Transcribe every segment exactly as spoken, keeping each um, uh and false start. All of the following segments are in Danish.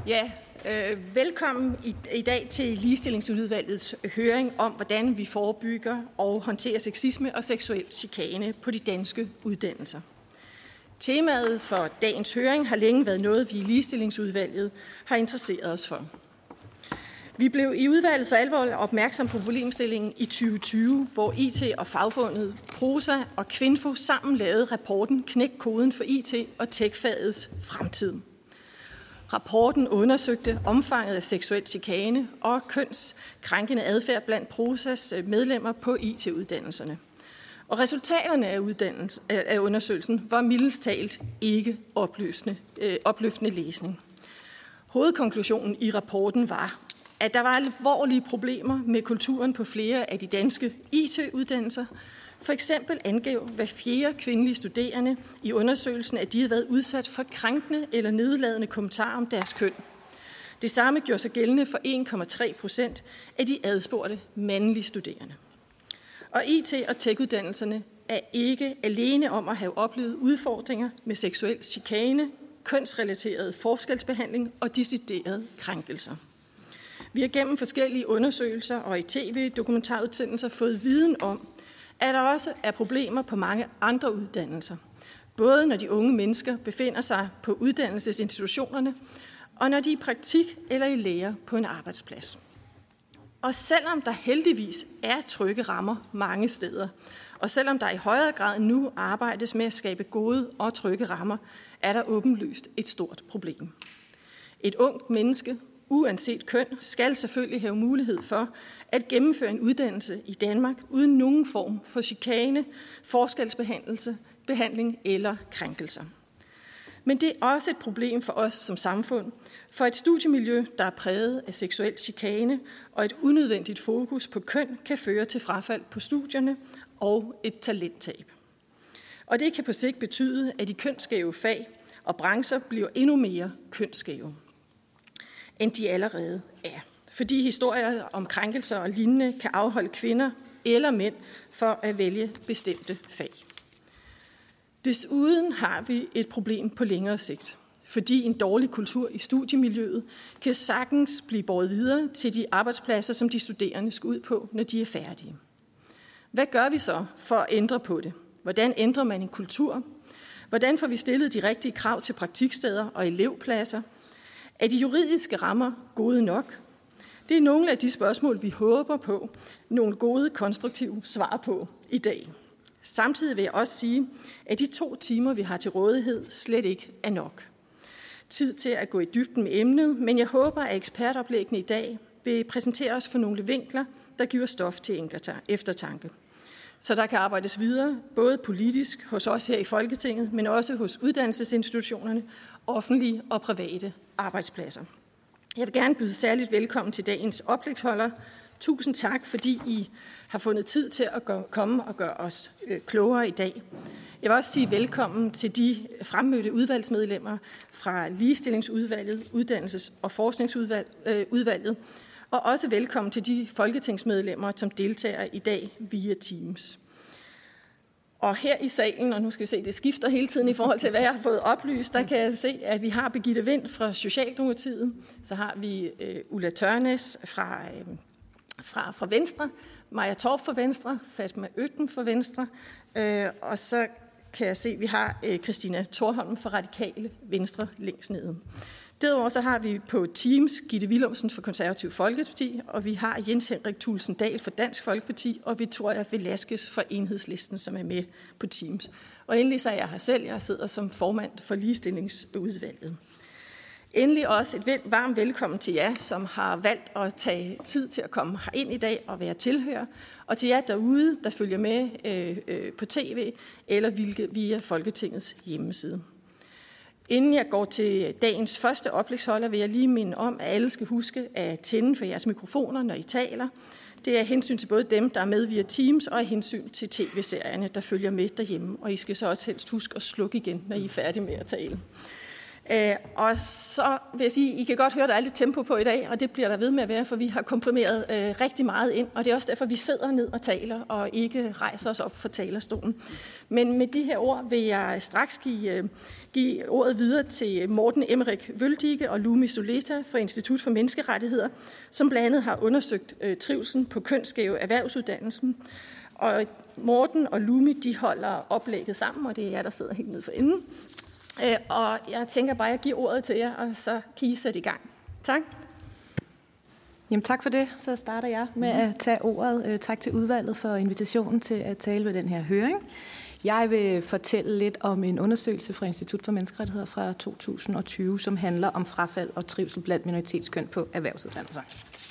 Ja, øh, velkommen i, i dag til Ligestillingsudvalgets høring om, hvordan vi forebygger og håndterer sexisme og seksuel chikane på de danske uddannelser. Temaet for dagens høring har længe været noget, vi i Ligestillingsudvalget har interesseret os for. Vi blev i udvalget for alvor opmærksom på problemstillingen i tyve tyve, hvor I T og fagfundet Prosa og Kvinfo sammen lavede rapporten Knæk koden for I T og tech-fagets fremtid. Rapporten undersøgte omfanget af seksuel chikane og kønskrænkende adfærd blandt Prosas medlemmer på I T-uddannelserne. Og resultaterne af, uddannelse, af undersøgelsen var mildest talt ikke opløftende, øh, opløftende læsning. Hovedkonklusionen i rapporten var, at der var alvorlige problemer med kulturen på flere af de danske I T-uddannelser. For eksempel angav hver fjerde kvindelige studerende i undersøgelsen, at de havde været udsat for krænkende eller nedladende kommentarer om deres køn. Det samme gjorde sig gældende for en komma tre procent af de adspurgte mandlige studerende. Og I T- og tech-uddannelserne er ikke alene om at have oplevet udfordringer med seksuel chikane, kønsrelateret forskelsbehandling og deciderede krænkelser. Vi har gennem forskellige undersøgelser og i tv-dokumentarudsendelser fået viden om, at der også er problemer på mange andre uddannelser. Både når de unge mennesker befinder sig på uddannelsesinstitutionerne, og når de er i praktik eller i lære på en arbejdsplads. Og selvom der heldigvis er trygge rammer mange steder, og selvom der i højere grad nu arbejdes med at skabe gode og trygge rammer, er der åbenlyst et stort problem. Et ungt menneske, uanset køn, skal selvfølgelig have mulighed for at gennemføre en uddannelse i Danmark uden nogen form for chikane, forskelsbehandling eller krænkelser. Men det er også et problem for os som samfund, for et studiemiljø, der er præget af seksuel chikane og et unødvendigt fokus på køn, kan føre til frafald på studierne og et talenttab. Og det kan på sigt betyde, at de kønsskæve fag og brancher bliver endnu mere kønsskæve, end de allerede er. Fordi historier om krænkelser og lignende kan afholde kvinder eller mænd for at vælge bestemte fag. Desuden har vi et problem på længere sigt, fordi en dårlig kultur i studiemiljøet kan sagtens blive båret videre til de arbejdspladser, som de studerende skal ud på, når de er færdige. Hvad gør vi så for at ændre på det? Hvordan ændrer man en kultur? Hvordan får vi stillet de rigtige krav til praktiksteder og elevpladser? Er de juridiske rammer gode nok? Det er nogle af de spørgsmål, vi håber på nogle gode, konstruktive svar på i dag. Samtidig vil jeg også sige, at de to timer, vi har til rådighed, slet ikke er nok. Tid til at gå i dybden med emnet, men jeg håber, at ekspertoplæggene i dag vil præsentere os for nogle vinkler, der giver stof til eftertanke. Så der kan arbejdes videre, både politisk hos os her i Folketinget, men også hos uddannelsesinstitutionerne, offentlige og private arbejdspladser. Jeg vil gerne byde særligt velkommen til dagens oplægsholder. Tusind tak, fordi I har fundet tid til at komme og gøre os klogere i dag. Jeg vil også sige velkommen til de fremmødte udvalgsmedlemmer fra Ligestillingsudvalget, Uddannelses- og Forskningsudvalget, og også velkommen til de folketingsmedlemmer, som deltager i dag via Teams. Og her i salen, og nu skal vi se, det skifter hele tiden i forhold til, hvad jeg har fået oplyst, der kan jeg se, at vi har Birgitte Vind fra Socialdemokratiet, så har vi uh, Ulla Tørnæs fra, uh, fra, fra Venstre, Maja Torp fra Venstre, Fatma Øtten fra Venstre, uh, og så kan jeg se, at vi har uh, Christina Thorholm fra Radikale Venstre længst nede. Derudover så har vi på Teams Gitte Willumsen fra Konservativ Folkeparti, og vi har Jens Henrik Thulesen Dahl fra Dansk Folkeparti, og Victoria Velasquez fra Enhedslisten, som er med på Teams. Og endelig så er jeg her selv, jeg sidder som formand for Ligestillingsudvalget. Endelig også et varmt velkommen til jer, som har valgt at tage tid til at komme herind i dag og være tilhører, og til jer derude, der følger med øh, øh, på tv eller via Folketingets hjemmeside. Inden jeg går til dagens første oplægsholder, vil jeg lige minde om, at alle skal huske at tænde for jeres mikrofoner, når I taler. Det er hensyn til både dem, der er med via Teams, og hensyn til tv-serierne, der følger med derhjemme. Og I skal så også helst huske at slukke igen, når I er færdige med at tale. Øh, og så vil jeg sige, I kan godt høre, at der er lidt tempo på i dag, og det bliver der ved med at være, for vi har komprimeret øh, rigtig meget ind, og det er også derfor, vi sidder ned og taler, og ikke rejser os op fra talerstolen. Men med de her ord vil jeg straks give, øh, give ordet videre til Morten Emmerik Vøldige og Lumi Soleta fra Institut for Menneskerettigheder, som blandt andet har undersøgt øh, trivslen på kønsskæve erhvervsuddannelsen. Og Morten og Lumi, de holder oplægget sammen, og det er jer, der sidder helt nede for enden. Og jeg tænker bare, at jeg giver ordet til jer, og så kan I sætte i gang. Tak. Jamen tak for det. Så starter jeg med at tage ordet. Tak til udvalget for invitationen til at tale ved den her høring. Jeg vil fortælle lidt om en undersøgelse fra Institut for Menneskerettigheder fra to tusind og tyve, som handler om frafald og trivsel blandt minoritetskøn på erhvervsuddannelser.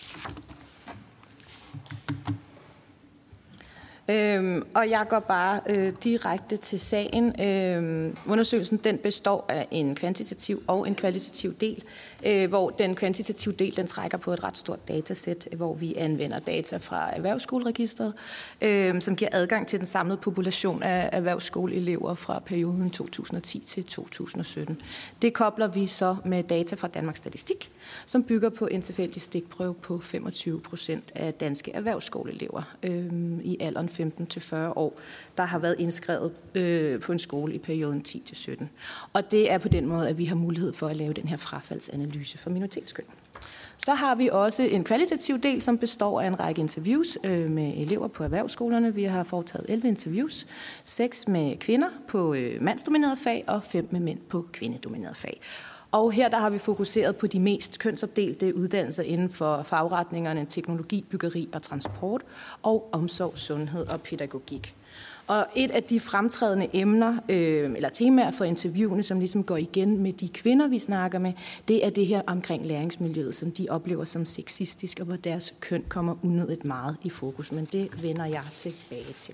Øhm, og jeg går bare øh, direkte til sagen. Øhm, undersøgelsen den består af en kvantitativ og en kvalitativ del, øh, hvor den kvantitative del den trækker på et ret stort datasæt, hvor vi anvender data fra Erhvervsskoleregistret, øh, som giver adgang til den samlede population af erhvervsskoleelever fra perioden to tusind og ti til to tusind og sytten. Det kobler vi så med data fra Danmarks Statistik, som bygger på en tilfældig stikprøve på femogtyve procent af danske erhvervsskoleelever øh, i alderen femten til fyrre år, der har været indskrevet øh, på en skole i perioden ti til sytten. Og det er på den måde, at vi har mulighed for at lave den her frafaldsanalyse for minoritetskøn. Så har vi også en kvalitativ del, som består af en række interviews øh, med elever på erhvervsskolerne. Vi har foretaget elleve interviews, seks med kvinder på øh, mandsdominerede fag og fem med mænd på kvindedominerede fag. Og her der har vi fokuseret på de mest kønsopdelte uddannelser inden for fagretningerne teknologi, byggeri og transport, og omsorg, sundhed og pædagogik. Og et af de fremtrædende emner, øh, eller temaer for interviewene, som ligesom går igen med de kvinder, vi snakker med, det er det her omkring læringsmiljøet, som de oplever som sexistisk, og hvor deres køn kommer unødigt meget i fokus. Men det vender jeg tilbage til.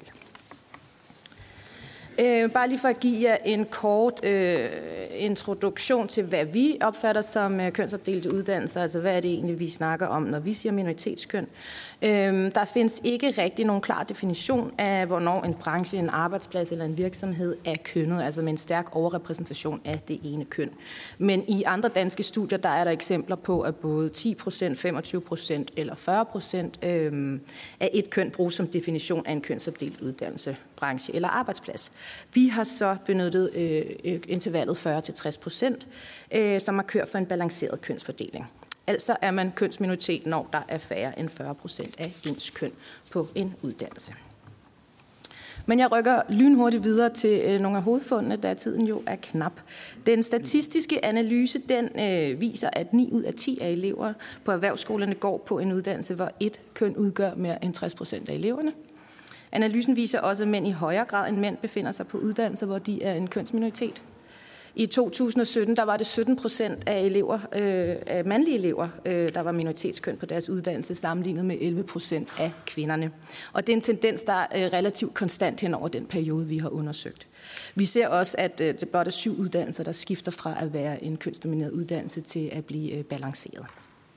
Øh, bare lige for at give jer en kort øh, introduktion til, hvad vi opfatter som øh, kønsopdelte uddannelser, altså hvad er det egentlig, vi snakker om, når vi siger minoritetskøn. Øh, der findes ikke rigtig nogen klar definition af, hvornår en branche, en arbejdsplads eller en virksomhed er kønnet, altså med en stærk overrepræsentation af det ene køn. Men i andre danske studier, der er der eksempler på, at både ti procent, femogtyve procent eller fyrre procent øh, af et køn bruges som definition af en kønsopdelt uddannelse, branche eller arbejdsplads. Vi har så benyttet øh, intervallet fyrre til tres procent, øh, som har kørt for en balanceret kønsfordeling. Altså er man kønsminoritet, når der er færre end fyrre procent af ens køn på en uddannelse. Men jeg rykker lynhurtigt videre til øh, nogle af hovedfundene, da tiden jo er knap. Den statistiske analyse den øh, viser, at ni ud af ti af elever på erhvervsskolerne går på en uddannelse, hvor et køn udgør mere end tres procent af eleverne. Analysen viser også, at mænd i højere grad end mænd befinder sig på uddannelser, hvor de er en kønsminoritet. I to tusind og sytten der var det sytten procent af elever, øh, af mandlige elever, øh, der var minoritetskøn på deres uddannelse, sammenlignet med elleve procent af kvinderne. Og det er en tendens, der er relativt konstant hen over den periode, vi har undersøgt. Vi ser også, at øh, det blot er syv uddannelser, der skifter fra at være en kønsdomineret uddannelse til at blive øh, balanceret.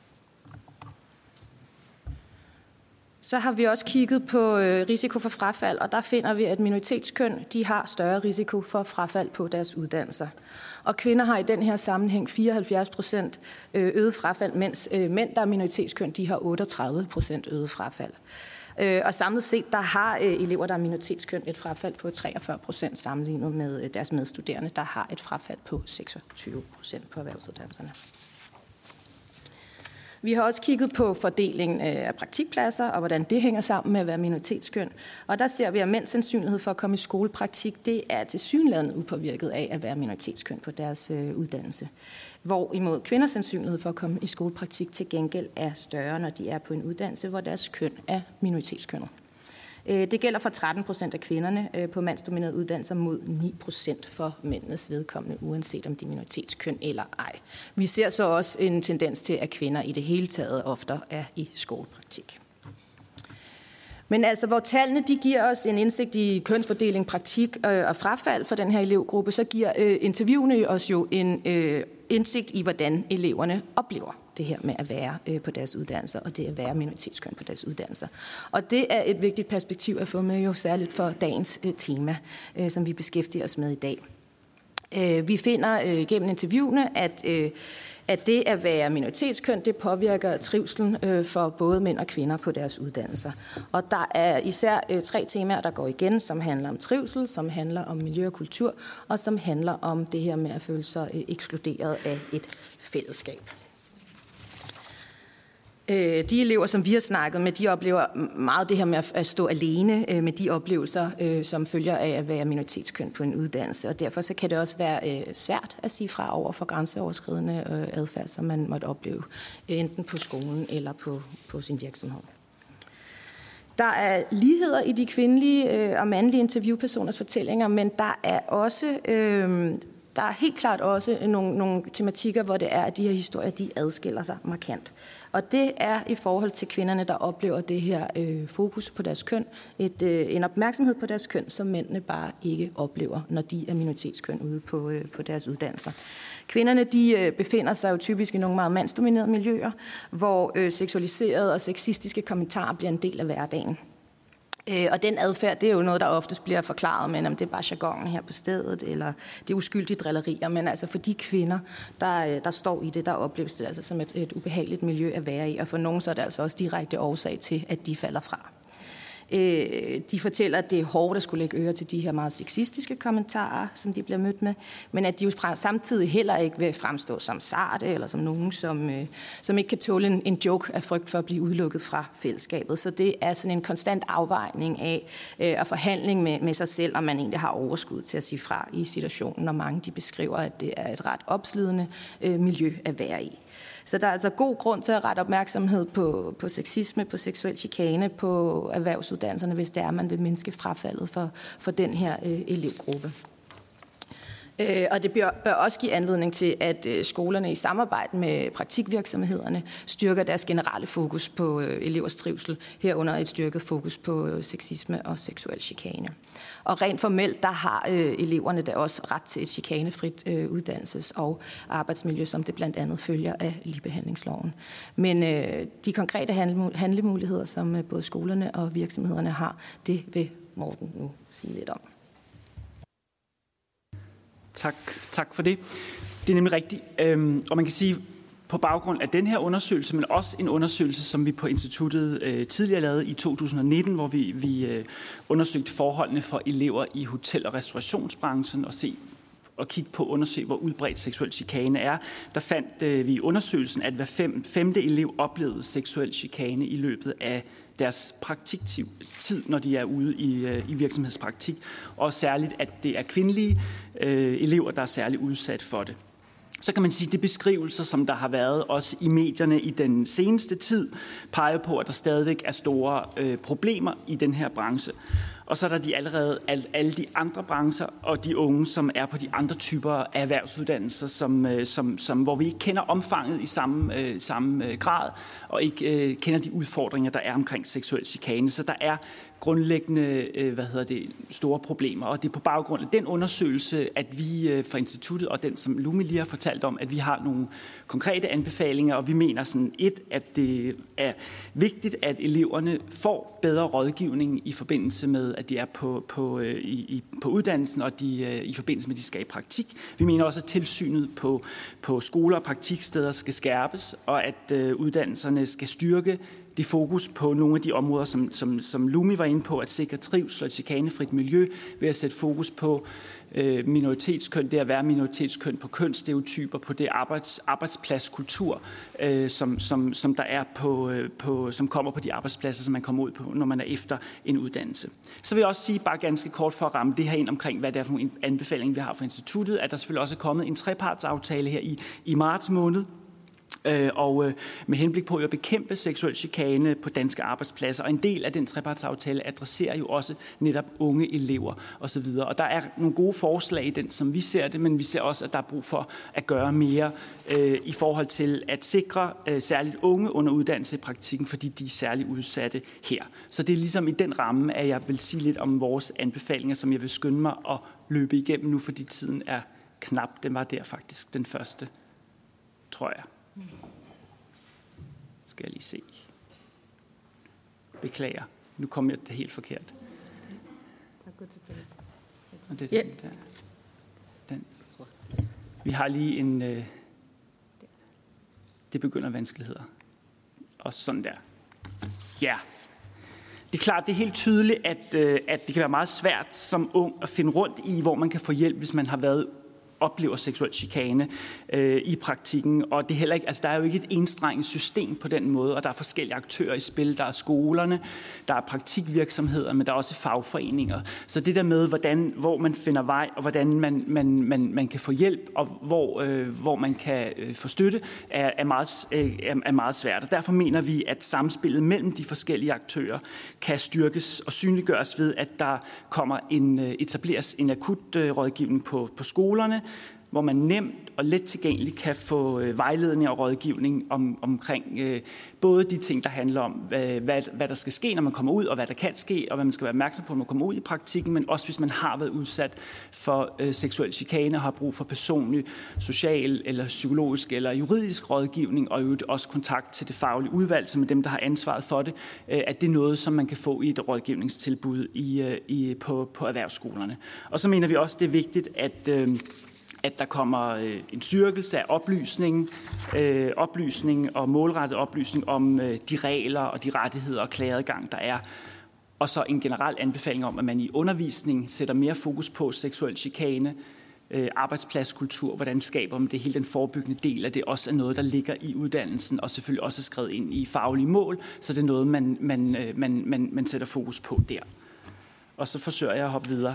Så har vi også kigget på risiko for frafald, og der finder vi, at minoritetskøn de har større risiko for frafald på deres uddannelser. Og kvinder har i den her sammenhæng fireoghalvfjerds procent øget frafald, mens mænd, der er minoritetskøn, de har otteogtredive procent øget frafald. Og samlet set, der har elever, der er minoritetskøn, et frafald på treogfyrre procent sammenlignet med deres medstuderende, der har et frafald på seksogtyve procent på erhvervsuddannelserne. Vi har også kigget på fordelingen af praktikpladser og hvordan det hænger sammen med at være minoritetskøn. Og der ser vi, at mænds sandsynlighed for at komme i skolepraktik, det er tilsyneladende upåvirket af at være minoritetskøn på deres uddannelse. Hvorimod kvinders sandsynlighed for at komme i skolepraktik til gengæld er større, når de er på en uddannelse, hvor deres køn er minoritetskønnet. Det gælder for tretten procent af kvinderne på mandsdominerede uddannelser mod ni procent for mændenes vedkommende, uanset om de er minoritetskøn eller ej. Vi ser så også en tendens til, at kvinder i det hele taget ofte er i skolepraktik. Men altså, hvor tallene de giver os en indsigt i kønsfordeling, praktik og frafald for den her elevgruppe, så giver interviewene os jo en indsigt i, hvordan eleverne oplever det her med at være øh, på deres uddannelser, og det at være minoritetskøn på deres uddannelser. Og det er et vigtigt perspektiv at få med, jo særligt for dagens øh, tema, øh, som vi beskæftiger os med i dag. Vi finder øh, gennem interviewene, at, øh, at det at være minoritetskøn, det påvirker trivselen øh, for både mænd og kvinder på deres uddannelser. Og der er især øh, tre temaer, der går igen, som handler om trivsel, som handler om miljø og kultur, og som handler om det her med at føle sig øh, ekskluderet af et fællesskab. De elever, som vi har snakket med, de oplever meget det her med at stå alene med de oplevelser, som følger af at være minoritetskøn på en uddannelse. Og derfor så kan det også være svært at sige fra over for grænseoverskridende adfærd, som man måtte opleve, enten på skolen eller på, på sin virksomhed. Der er ligheder i de kvindelige og mandlige interviewpersoners fortællinger, men der er også... Øh, Der er helt klart også nogle, nogle tematikker, hvor det er, at de her historier, de adskiller sig markant. Og det er i forhold til kvinderne, der oplever det her øh, fokus på deres køn, et, øh, en opmærksomhed på deres køn, som mændene bare ikke oplever, når de er minoritetskøn ude på, øh, på deres uddannelser. Kvinderne, de øh, befinder sig jo typisk i nogle meget mandsdominerede miljøer, hvor øh, seksualiserede og sexistiske kommentarer bliver en del af hverdagen. Og den adfærd, det er jo noget, der oftest bliver forklaret med, om det er bare jargonen her på stedet, eller det er uskyldige drillerier. Men altså for de kvinder, der, der står i det, der opleves det altså som et, et ubehageligt miljø at være i. Og for nogen så er det altså også direkte årsag til, at de falder fra. De fortæller, at det er hårdt at skulle lægge øre til de her meget sexistiske kommentarer, som de bliver mødt med, men at de jo samtidig heller ikke vil fremstå som sarte, eller som nogen, som, som ikke kan tåle en, en joke af frygt for at blive udelukket fra fællesskabet. Så det er sådan en konstant afvejning af og forhandling med, med sig selv, om man egentlig har overskud til at sige fra i situationen, når mange de beskriver, at det er et ret opslidende øh, miljø at være i. Så der er altså god grund til at rette opmærksomhed på, på sexisme, på seksuel chikane, på erhvervsuddannelserne, hvis det er, man vil mindske frafaldet for, for den her øh, elevgruppe. Øh, og det bør, bør også give anledning til, at øh, skolerne i samarbejde med praktikvirksomhederne styrker deres generelle fokus på øh, elevers trivsel, herunder et styrket fokus på øh, sexisme og seksuel chikane. Og rent formelt, der har øh, eleverne da også ret til et chikanefrit øh, uddannelses- og arbejdsmiljø, som det blandt andet følger af ligebehandlingsloven. Men øh, de konkrete handlemuligheder, som øh, både skolerne og virksomhederne har, det vil Morten nu sige lidt om. Tak, tak for det. Det er nemlig rigtigt. Øhm, og man kan sige, på baggrund af den her undersøgelse, men også en undersøgelse, som vi på instituttet øh, tidligere lavede i to tusind nitten, hvor vi, vi øh, undersøgte forholdene for elever i hotel- og restaurationsbranchen og se og kigge på undersøge, hvor udbredt seksuel chikane er. Der fandt øh, vi i undersøgelsen, at hver fem, femte elev oplevede seksuel chikane i løbet af deres praktiktid, når de er ude i, i virksomhedspraktik, og særligt, at det er kvindelige øh, elever, der er særligt udsat for det. Så kan man sige, at de beskrivelser, som der har været også i medierne i den seneste tid, peger på, at der stadigvæk er store øh, problemer i den her branche. Og så er der de allerede alle de andre brancher og de unge, som er på de andre typer af erhvervsuddannelser, som, som, som, hvor vi ikke kender omfanget i samme, øh, samme grad, og ikke øh, kender de udfordringer, der er omkring seksuel chikane. Så der er grundlæggende øh, hvad hedder det, store problemer, og det er på baggrund af den undersøgelse, at vi øh, fra instituttet, og den som Lumi lige har fortalt om, at vi har nogle konkrete anbefalinger, og vi mener sådan et, at det er vigtigt, at eleverne får bedre rådgivning i forbindelse med, at de er på, på, øh, i, på uddannelsen, og de, øh, i forbindelse med, at de skal i praktik. Vi mener også, at tilsynet på, på skoler og praktiksteder skal skærpes, og at øh, uddannelserne skal styrke det fokus på nogle af de områder, som, som, som Lumi var inde på, at sikre trivsel og et chikanefrit miljø, ved at sætte fokus på øh, minoritetskøn, det at være minoritetskøn, på kønsstereotyper, på det arbejds, arbejdspladskultur, øh, som, som, som der er på, øh, på, som kommer på de arbejdspladser, som man kommer ud på, når man er efter en uddannelse. Så vil jeg også sige, bare ganske kort for at ramme det her ind omkring, hvad det er for en anbefaling, vi har fra instituttet, at der selvfølgelig også er kommet en trepartsaftale her i, i marts måned, og med henblik på at bekæmpe seksuel chikane på danske arbejdspladser. Og en del af den trepartsaftale adresserer jo også netop unge elever osv. Og der er nogle gode forslag i den, som vi ser det, men vi ser også, at der er brug for at gøre mere øh, i forhold til at sikre øh, særligt unge under uddannelse i praktikken, fordi de er særligt udsatte her. Så det er ligesom i den ramme, at jeg vil sige lidt om vores anbefalinger, som jeg vil skynde mig at løbe igennem nu, fordi tiden er knap. Den var der faktisk den første, tror jeg. Skal jeg lige se. Beklager. Nu kom jeg det helt forkert. Og det er den der. Den. Vi har lige en... Øh, det begynder vanskeligheder. Og sådan der. Ja. Det er klart, det er helt tydeligt, at, øh, at det kan være meget svært som ung at finde rundt i, hvor man kan få hjælp, hvis man har været oplever seksuel chikane øh, i praktikken, og det er heller ikke, altså der er jo ikke et enstrenget system på den måde, og der er forskellige aktører i spil, der er skolerne, der er praktikvirksomheder, men der er også fagforeninger. Så det der med, hvordan, hvor man finder vej, og hvordan man, man, man, man kan få hjælp, og hvor, øh, hvor man kan øh, få støtte, er, er, meget, øh, er meget svært. Og derfor mener vi, at samspillet mellem de forskellige aktører kan styrkes og synliggøres ved, at der kommer en, etableres en akut øh, rådgivning på, på skolerne, hvor man nemt og let tilgængeligt kan få øh, vejledning og rådgivning om, omkring øh, både de ting, der handler om, øh, hvad, hvad der skal ske, når man kommer ud, og hvad der kan ske, og hvad man skal være opmærksom på, når man kommer ud i praktikken, men også hvis man har været udsat for øh, seksuel chikane og har brug for personlig, social eller psykologisk eller juridisk rådgivning, og jo også kontakt til det faglige udvalg, som er dem, der har ansvaret for det, øh, at det er noget, som man kan få i et rådgivningstilbud i, øh, i, på, på erhvervsskolerne. Og så mener vi også, det er vigtigt, at øh, at der kommer en styrkelse af oplysning, øh, oplysning og målrettet oplysning om øh, de regler og de rettigheder og klageadgang, der er. Og så en generel anbefaling om, at man i undervisning sætter mere fokus på seksuel chikane, øh, arbejdspladskultur, hvordan skaber man det, hele den forebyggende del af det også er noget, der ligger i uddannelsen og selvfølgelig også er skrevet ind i faglige mål, så det er noget, man, man, man, man, man sætter fokus på der. Og så forsøger jeg at hoppe videre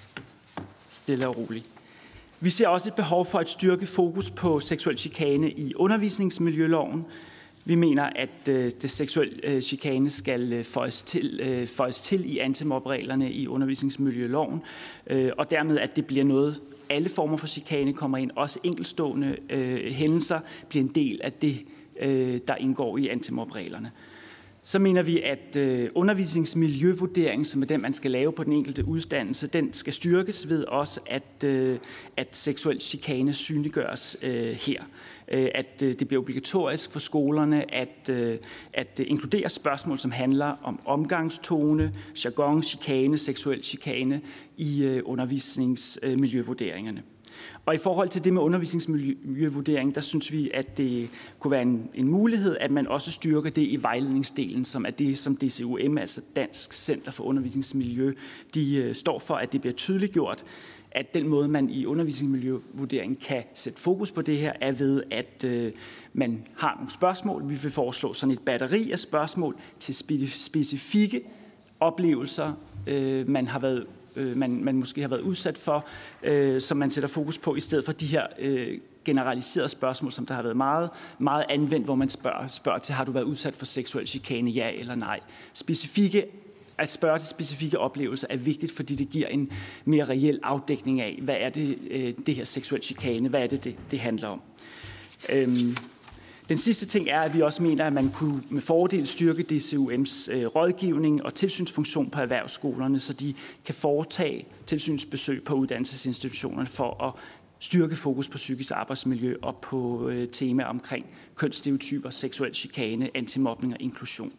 stille og roligt. Vi ser også et behov for at styrke fokus på seksuel chikane i undervisningsmiljøloven. Vi mener, at øh, det seksuelle øh, chikane skal øh, føjes, til, øh, føjes til i antimobreglerne i undervisningsmiljøloven, øh, og dermed, at det bliver noget, alle former for chikane kommer ind, også enkeltstående øh, hændelser bliver en del af det, øh, der indgår i antimobreglerne. Så mener vi, at øh, undervisningsmiljøvurdering, som er den, man skal lave på den enkelte uddannelse, den skal styrkes ved også, at, øh, at seksuel chikane synliggøres øh, her. Øh, at øh, det bliver obligatorisk for skolerne at, øh, at inkludere spørgsmål, som handler om omgangstone, jargon, chikane, seksuel chikane i øh, undervisningsmiljøvurderingerne. Og i forhold til det med undervisningsmiljøvurdering, der synes vi, at det kunne være en, en mulighed, at man også styrker det i vejledningsdelen, som er det, som D C U M, altså Dansk Center for Undervisningsmiljø, de uh, står for, at det bliver tydeliggjort, at den måde, man i undervisningsmiljøvurderingen kan sætte fokus på det her, er ved, at uh, man har nogle spørgsmål. Vi vil foreslå sådan et batteri af spørgsmål til specifikke oplevelser, uh, man har været Man, man måske har været udsat for, øh, som man sætter fokus på, i stedet for de her øh, generaliserede spørgsmål, som der har været meget, meget anvendt, hvor man spørger, spørger til, har du været udsat for seksuel chikane, ja eller nej. Specifikke, at spørge til specifikke oplevelser er vigtigt, fordi det giver en mere reel afdækning af, hvad er det, øh, det her seksuel chikane, hvad er det, det, det handler om. Øhm, Den sidste ting er, at vi også mener, at man kunne med fordel styrke D C U M's øh, rådgivning og tilsynsfunktion på erhvervsskolerne, så de kan foretage tilsynsbesøg på uddannelsesinstitutionerne for at styrke fokus på psykisk arbejdsmiljø og på øh, temaer omkring kønsstereotyper, seksuel chikane, antimobning og inklusion.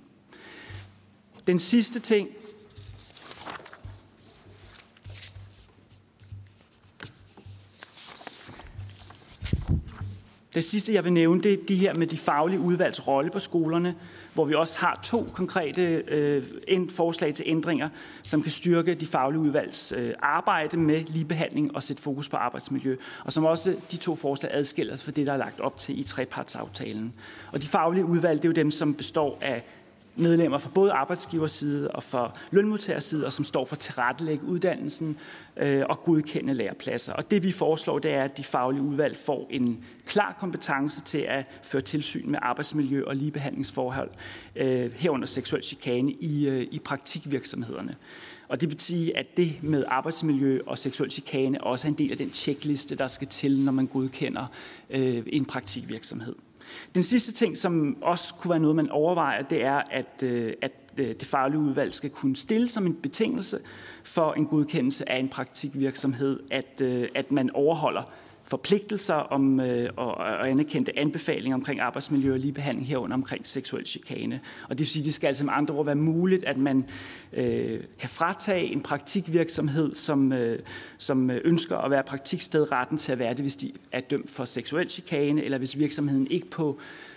Den sidste ting, Det sidste, jeg vil nævne, det er de her med de faglige udvalgs rolle på skolerne, hvor vi også har to konkrete øh, forslag til ændringer, som kan styrke de faglige udvalgs øh, arbejde med ligebehandling og sætte fokus på arbejdsmiljø, og som også de to forslag adskiller sig fra det, der er lagt op til i trepartsaftalen. Og de faglige udvalg, det er jo dem, som består af medlemmer fra både arbejdsgiverside og fra lønmodtagerside, og som står for tilrettelægge uddannelsen øh, og godkende lærepladser. Og det vi foreslår, det er, at de faglige udvalg får en klar kompetence til at føre tilsyn med arbejdsmiljø og ligebehandlingsforhold, øh, herunder seksuel chikane i, øh, i praktikvirksomhederne. Og det betyder, at det med arbejdsmiljø og seksuel chikane også er en del af den tjekliste, der skal til, når man godkender øh, en praktikvirksomhed. Den sidste ting, som også kunne være noget, man overvejer, det er, at, at det faglige udvalg skal kunne stille som en betingelse for en godkendelse af en praktikvirksomhed, at, at man overholder forpligtelser om, øh, og, og anerkendte anbefalinger omkring arbejdsmiljø og ligebehandling herunder omkring seksuel chikane. Og det vil sige, det skal altså med andre ord være muligt, at man øh, kan fratage en praktikvirksomhed, som, øh, som ønsker at være praktiksted, retten til at være det, hvis de er dømt for seksuel chikane, eller hvis virksomheden ikke på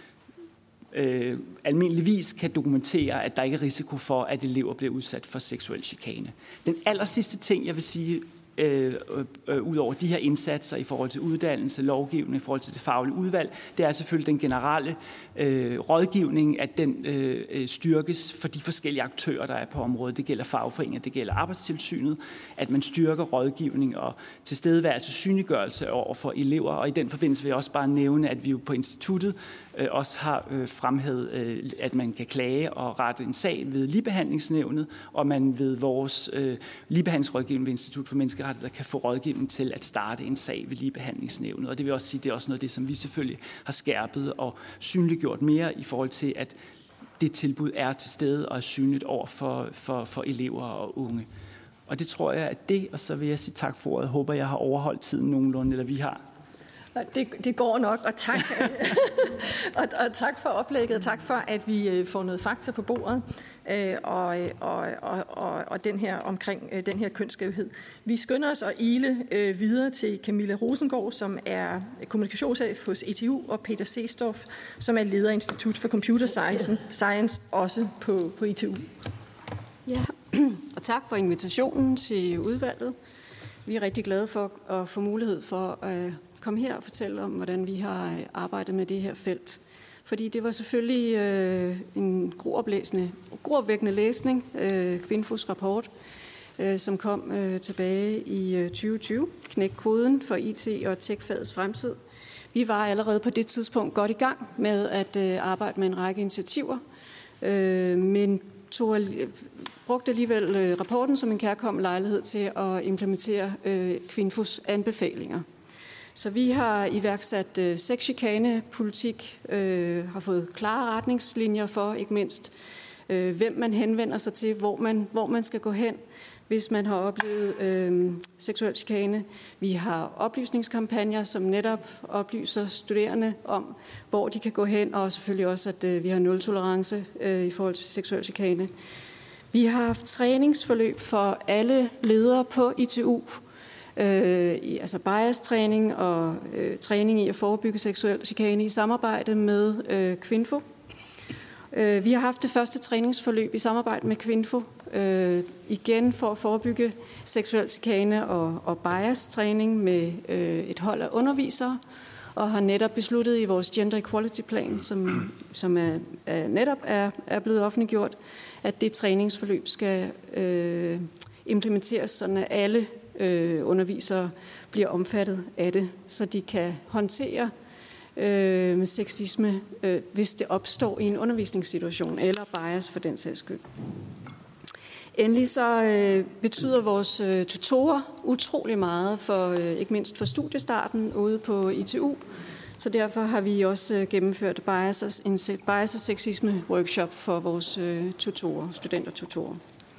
øh, almindeligvis kan dokumentere, at der ikke er risiko for, at elever bliver udsat for seksuel chikane. Den aller sidste ting, jeg vil sige, Øh, øh, ud over de her indsatser i forhold til uddannelse, lovgivning, i forhold til det faglige udvalg, det er selvfølgelig den generelle øh, rådgivning, at den øh, styrkes for de forskellige aktører, der er på området. Det gælder fagforeninger, det gælder Arbejdstilsynet, at man styrker rådgivning og tilstedeværelse, synliggørelse over for elever. Og i den forbindelse vil jeg også bare nævne, at vi jo på instituttet øh, også har øh, fremhævet, øh, at man kan klage og rette en sag ved ligebehandlingsnævnet, og man ved vores øh, ligebehandlingsrådgivning ved Institut for Menneskerettigheder, der kan få rådgivning til at starte en sag ved ligebehandlingsnævnet. Og det vil også sige, det er også noget af det, som vi selvfølgelig har skærpet og synliggjort mere i forhold til, at det tilbud er til stede og er synligt over for, for, for elever og unge. Og det tror jeg, at det, og så vil jeg sige tak for ordet. Jeg håber, jeg har overholdt tiden nogenlunde, eller vi har. Det, det går nok, og tak, og, og tak for oplægget, tak for, at vi får noget fakta på bordet, og, og, og, og, og den her, omkring den her kønsskævhed. Vi skynder os at ile videre til Camilla Rosengård, som er kommunikationschef hos E T U, og Peter Seesdorf, som er leder af Institut for Computer Science, også på, på E T U. Ja, og tak for invitationen til udvalget. Vi er rigtig glade for at få mulighed for at komme her og fortælle om, hvordan vi har arbejdet med det her felt. Fordi det var selvfølgelig øh, en groopvækkende læsning, øh, Kvinfos rapport, øh, som kom øh, tilbage i øh, tyve tyve. Knæk koden for I T og tech-fagets fremtid. Vi var allerede på det tidspunkt godt i gang med at øh, arbejde med en række initiativer, øh, men tog, brugte alligevel øh, rapporten som en kærkommen lejlighed til at implementere øh, Kvinfos anbefalinger. Så vi har iværksat øh, sexchikane-politik, øh, har fået klare retningslinjer for, ikke mindst, øh, hvem man henvender sig til, hvor man, hvor man skal gå hen, hvis man har oplevet øh, seksuel chikane. Vi har oplysningskampagner, som netop oplyser studerende om, hvor de kan gå hen, og selvfølgelig også, at øh, vi har nul-tolerance øh, i forhold til seksuel chikane. Vi har haft træningsforløb for alle ledere på I T U, Øh, i, altså bias-træning og øh, træning i at forebygge seksuel chikane i samarbejde med øh, Kvinfo. Øh, vi har haft det første træningsforløb i samarbejde med Kvinfo, øh, igen for at forebygge seksuel chikane og, og bias-træning med øh, et hold af undervisere, og har netop besluttet i vores Gender Equality Plan, som, som er, er, netop er, er blevet offentliggjort, at det træningsforløb skal øh, implementeres, sådan at alle Øh, undervisere bliver omfattet af det, så de kan håndtere øh, med sexisme, øh, hvis det opstår i en undervisningssituation, eller bias for den sags skyld. Endelig så øh, betyder vores øh, tutorer utrolig meget, for øh, ikke mindst for studiestarten ude på I T U, så derfor har vi også øh, gennemført bias og, en bias og sexisme workshop for vores øh, tutorer, studentertutorer.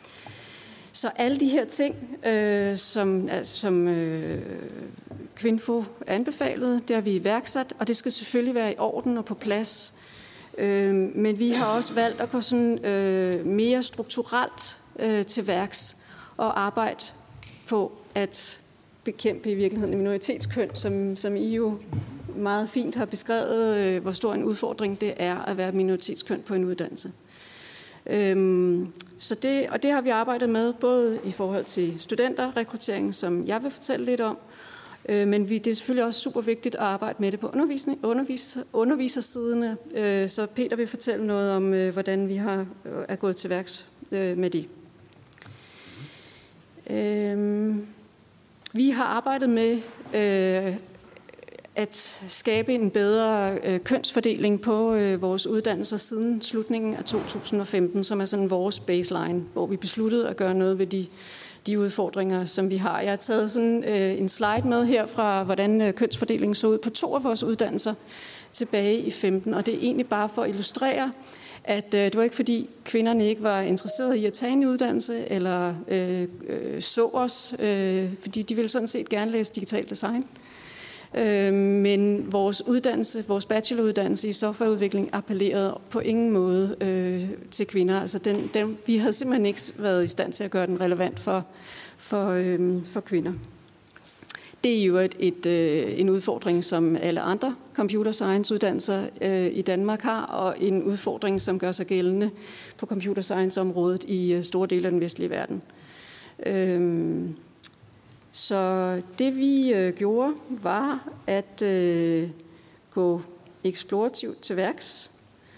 Så alle de her ting, øh, som, som øh, Kvinfo anbefalede, det har vi iværksat, og det skal selvfølgelig være i orden og på plads. Øh, men vi har også valgt at gå sådan, øh, mere strukturelt øh, til værks og arbejde på at bekæmpe i virkeligheden minoritetskøn, som, som I jo meget fint har beskrevet, øh, hvor stor en udfordring det er at være minoritetskøn på en uddannelse. Øhm, så det, og det har vi arbejdet med, både i forhold til studenterrekruttering, som jeg vil fortælle lidt om, øh, men vi, det er selvfølgelig også super vigtigt at arbejde med det på undervisning, undervis, undervisersiden, øh, så Peter vil fortælle noget om, øh, hvordan vi har øh, er gået til værks øh, med det. Øh, vi har arbejdet med øh, at skabe en bedre øh, kønsfordeling på øh, vores uddannelser siden slutningen af to tusind og femten, som er sådan vores baseline, hvor vi besluttede at gøre noget ved de, de udfordringer, som vi har. Jeg har taget sådan øh, en slide med her fra, hvordan øh, kønsfordelingen så ud på to af vores uddannelser tilbage i femten, og det er egentlig bare for at illustrere, at øh, det var ikke fordi kvinderne ikke var interesserede i at tage en uddannelse, eller øh, øh, så os, øh, fordi de ville sådan set gerne læse digital design. Øh, men vores uddannelse, vores bacheloruddannelse i softwareudvikling appellerede på ingen måde øh, til kvinder. Altså den, den, vi havde simpelthen ikke været i stand til at gøre den relevant for, for, øh, for kvinder. Det er jo et, et, øh, en udfordring, som alle andre computer science uddannelser øh, i Danmark har, og en udfordring, som gør sig gældende på computer science området i øh, store dele af den vestlige verden. Øh, Så det vi øh, gjorde, var at øh, gå eksplorativt til værks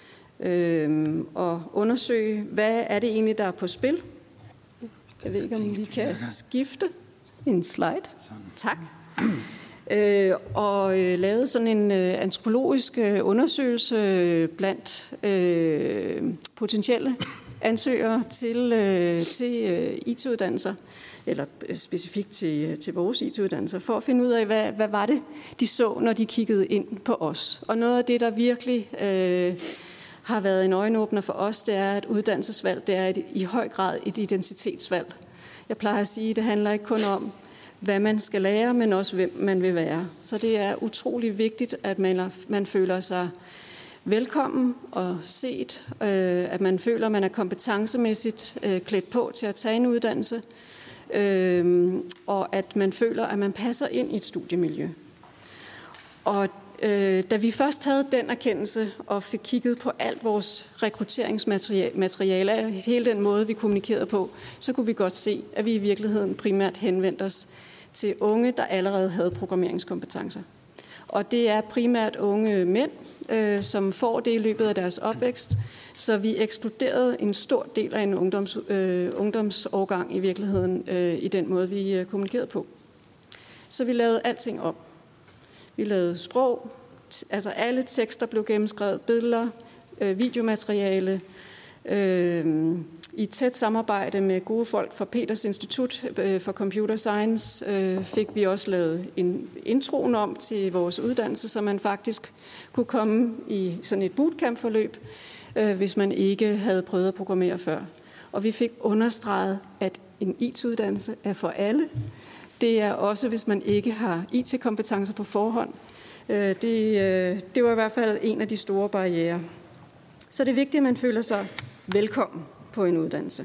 øh, og undersøge, hvad er det egentlig, der er på spil. Jeg ved ikke, om vi kan skifte en slide. Tak. Øh, og øh, lavede sådan en øh, antropologisk øh, undersøgelse blandt øh, potentielle ansøgere til, øh, til øh, I T-uddannelser, eller specifikt til, til vores I T-uddannelser, for at finde ud af, hvad, hvad var det, de så, når de kiggede ind på os. Og noget af det, der virkelig øh, har været en øjenåbner for os, det er, at uddannelsesvalg, det er et, i høj grad et identitetsvalg. Jeg plejer at sige, at det handler ikke kun om, hvad man skal lære, men også hvem man vil være. Så det er utrolig vigtigt, at man, man føler sig velkommen og set, øh, at man føler, at man er kompetencemæssigt øh, klædt på til at tage en uddannelse, øh, og at man føler, at man passer ind i et studiemiljø. Og øh, da vi først havde den erkendelse og fik kigget på alt vores rekrutteringsmateriale, hele den måde, vi kommunikerede på, så kunne vi godt se, at vi i virkeligheden primært henvendte os til unge, der allerede havde programmeringskompetencer. Og det er primært unge mænd, øh, som får det i løbet af deres opvækst. Så vi ekskluderede en stor del af en ungdoms, øh, ungdomsårgang i virkeligheden øh, i den måde, vi øh, kommunikerede på. Så vi lavede alting op. Vi lavede sprog, t- altså alle tekster blev gennemskrevet, billeder, øh, videomateriale, øh, i tæt samarbejde med gode folk fra Peters Institut for Computer Science fik vi også lavet en introen om til vores uddannelse, så man faktisk kunne komme i sådan et bootcamp-forløb, hvis man ikke havde prøvet at programmere før. Og vi fik understreget, at en I T-uddannelse er for alle. Det er også, hvis man ikke har I T-kompetencer på forhånd. Det, det var i hvert fald en af de store barrierer. Så det er vigtigt, at man føler sig velkommen på en uddannelse.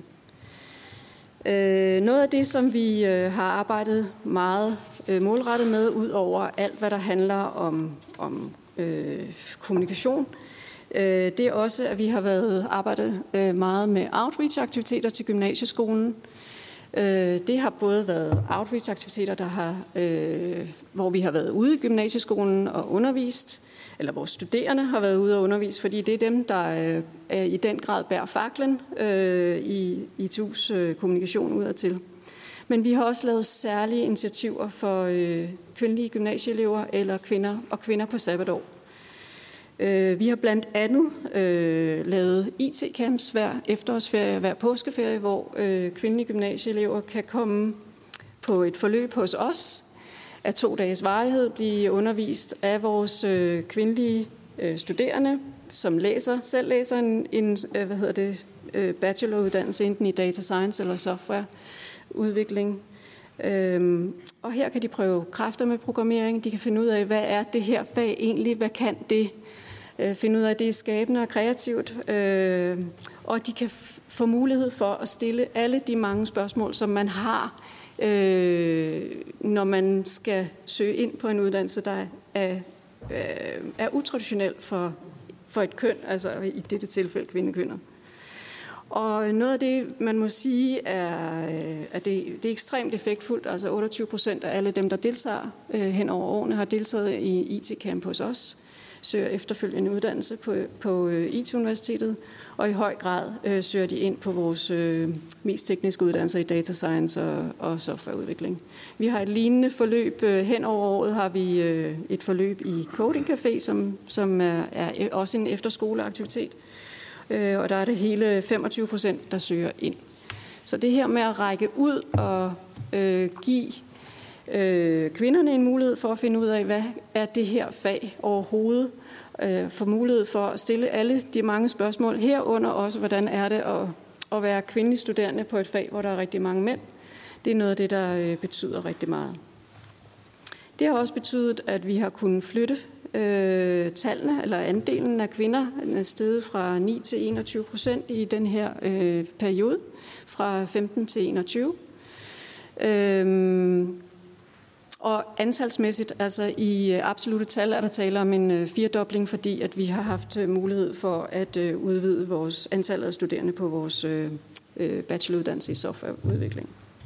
Øh, noget af det, som vi øh, har arbejdet meget øh, målrettet med, ud over alt, hvad der handler om, om øh, kommunikation, øh, det er også, at vi har været arbejdet øh, meget med outreach-aktiviteter til gymnasieskolen. Øh, det har både været outreach-aktiviteter, der har, øh, hvor vi har været ude i gymnasieskolen og undervist, eller vores studerende har været ude og undervise, fordi det er dem, der øh, i den grad bærer faklen øh, i I T U's øh, kommunikation udadtil. Men vi har også lavet særlige initiativer for øh, kvindelige gymnasieelever eller kvinder og kvinder på sabbatår. Øh, vi har blandt andet øh, lavet I T-camps hver efterårsferie, hver påskeferie, hvor øh, kvindelige gymnasieelever kan komme på et forløb hos os, af to dages varighed, blive undervist af vores øh, kvindelige øh, studerende, som læser, selv læser en, en øh, hvad hedder det, øh, bacheloruddannelse, enten i data science eller softwareudvikling. Øhm, og her kan de prøve kræfter med programmering. De kan finde ud af, hvad er det her fag egentlig, hvad kan det? Øh, finde ud af, at det er skabende og kreativt. Øh, og de kan f- få mulighed for at stille alle de mange spørgsmål, som man har, Øh, når man skal søge ind på en uddannelse, der er, øh, er utraditionel for, for et køn, altså i dette tilfælde kvindekønnet. Og noget af det, man må sige, er, at det, det er ekstremt effektfuldt. Altså otteogtyve procent af alle dem, der deltager øh, hen over årene, har deltaget i I T-camp hos os, søger efterfølgende uddannelse på, på øh, I T-universitetet, og i høj grad øh, søger de ind på vores øh, mest tekniske uddannelser i data science og, og softwareudvikling. Vi har et lignende forløb. Øh, hen over året har vi øh, et forløb i Coding Café, som, som er, er også en efterskoleaktivitet. Øh, og der er det hele femogtyve procent, der søger ind. Så det her med at række ud og øh, give øh, kvinderne en mulighed for at finde ud af, hvad er det her fag overhovedet, øh, få mulighed for at stille alle de mange spørgsmål herunder også, hvordan er det at, at være kvindelig studerende på et fag, hvor der er rigtig mange mænd. Det er noget af det, der øh, betyder rigtig meget. Det har også betydet, at vi har kunnet flytte øh, tallene, eller andelen af kvinder er steget fra ni til enogtyve procent i den her øh, periode, fra femten til enogtyve. Øhm, og antalsmæssigt, altså i absolutte tal, er der tale om en øh, firedobling, fordi at vi har haft øh, mulighed for at øh, udvide vores antallet af studerende på vores øh, øh, bacheloruddannelse i softwareudvikling.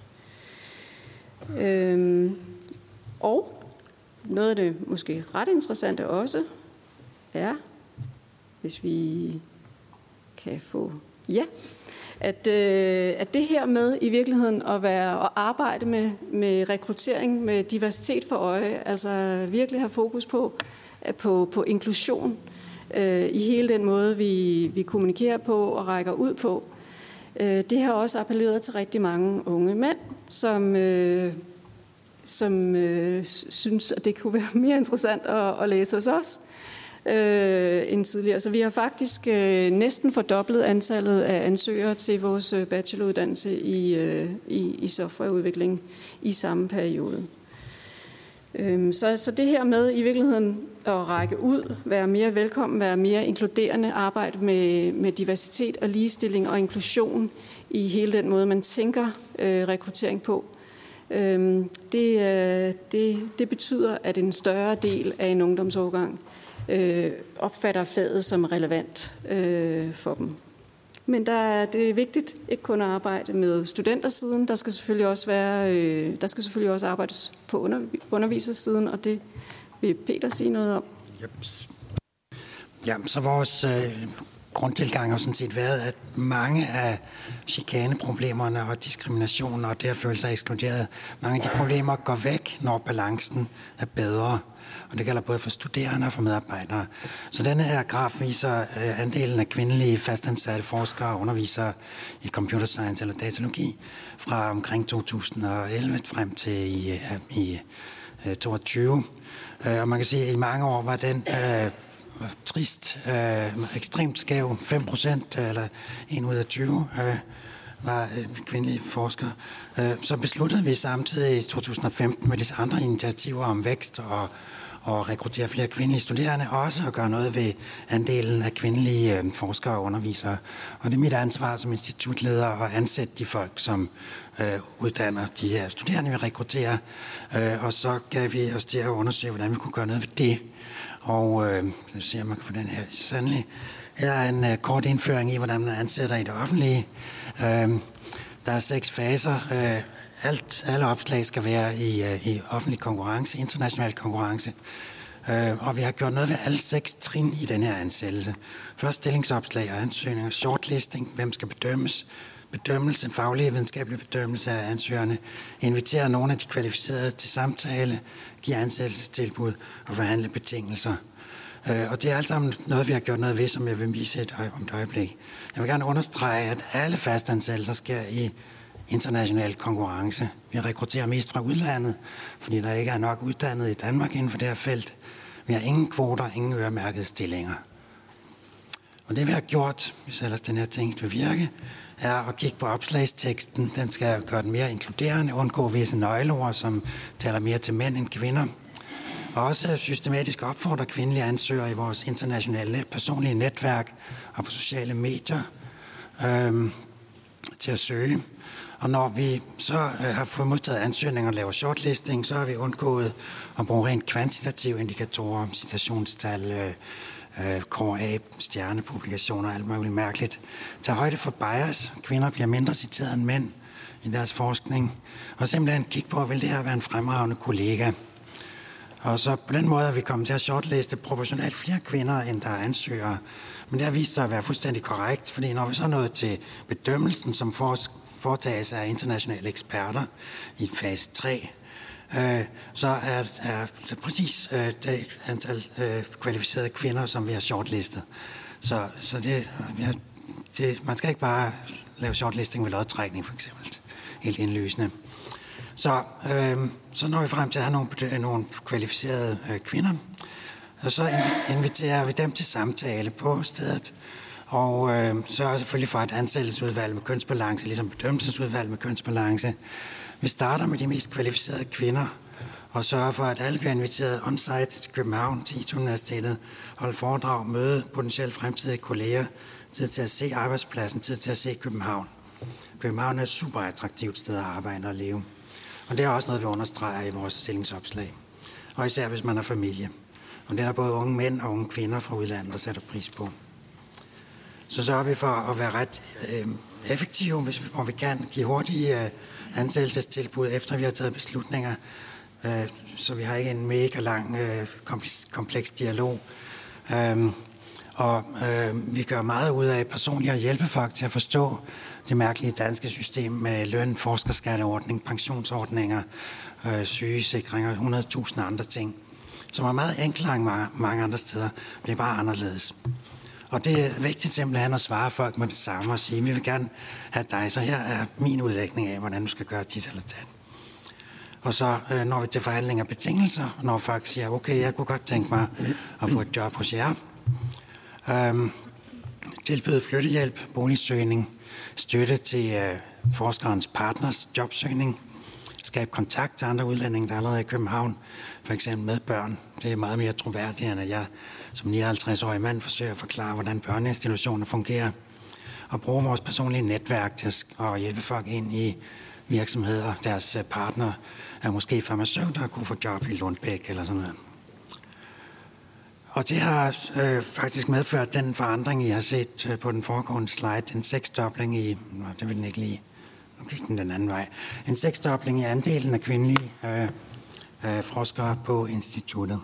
Øhm, og noget af det måske ret interessante også er, hvis vi kan få ja, at, øh, at det her med i virkeligheden at være og arbejde med, med rekruttering, med diversitet for øje, altså virkelig have fokus på, på, på inklusion øh, i hele den måde, vi, vi kommunikerer på og rækker ud på. Øh, det har også appelleret til rigtig mange unge mænd, som, øh, som øh, synes, at det kunne være mere interessant at, at læse hos os øh, end tidligere. Så vi har faktisk øh, næsten fordoblet antallet af ansøgere til vores bacheloruddannelse i, øh, i, i softwareudvikling i samme periode. Øh, så, så det her med i virkeligheden at række ud, være mere velkommen, være mere inkluderende, arbejde med, med diversitet og ligestilling og inklusion i hele den måde, man tænker øh, rekruttering på. Øh, det, øh, det, det betyder, at en større del af en ungdomsårgang øh, opfatter faget som relevant øh, for dem. Men der, det er vigtigt ikke kun at arbejde med studentersiden, der skal selvfølgelig også være, øh, der skal selvfølgelig også arbejdes på under, undervisersiden, og det vil Peter sige noget om. Jeps. Ja, så vores øh, grundtilgang har sådan set været, at mange af chikaneproblemerne og diskriminationen og det at føle sig ekskluderet, mange af de problemer går væk, når balancen er bedre. Og det gælder både for studerende og for medarbejdere. Så denne her graf viser øh, andelen af kvindelige fastansatte forskere og undervisere i computer science eller datalogi fra omkring to tusind og elleve frem til i, øh, i øh, toogtyve. Øh, og man kan sige, at i mange år var den øh, trist, øh, ekstremt skæv. fem procent eller en ud af tyve øh, var øh, kvindelige forskere. Øh, så besluttede vi samtidig i to tusind og femten med disse andre initiativer om vækst og og rekruttere flere kvindelige studerende, og også at gøre noget ved andelen af kvindelige øh, forskere og undervisere. Og det er mit ansvar som institutleder at ansætte de folk, som øh, uddanner de her studerende, vi rekrutterer. Øh, og så gav vi os til at undersøge, hvordan vi kunne gøre noget ved det. Og øh, jeg ser, man kan få den her sandelig. Her er en øh, kort indføring i, hvordan man ansætter i det offentlige. Øh, der er seks faser. Øh, Alt, alle opslag skal være i, uh, i offentlig konkurrence, international konkurrence. Uh, og vi har gjort noget ved alle seks trin i den her ansættelse. Først stillingsopslag og ansøgninger, shortlisting, hvem skal bedømmes, bedømmelse, faglig videnskabelig bedømmelse af ansøgerne, invitere nogle af de kvalificerede til samtale, give ansættelsestilbud og forhandle betingelser. Uh, og det er alt sammen noget, vi har gjort noget ved, som jeg vil vise et øje, om et øjeblik. Jeg vil gerne understrege, at alle fastansættelser sker i international konkurrence. Vi rekrutterer mest fra udlandet, fordi der ikke er nok uddannet i Danmark inden for det her felt. Vi har ingen kvoter, ingen øremærkede stillinger. Og det vi har gjort, hvis ellers den her ting vil virke, er at kigge på opslagsteksten. Den skal gøre den mere inkluderende, undgå visse nøgleord, som taler mere til mænd end kvinder. Og også systematisk opfordre kvindelige ansøgere i vores internationale personlige netværk og på sociale medier øhm, til at søge. Og når vi så øh, har fået modtaget ansøgninger og laver shortlisting, så har vi undgået at bruge rent kvantitative indikatorer, citationstal, øh, øh, K A, stjernepublikationer og alt muligt mærkeligt. Tag højde for bias. Kvinder bliver mindre citeret end mænd i deres forskning. Og simpelthen kigge på, vil det her være en fremragende kollega. Og så på den måde er vi kommet til at shortliste proportionalt flere kvinder, end der er ansøgere. Men det har vist sig at være fuldstændig korrekt, fordi når vi så er nået til bedømmelsen, som forsk foretages af internationale eksperter i fase tre, øh, så er, er det præcis øh, det antal øh, kvalificerede kvinder, som vi har shortlistet. Så, så det, ja, det, man skal ikke bare lave shortlisting ved lodtrækning, for eksempel. Helt indlysende. Så, øh, så når vi frem til at have nogle, nogle kvalificerede øh, kvinder, og så inviterer vi dem til samtale på stedet. Og øh, sørger selvfølgelig for et ansættelsesudvalg med kønsbalance, ligesom bedømmelsesudvalg med kønsbalance. Vi starter med de mest kvalificerede kvinder, og sørge for, at alle bliver inviteret on-site til København, til I T Universitetet, holde foredrag, møde potentielt fremtidige kolleger, tid til at se arbejdspladsen, tid til at se København. København er et super attraktivt sted at arbejde og leve. Og det er også noget, vi understreger i vores stillingsopslag. Og især hvis man har familie. Og det er der både unge mænd og unge kvinder fra udlandet, der sætter pris på. Så sørger vi for at være ret øh, effektive, hvis vi, hvor vi kan give hurtige øh, ansættelsestilbud, efter vi har taget beslutninger. Øh, så vi har ikke en mega lang, øh, kompleks, kompleks dialog. Øh, og øh, vi gør meget ud af personligt at hjælpe folk til at forstå det mærkelige danske system med løn, forskerskatteordning, pensionsordninger, øh, sygesikringer, hundrede tusind andre ting, som er meget enklere end mange andre steder. Det er bare anderledes. Og det er vigtigt simpelthen at svare folk med det samme og sige, vi vil gerne have dig, så her er min udlægning af, hvordan du skal gøre dit eller dat. Og så øh, når vi til forhandling af betingelser, når folk siger, okay, jeg kunne godt tænke mig at få et job hos jer. Øhm, tilbyde flyttehjælp, boligsøgning, støtte til øh, forskerens partners jobsøgning, skabe kontakt til andre udlændinge, der allerede er i København, for eksempel med børn. Det er meget mere troværdigt, end at jeg som nioghalvtreds-årig mand forsøger at forklare, hvordan børneinstitutioner fungerer, og bruge vores personlige netværk til at hjælpe folk ind i virksomheder. Deres partner er måske farmaceuter, der kunne få job i Lundbæk eller sådan noget. Og det har øh, faktisk medført den forandring, I har set øh, på den foregående slide, en seksdobling i, nå, det vil den ikke lige, nu gik den den anden vej, en seksdobling i andelen af kvindelige øh, øh, forskere på instituttet.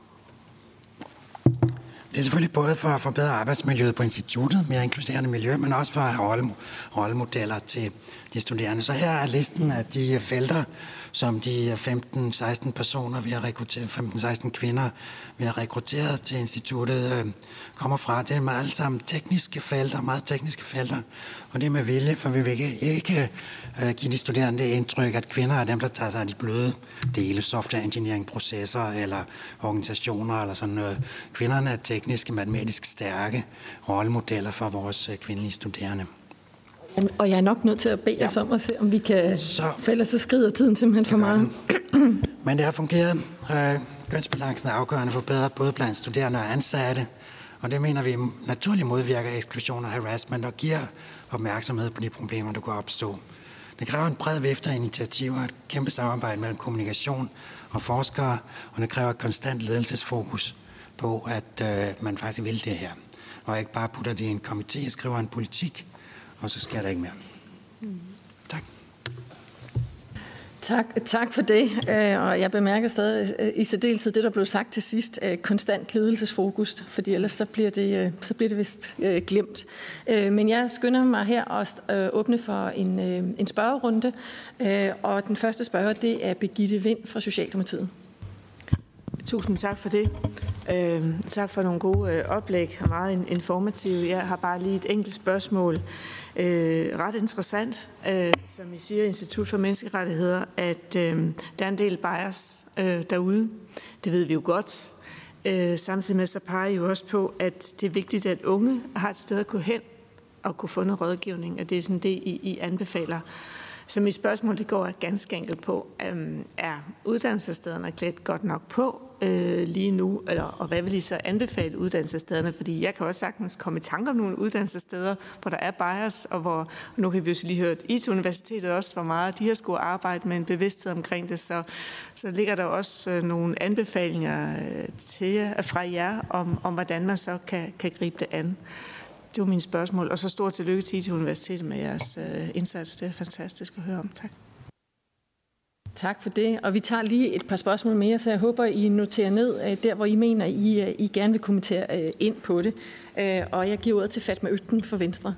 Det er selvfølgelig både for at forbedre arbejdsmiljøet på instituttet, mere inkluderende miljø, men også for at have rolle, rollemodeller til de studerende. Så her er listen af de felter, som de femten seksten personer, vi har rekrutteret, femten seksten kvinder, vi har rekrutteret til instituttet, øh, kommer fra. Det er meget alle sammen tekniske felter, meget tekniske felter, og det er med vilje, for vi vil ikke, ikke øh, give de studerende det indtryk, at kvinder er dem, der tager sig af de bløde dele, software engineering processer eller organisationer eller sådan noget. Kvinderne er tekniske, matematisk stærke rollemodeller for vores øh, kvindelige studerende. Og jeg er nok nødt til at bede ja. os om at se, om vi kan... Så, for ellers så skrider tiden simpelthen for meget. Men det har fungeret. Øh, kønsbalancen er afgørende for bedre både blandt studerende og ansatte. Og det mener vi naturligt modvirker eksklusion og harassment og giver opmærksomhed på de problemer, der kunne opstå. Det kræver en bred vifte af initiativer, et kæmpe samarbejde mellem kommunikation og forskere, og det kræver et konstant ledelsesfokus på, at øh, man faktisk vil det her. Og ikke bare putter det i en komité og skriver en politik, og så sker der ikke mere. Mm. Tak. Tak, tak for det, og jeg bemærker stadig i særdeleshed det, der blev sagt til sidst, konstant ledelsesfokus, fordi ellers så bliver det, så bliver det vist glemt. Men jeg skynder mig her at åbne for en, en spørgerunde, og den første spørger, det er Birgitte Vind fra Socialdemokratiet. Tusind tak for det. Øh, tak for nogle gode øh, oplæg og meget informative. Jeg har bare lige et enkelt spørgsmål. Øh, ret interessant, øh, som I siger, Institut for Menneskerettigheder, at øh, der er en del bias øh, derude. Det ved vi jo godt. Øh, samtidig med så peger I jo også på, at det er vigtigt, at unge har et sted at gå hen og kunne få noget rådgivning, og det er sådan det, I, I anbefaler. Så mit spørgsmål, det går ganske enkelt på, øhm, er uddannelsesstederne klædt godt nok på øh, lige nu, eller, og hvad vil I så anbefale uddannelsesstederne? Fordi jeg kan også sagtens komme i tanker om nogle uddannelsessteder, hvor der er bias, og hvor, og nu kan vi jo lige høre, at I T Universitetet også, hvor meget de har skulle arbejde med en bevidsthed omkring det, så, så ligger der også øh, nogle anbefalinger øh, til, fra jer, om, om hvordan man så kan, kan gribe det an. Det var mine spørgsmål, og så stort tillykke til I T Universitetet med jeres øh, indsats. Det er fantastisk at høre om. Tak. Tak for det, og vi tager lige et par spørgsmål mere, så jeg håber, I noterer ned der, hvor I mener, I, I gerne vil kommentere ind på det. Og jeg giver ordet til Fatma Økten for Venstre.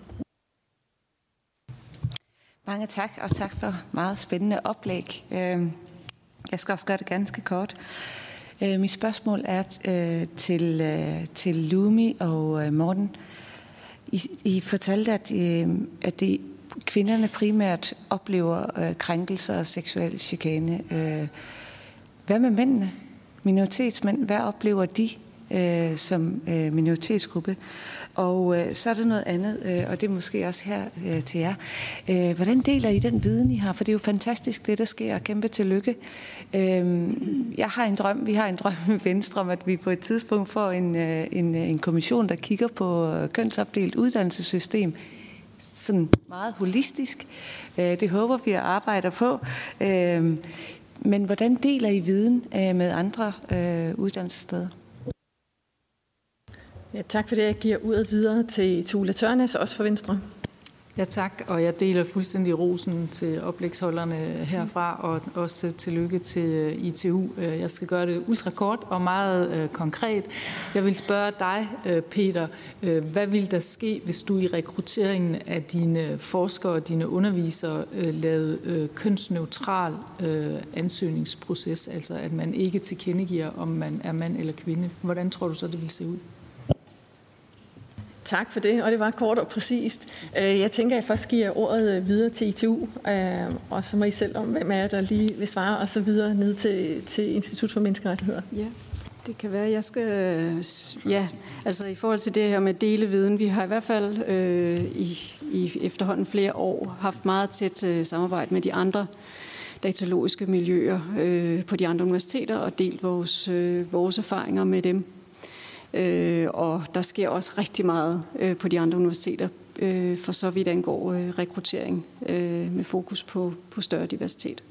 Mange tak, og tak for meget spændende oplæg. Jeg skal også gøre det ganske kort. Mit spørgsmål er til, til Lumi og Morten. I, I fortalte, at, at det, kvinderne primært oplever øh, krænkelser og seksuel chikane. Øh, hvad med mændene? Minoritetsmænd, hvad oplever de? øh, som øh, minoritetsgruppe. Og øh, så er der noget andet, øh, og det er måske også her øh, til jer. Øh, hvordan deler I den viden, I har? For det er jo fantastisk, det der sker. Kæmpe tillykke. Øh, jeg har en drøm, vi har en drøm i Venstre om, at vi på et tidspunkt får en, øh, en, en kommission, der kigger på kønsopdelt uddannelsessystem. Sådan meget holistisk. Øh, det håber vi at arbejde på. Øh, men hvordan deler I viden øh, med andre øh, uddannelsessteder? Ja, tak for det. Jeg giver ordet videre til Tuula Tørnæs, også for Venstre. Ja, tak, og jeg deler fuldstændig rosen til oplægsholderne herfra, og også tillykke til I T U. Jeg skal gøre det ultrakort og meget øh, konkret. Jeg vil spørge dig, øh, Peter, øh, hvad vil der ske, hvis du i rekrutteringen af dine forskere og dine undervisere øh, lavede øh, kønsneutral øh, ansøgningsproces, altså at man ikke tilkendegiver, om man er mand eller kvinde? Hvordan tror du så, det vil se ud? Tak for det, og det var kort og præcist. Jeg tænker, at jeg først giver ordet videre til I T U, og så må I selv om, hvem er der lige vil svare, og så videre ned til, til Institut for Menneskerettigheder. Ja, det kan være, jeg skal... Ja, altså i forhold til det her med deleviden, vi har i hvert fald øh, i, i efterhånden flere år haft meget tæt øh, samarbejde med de andre datalogiske miljøer øh, på de andre universiteter, og delt vores, øh, vores erfaringer med dem. Øh, og der sker også rigtig meget øh, på de andre universiteter, øh, for så vidt angår øh, rekruttering øh, med fokus på, på større diversitet.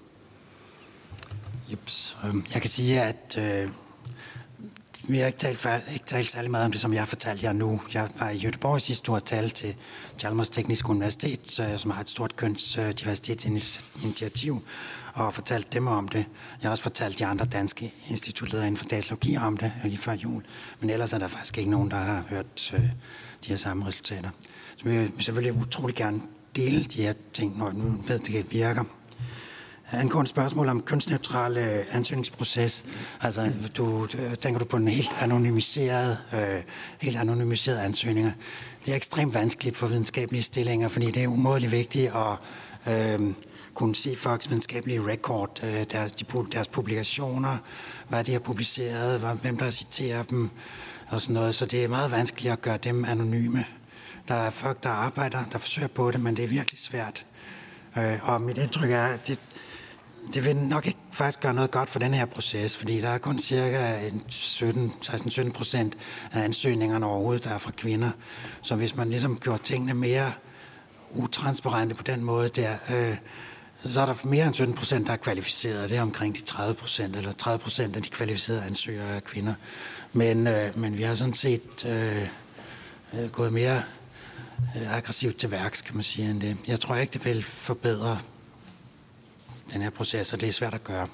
Jeps. Jeg kan sige, at øh, vi har ikke talt, ikke talt særlig meget om det, som jeg har fortalt jer nu. Jeg var i Göteborg sidste uge og talte til Chalmers Tekniske Universitet, øh, som har et stort kønsdiversitetsinitiativ, og fortalt dem om det. Jeg har også fortalt de andre danske institutledere inden for datalogi om det lige før jul. Men ellers er der faktisk ikke nogen, der har hørt øh, de her samme resultater. Så vi vil selvfølgelig utrolig gerne dele de her ting, når nu ved, det virker. Angående spørgsmål om kønsneutral øh, ansøgningsproces, altså du, du, tænker du på en helt anonymiseret, øh, helt anonymiseret ansøgninger. Det er ekstremt vanskeligt for videnskabelige stillinger, fordi det er umådeligt vigtigt at øh, kunne se folks videnskabelige record, øh, deres, de, deres publikationer, hvad de har publiceret, hvem der citerer dem og sådan noget. Så det er meget vanskeligt at gøre dem anonyme. Der er folk, der arbejder, der forsøger på det, men det er virkelig svært. Øh, og mit indtryk er, at det, det vil nok ikke faktisk gøre noget godt for den her proces, fordi der er kun cirka seksten til sytten procent af ansøgningerne overhovedet, der er fra kvinder. Så hvis man ligesom gjorde tingene mere utransparente på den måde der, øh, så er der mere end sytten procent, der er kvalificeret. Det er omkring de tredive procent, eller tredive procent af de kvalificerede ansøgere er kvinder. Men, øh, men vi har sådan set øh, øh, gået mere øh, aggressivt til værks, kan man sige, end det. Jeg tror ikke, det vil forbedre den her proces, og det er svært at gøre.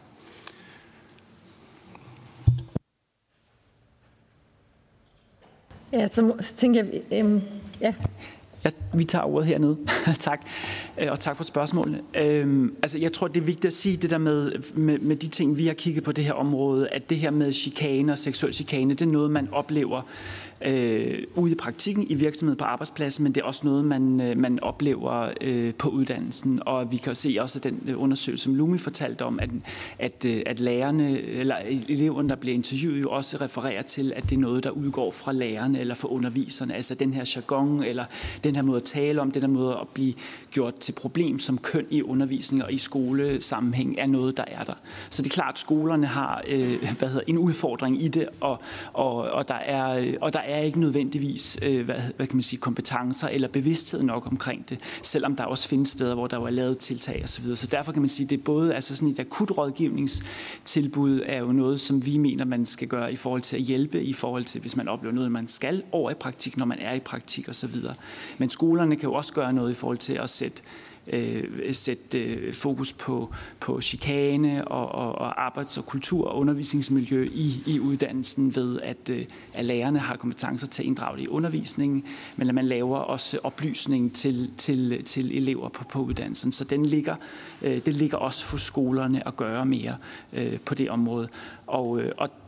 Ja, så, så tænker jeg, øhm, ja. Ja, vi tager ordet hernede. Tak. Og tak for spørgsmålet. Øhm, altså, jeg tror, det er vigtigt at sige det der med, med, med de ting, vi har kigget på det her område, at det her med chikane og seksuel chikane, det er noget, man oplever øh, ude i praktikken, i virksomheden på arbejdspladsen, men det er også noget, man, øh, man oplever øh, på uddannelsen. Og vi kan se også den undersøgelse, som Lumi fortalte om, at, at, at lærerne, eller eleverne, der bliver interviewet, jo også refererer til, at det er noget, der udgår fra lærerne eller fra underviserne. Altså den her jargon, eller den her måde at tale om, den her måde at blive gjort til problem som køn i undervisning og i skolesammenhæng, er noget, der er der. Så det er klart, at skolerne har øh, hvad hedder, en udfordring i det, og, og, og, der er, og der er ikke nødvendigvis øh, hvad, hvad kan man sige, kompetencer eller bevidsthed nok omkring det, selvom der også findes steder, hvor der var lavet tiltag og så videre. Så derfor kan man sige, at det er både altså sådan et akut rådgivningstilbud er jo noget, som vi mener, man skal gøre i forhold til at hjælpe, i forhold til, hvis man oplever noget, man skal over i praktik, når man er i praktik og så videre. Men skolerne kan jo også gøre noget i forhold til at sætte Øh, sætte øh, fokus på, på chikane og, og, og arbejds- og kultur- og undervisningsmiljø i, i uddannelsen ved, at, øh, at lærerne har kompetencer til at inddrage det i undervisningen, men at man laver også oplysning til, til, til elever på, på uddannelsen. Så den ligger, øh, det ligger også hos skolerne at gøre mere øh, på det område. Og, øh, og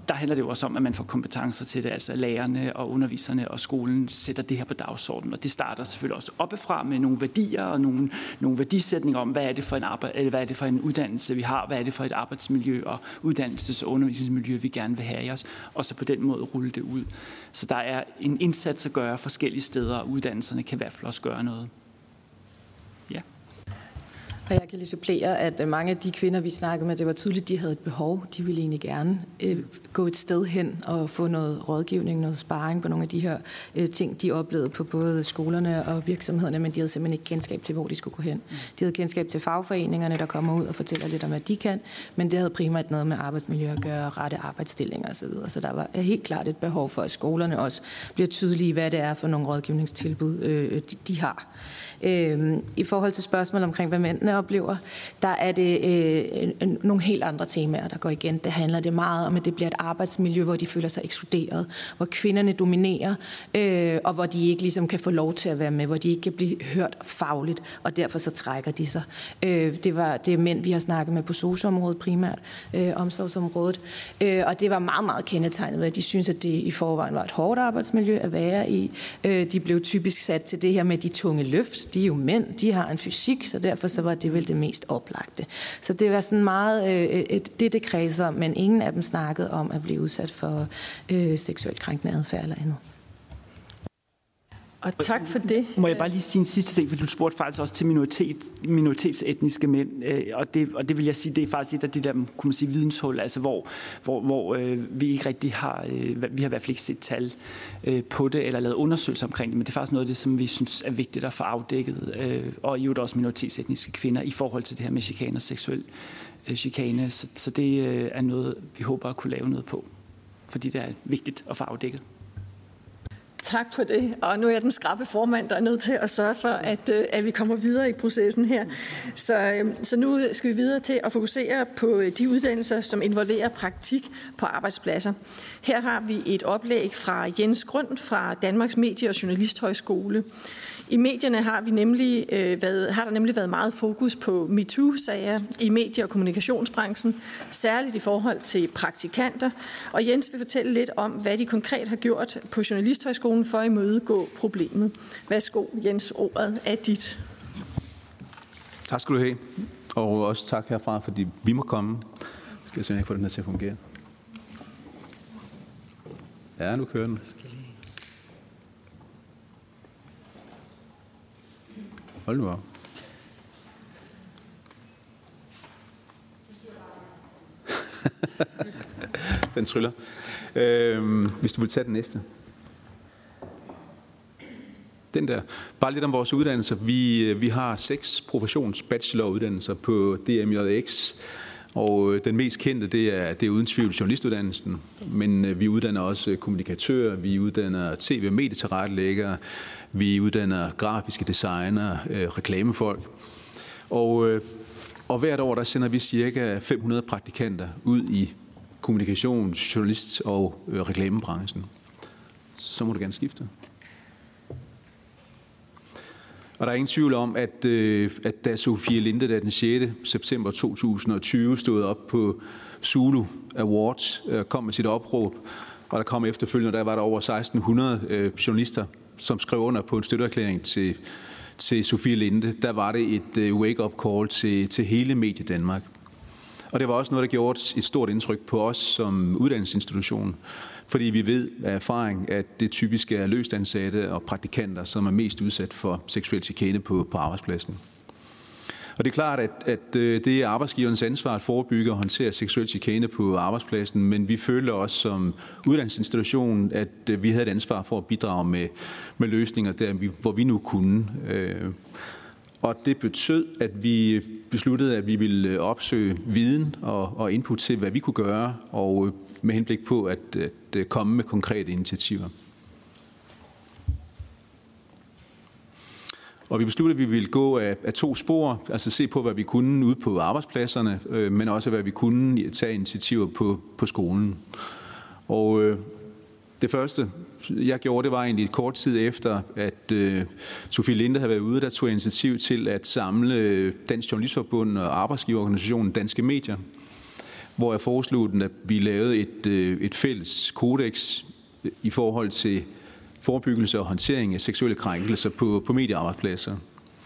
der handler det jo også om, at man får kompetencer til det, altså lærerne og underviserne og skolen sætter det her på dagsordenen, og det starter selvfølgelig også oppefra med nogle værdier og nogle, nogle værdisætninger om, hvad er det for en arbejde, hvad er det for en uddannelse, vi har, hvad er det for et arbejdsmiljø og uddannelses- og undervisningsmiljø, vi gerne vil have i os, og så på den måde rulle det ud. Så der er en indsats at gøre forskellige steder, og uddannelserne kan i hvert fald også gøre noget. Ja. Og jeg kan lige supplere, at mange af de kvinder, vi snakkede med, det var tydeligt, at de havde et behov. De ville egentlig gerne øh, gå et sted hen og få noget rådgivning, noget sparring på nogle af de her øh, ting, de oplevede på både skolerne og virksomhederne, men de havde simpelthen ikke kendskab til, hvor de skulle gå hen. De havde kendskab til fagforeningerne, der kommer ud og fortæller lidt om, hvad de kan, men det havde primært noget med arbejdsmiljø at gøre, rette arbejdstillinger osv. Så der var helt klart et behov for, at skolerne også bliver tydelige, hvad det er for nogle rådgivningstilbud, øh, de, de har. Øh, I forhold til spørgsmål omkring, hvad mændene oplever, der er det øh, nogle helt andre temaer, der går igen. Det handler det meget om, at det bliver et arbejdsmiljø, hvor de føler sig ekskluderet, hvor kvinderne dominerer, øh, og hvor de ikke ligesom kan få lov til at være med, hvor de ikke kan blive hørt fagligt, og derfor så trækker de sig. Øh, det var det er mænd, vi har snakket med på S O S-området primært, øh, omsorgsområdet, øh, og det var meget, meget kendetegnet ved, at de synes, at det i forvejen var et hårdt arbejdsmiljø at være i. Øh, de blev typisk sat til det her med de tunge løft. De er jo mænd, de har en fysik, så derfor så var det vel det mest oplagte. Så det var sådan meget øh, et, det, det kredser, men ingen af dem snakkede om at blive udsat for øh, seksuelt krænkende adfærd eller andet. Og tak for det. Må jeg bare lige sige en sidste ting, for du spurgte faktisk også til minoritet, minoritetsetniske mænd, og det, og det vil jeg sige, det er faktisk et af de der, kunne man sige, videnshul, altså hvor, hvor, hvor øh, vi ikke rigtig har, øh, vi har i hvert fald ikke set tal øh, på det, eller lavet undersøgelser omkring det, men det er faktisk noget af det, som vi synes er vigtigt at få afdækket, øh, og i øvrigt også minoritetsetniske kvinder, i forhold til det her med chikane og seksuel øh, chikane, så, så det øh, er noget, vi håber at kunne lave noget på, fordi det er vigtigt at få afdækket. Tak for det. Og nu er jeg den skrappe formand, der er nødt til at sørge for, at, at vi kommer videre i processen her. Så, så nu skal vi videre til at fokusere på de uddannelser, som involverer praktik på arbejdspladser. Her har vi et oplæg fra Jens Grund fra Danmarks Medie- og Journalisthøjskole. I medierne har, vi nemlig, øh, været, har der nemlig været meget fokus på MeToo-sager i medie- og kommunikationsbranchen, særligt i forhold til praktikanter. Og Jens vil fortælle lidt om, hvad de konkret har gjort på Journalisthøjskolen for at imødegå problemet. Værsgo, Jens, ordet er dit. Tak skal du have, og også tak herfra, fordi vi må komme. Skal jeg se, om jeg kan få den her til at fungere? Ja, nu kører den. Hold nu op. Den tryller. Øhm, hvis du vil tage den næste. Den der. Bare lidt om vores uddannelser. Vi, vi har seks professionsbacheloruddannelser på D M J X. Og den mest kendte, det er, det er uden tvivl journalistuddannelsen. Men vi uddanner også kommunikatører, vi uddanner tv- og medietilrettelæggere, vi uddanner grafiske designer, øh, reklamefolk. Og, øh, og hvert år der sender vi cirka fem hundrede praktikanter ud i kommunikations-, journalist- og øh, reklamebranchen. Så må du gerne skifte. Og der er ingen tvivl om, at, øh, at da Sofie Linde, der den sjette september to tusind og tyve stod op på Zulu Awards, øh, kom med sit opråb, og der kom efterfølgende, der var der over seksten hundrede øh, journalister, som skrev under på en støtteerklæring til, til Sofie Linde. Der var det et uh, wake-up call til, til hele Medie Danmark. Og det var også noget, der gjorde et stort indtryk på os som uddannelsesinstitution, fordi vi ved af erfaring, at det typisk er løst ansatte og praktikanter, som er mest udsat for seksuel chikane på, på arbejdspladsen. Og det er klart, at, at det er arbejdsgivernes ansvar at forebygge og håndtere seksuel chikane på arbejdspladsen, men vi føler også som uddannelsesinstitution, at vi havde et ansvar for at bidrage med, med løsninger der, hvor vi nu kunne. Og det betød, at vi besluttede, at vi ville opsøge viden og, og input til, hvad vi kunne gøre, og med henblik på at, at komme med konkrete initiativer. Og vi besluttede, at vi ville gå af, af to spor, altså se på, hvad vi kunne ude på arbejdspladserne, øh, men også hvad vi kunne tage initiativer på, på skolen. Og øh, det første, jeg gjorde, det var egentlig et kort tid efter, at øh, Sofie Linde havde været ude, der tog initiativ til at samle Dansk Journalistforbund og arbejdsgiverorganisationen Danske Medier, hvor jeg foreslog den, at vi lavede et, et fælles kodex i forhold til forebyggelse og håndtering af seksuelle krænkelser på, på mediearbejdspladser.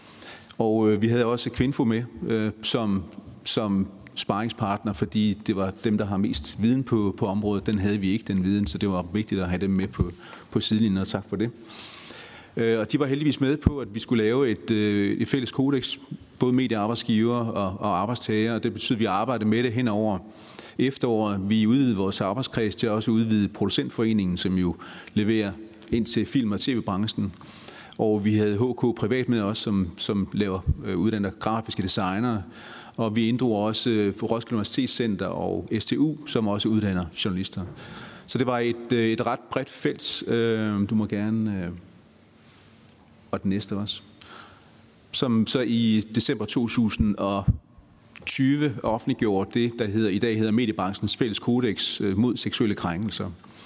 Og øh, vi havde også Kvinfo med øh, som, som sparringspartner, fordi det var dem, der har mest viden på, på området. Den havde vi ikke, den viden, så det var vigtigt at have dem med på, på sidelinjen, og tak for det. Øh, og de var heldigvis med på, at vi skulle lave et, øh, et fælles kodex, både mediearbejdsgiver og, og arbejdstager, og det betyder, at vi arbejdede med det hen over efteråret. Vi udvidede vores arbejdskreds til at også udvide Producentforeningen, som jo leverer ind til film- og tv-branchen. Og vi havde H K Privat med os, som, som laver øh, uddanner grafiske designere. Og vi inddrog også øh, Roskilde Universitetscenter og S T U, som også uddanner journalister. Så det var et, øh, et ret bredt felt. Øh, du må gerne... Øh, og den næste også. Som så i december to tusind og tyve offentliggjorde det, der hedder, i dag hedder Mediebranchens fælles kodex øh, mod seksuelle krænkelser.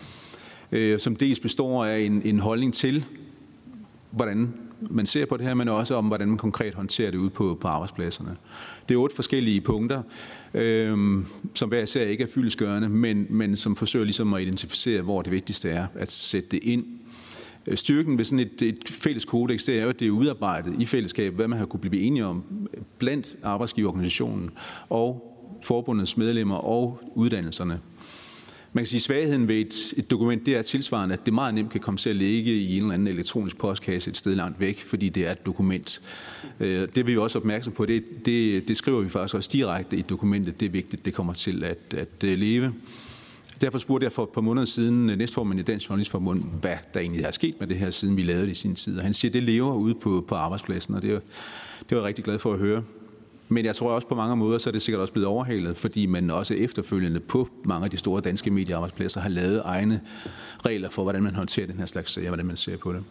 Øh, som dels består af en, en holdning til, hvordan man ser på det her, men også om, hvordan man konkret håndterer det ude på, på arbejdspladserne. Det er otte forskellige punkter, øh, som hver især ikke er fyldestgørende, men, men som forsøger ligesom at identificere, hvor det vigtigste er at sætte det ind. Styrken ved sådan et, et fælles kodex, det er jo, at det er udarbejdet i fællesskab, hvad man har kunne blive enige om blandt arbejdsgiverorganisationen og forbundets medlemmer og uddannelserne. Man kan sige, at svagheden ved et, et dokument, det er tilsvarende, at det meget nemt kan komme til at ligge i en eller anden elektronisk postkasse et sted langt væk, fordi det er et dokument. Det er vi jo også opmærksom på. Det, det, det skriver vi faktisk også direkte i dokumentet. Det er vigtigt, det kommer til at, at leve. Derfor spurgte jeg for et par måneder siden næstformand i Dansk Journalistforbund, hvad der egentlig har sket med det her, siden vi lavede det i sin tid. Og han siger, at det lever ude på, på arbejdspladsen, og det er, det var jeg rigtig glad for at høre. Men jeg tror også på mange måder, så er det sikkert også blevet overhalet, fordi man også efterfølgende på mange af de store danske mediearbejdspladser har lavet egne regler for, hvordan man håndterer den her slags sager, hvordan man ser på det.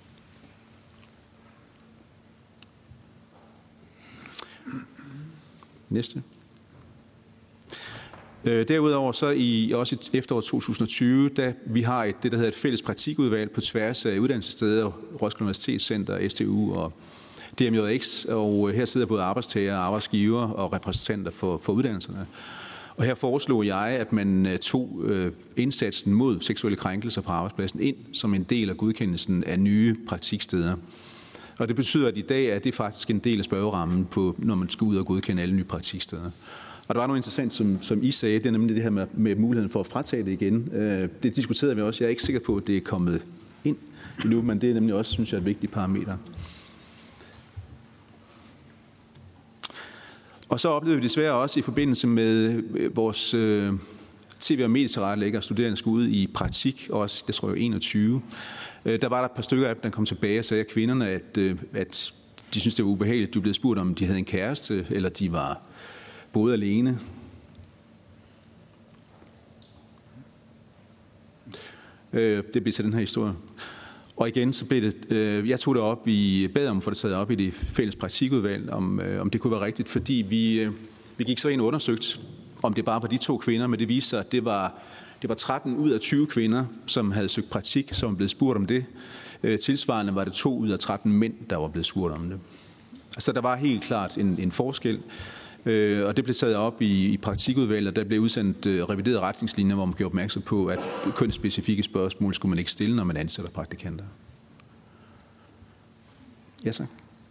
Næste. Derudover så i også i efteråret to tusind og tyve, da vi har et, det, der hedder et fælles praktikudvalg på tværs af uddannelsessteder, Roskilde Universitetscenter, S T U og D M J X, og her sidder både arbejdstager, arbejdsgiver og repræsentanter for, for uddannelserne. Og her foreslog jeg, at man tog øh, indsatsen mod seksuelle krænkelser på arbejdspladsen ind som en del af godkendelsen af nye praktiksteder. Og det betyder, at i dag er det faktisk en del af spørgerammen, på, når man skal ud og godkende alle nye praktiksteder. Og der var noget interessant, som, som I sagde, det er nemlig det her med, med muligheden for at fratage det igen. Øh, det diskuterede vi også. Jeg er ikke sikker på, at det er kommet ind endnu, men det er nemlig også, synes jeg, et vigtigt parameter. Og så oplevede vi desværre også i forbindelse med vores øh, tv- og medietilrettelæggere og studerende skulle ud i praktik, også det tror jeg enogtyve. Øh, der var der et par stykker af dem, der kom tilbage og sagde af kvinderne, at, øh, at de syntes, det var ubehageligt. De blev spurgt, om de havde en kæreste, eller de var boede alene. Øh, det blev til den her historie. Og igen, så blev det, øh, jeg tog det op i, bad om at få det taget op i det fælles praktikudvalg, om, øh, om det kunne være rigtigt, fordi vi, øh, vi gik så ind og undersøgt, om det bare var de to kvinder, men det viste sig, at det var, det var tretten ud af tyve kvinder, som havde søgt praktik, som var blevet spurgt om det. Øh, tilsvarende var det to ud af tretten mænd, der var blevet spurgt om det. Så der var helt klart en, en forskel. Øh, og det blev taget op i, i praktikudvalget, og der blev udsendt øh, reviderede retningslinjer, hvor man gjorde opmærksom på, at kønsspecifikke spørgsmål skulle man ikke stille, når man ansætter praktikanter. Ja, så.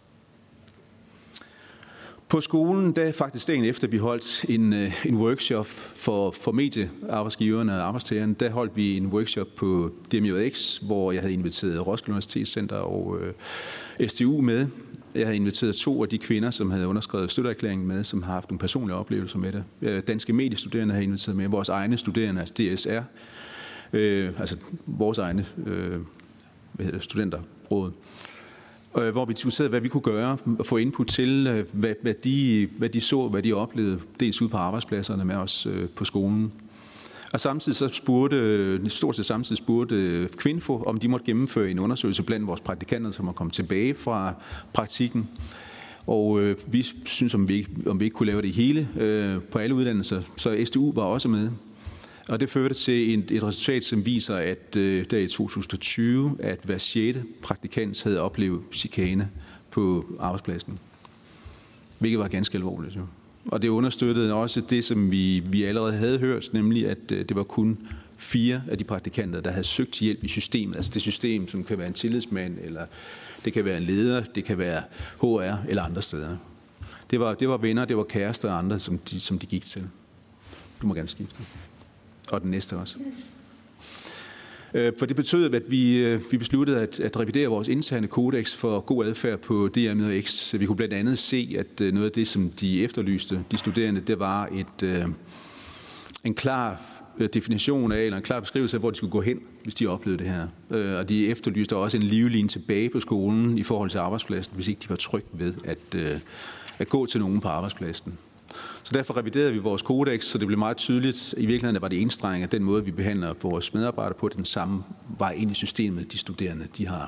På skolen, der faktisk dagen efter, vi holdt en, en workshop for, for mediearbejdsgiverne og arbejdstagerne, der holdt vi en workshop på D M J X, hvor jeg havde inviteret Roskilde Universitetscenter og øh, S T U med. Jeg havde inviteret to af de kvinder, som havde underskrevet støtteerklæringen med, som har haft nogle personlige oplevelser med det. Danske mediestuderende havde inviteret med, vores egne studerende, altså D S R, øh, altså vores egne øh, hvad hedder det, studenterråd, øh, hvor vi diskuterede, hvad vi kunne gøre og få input til, hvad, hvad, de, hvad de så, hvad de oplevede, dels ude på arbejdspladserne med os øh, på skolen. Og samtidig så spurgte, stort set samtidig spurgte Kvinfo, om de måtte gennemføre en undersøgelse blandt vores praktikanter, som er kommet tilbage fra praktikken. Og øh, vi synes, om vi, ikke, om vi ikke kunne lave det hele øh, på alle uddannelser, så S T U var også med. Og det førte til et, et resultat, som viser, at øh, der i to tusind og tyve, at hver sjette praktikant havde oplevet chikane på arbejdspladsen. Hvilket var ganske alvorligt, jo. Og det understøttede også det, som vi, vi allerede havde hørt, nemlig at det var kun fire af de praktikanter, der havde søgt hjælp i systemet. Altså det system, som kan være en tillidsmand, eller det kan være en leder, det kan være H R eller andre steder. Det var, det var venner, det var kærester og andre, som de, som de gik til. Du må gerne skifte. Og den næste også. For det betød, at vi, vi besluttede at, at revidere vores interne kodex for god adfærd på D R Møder X. Vi kunne blandt andet se, at noget af det, som de efterlyste, de studerende, det var et, en klar definition af, eller en klar beskrivelse af, hvor de skulle gå hen, hvis de oplevede det her. Og de efterlyste også en livline tilbage på skolen i forhold til arbejdspladsen, hvis ikke de var trygge ved at, at gå til nogen på arbejdspladsen. Så derfor reviderede vi vores kodex, så det blev meget tydeligt. I virkeligheden var det enstrenget, at den måde, vi behandler vores medarbejdere på, den samme vej ind i systemet, de studerende, de har.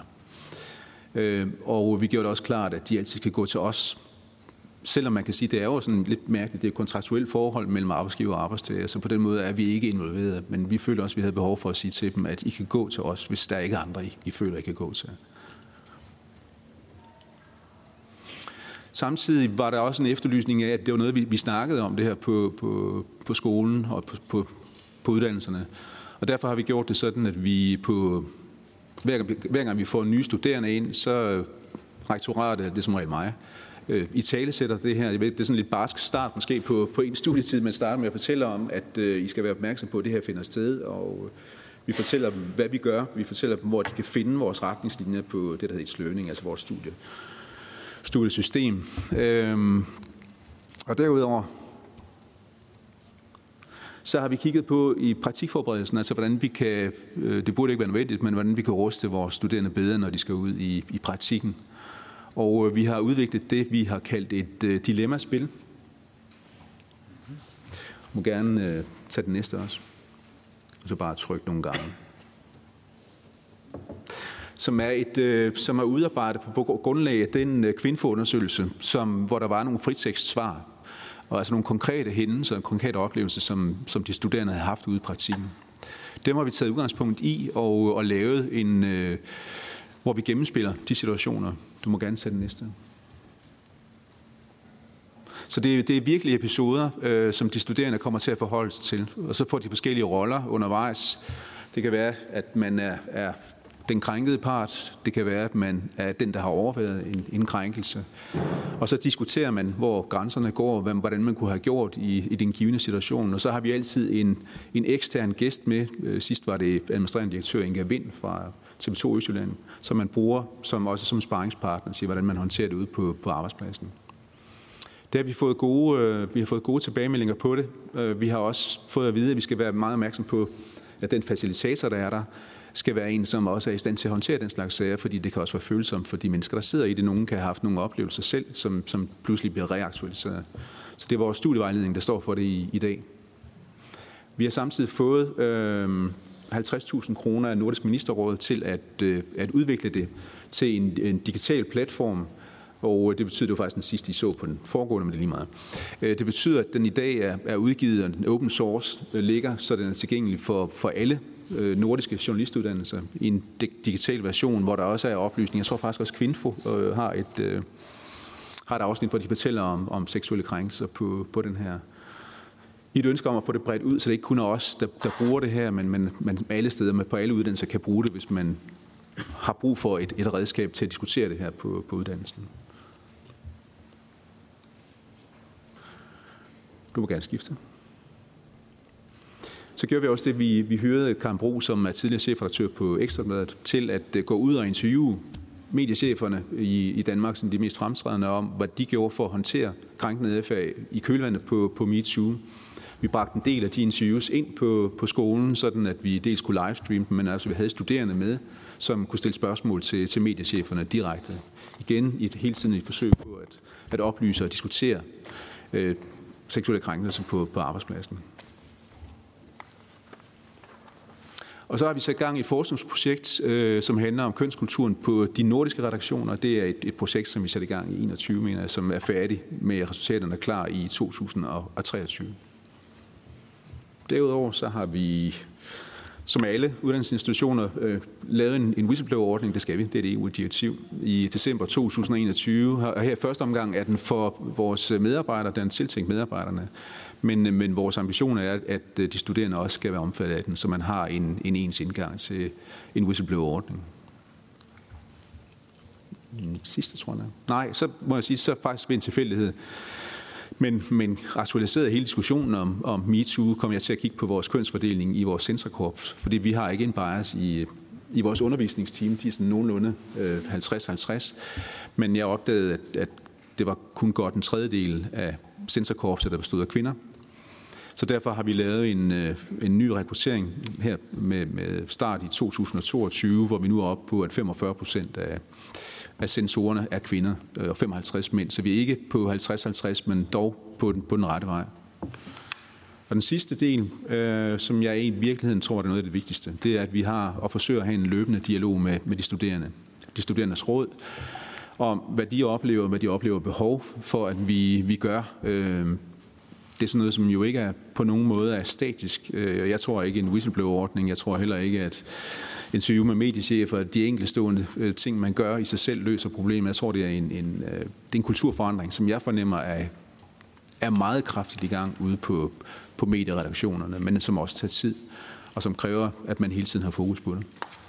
Og vi gjorde det også klart, at de altid kan gå til os. Selvom man kan sige, at det er jo sådan lidt mærkeligt, det er et kontraktuelt forhold mellem arbejdsgiver og arbejdstager, så på den måde er vi ikke involveret. Men vi føler også, at vi havde behov for at sige til dem, at I kan gå til os, hvis der ikke er andre, I føler, I kan gå til. Samtidig var der også en efterlysning af, at det var noget, vi, vi snakkede om det her på, på, på skolen og på, på, på uddannelserne. Og derfor har vi gjort det sådan, at vi på, hver, hver gang vi får nye studerende ind, så rektoratet, det er som regel mig, øh, i tale sætter det her. Jeg ved, det er sådan lidt barsk start måske på, på en studietid, man starter med at fortælle om, at øh, I skal være opmærksom på, at det her finder sted, og vi fortæller dem, hvad vi gør. Vi fortæller dem, hvor de kan finde vores retningslinjer på det, der hedder et sløvning, altså vores studie. studiesystem. Øhm, og derudover så har vi kigget på i praktikforberedelsen, altså hvordan vi kan, øh, det burde ikke være nødvendigt, men hvordan vi kan ruste vores studerende bedre, når de skal ud i, i praktikken. Og øh, vi har udviklet det, vi har kaldt et øh, dilemmaspil. Jeg må gerne øh, tage den næste også. Og så bare trykke nogle gange. Som er, et, øh, som er udarbejdet på grundlag af den øh, Kvinfo-undersøgelse, som, hvor der var nogle fritekstsvar, og altså nogle konkrete hændelser, konkrete oplevelser, som, som de studerende havde haft ude i praktikken. Dem har vi taget udgangspunkt i og, og lavet en, øh, hvor vi gennemspiller de situationer. Du må gerne tage den næste. Så det, det er virkelig episoder, øh, som de studerende kommer til at forholde sig til, og så får de forskellige roller undervejs. Det kan være, at man er, er den krænkede part. Det kan være, at man er den, der har overværet en, en krænkelse. Og så diskuterer man, hvor grænserne går, hvordan man kunne have gjort i, i den givne situation. Og så har vi altid en, en ekstern gæst med. Sidst var det administrerende direktør Inga Vind fra T V to Østjylland, som man bruger som, også som sparringspartner til, hvordan man håndterer det ude på, på arbejdspladsen. Der har vi fået gode, øh, vi har fået gode tilbagemeldinger på det. Øh, vi har også fået at vide, at vi skal være meget opmærksom på, at den facilitator, der er der, skal være en, som også er i stand til at håndtere den slags sager, fordi det kan også være følsomt for de mennesker, der sidder i det. Nogen kan have haft nogle oplevelser selv, som, som pludselig bliver reaktualiseret. Så det er vores studievejledning, der står for det i, i dag. Vi har samtidig fået øh, halvtreds tusind kroner af Nordisk Ministerråd til at, øh, at udvikle det til en, en digital platform, og det betyder jo faktisk den sidste, I så på den foregående, men det er lige meget. Det betyder, at den i dag er, er udgivet, og den open source ligger, så den er tilgængelig for, for alle øh, nordiske journalistuddannelser i en digital version, hvor der også er oplysning. Jeg tror faktisk også, Kvinfo øh, har, et, øh, har et afsnit, hvor de fortæller om, om seksuelle krænkelser på, på den her. I et ønske om at få det bredt ud, så det ikke kun er os, der, der bruger det her, men man, man alle steder med på alle uddannelser kan bruge det, hvis man har brug for et, et redskab til at diskutere det her på, på uddannelsen. Du må gerne skifte. Så gør vi også det, vi, vi hørede Karen Bro, som er tidligere chefredaktør på Ekstra Bladet, til at gå ud og interviewe mediecheferne i, i Danmark, som de mest fremtrædende, om, hvad de gjorde for at håndtere krænkende adfærd i kølvandet på, på MeToo. Vi bragte en del af de interviews ind på, på skolen, sådan at vi dels kunne livestreame dem, men altså vi havde studerende med, som kunne stille spørgsmål til, til mediecheferne direkte. Igen i et, hele tiden et forsøg på at, at oplyse og diskutere øh, seksuelle krænkelser på, på arbejdspladsen. Og så har vi sat gang i et forskningsprojekt, øh, som handler om kønskulturen på de nordiske redaktioner. Det er et, et projekt, som vi satte i gang i enogtyve, mener jeg, som er færdig med resultaterne klar i to tusind og treogtyve. Derudover så har vi som alle uddannelsesinstitutioner øh, lavet en, en whistleblower-ordning, det skal vi, det er et E U-direktiv, i december to tusind og enogtyve, og her i første omgang er den for vores medarbejdere, den er tiltænkt medarbejderne, men, men vores ambition er, at de studerende også skal være omfattet af den, så man har en, en ens indgang til en whistleblower-ordning. Sidste, tror jeg. Nej, så må jeg sige, så faktisk ved en tilfældighed. Men, men aktualiseret hele diskussionen om, om MeToo, kom jeg til at kigge på vores kønsfordeling i vores censorkorps, fordi vi har ikke en bias i, i vores undervisningsteam, de er sådan nogenlunde øh, halvtreds halvtreds, men jeg opdagede, at, at det var kun godt en tredjedel af censorkorpset, der bestod af kvinder. Så derfor har vi lavet en, en ny rekruttering her med, med start i to tusind og toogtyve, hvor vi nu er oppe på, at femogfyrre procent af, af censorerne er kvinder og femoghalvtreds mænd. Så vi er ikke på halvtreds halvtreds, men dog på den, på den rette vej. Og den sidste del, øh, som jeg i virkeligheden tror, er noget af det vigtigste, det er, at vi har og forsøger at have en løbende dialog med, med de studerende, de studerendes råd, om hvad de oplever, hvad de oplever behov for, at vi, vi gør. Øh, det er sådan noget, som jo ikke er på nogen måde er statisk. Øh, jeg tror ikke en whistleblower-ordning, jeg tror heller ikke, at interview med mediechefer, de enkeltstående øh, ting, man gør i sig selv, løser problemet. Jeg tror, det er en, en, øh, det er en kulturforandring, som jeg fornemmer er, er meget kraftigt i gang ude på, på medieredaktionerne, men som også tager tid, og som kræver, at man hele tiden har fokus på det.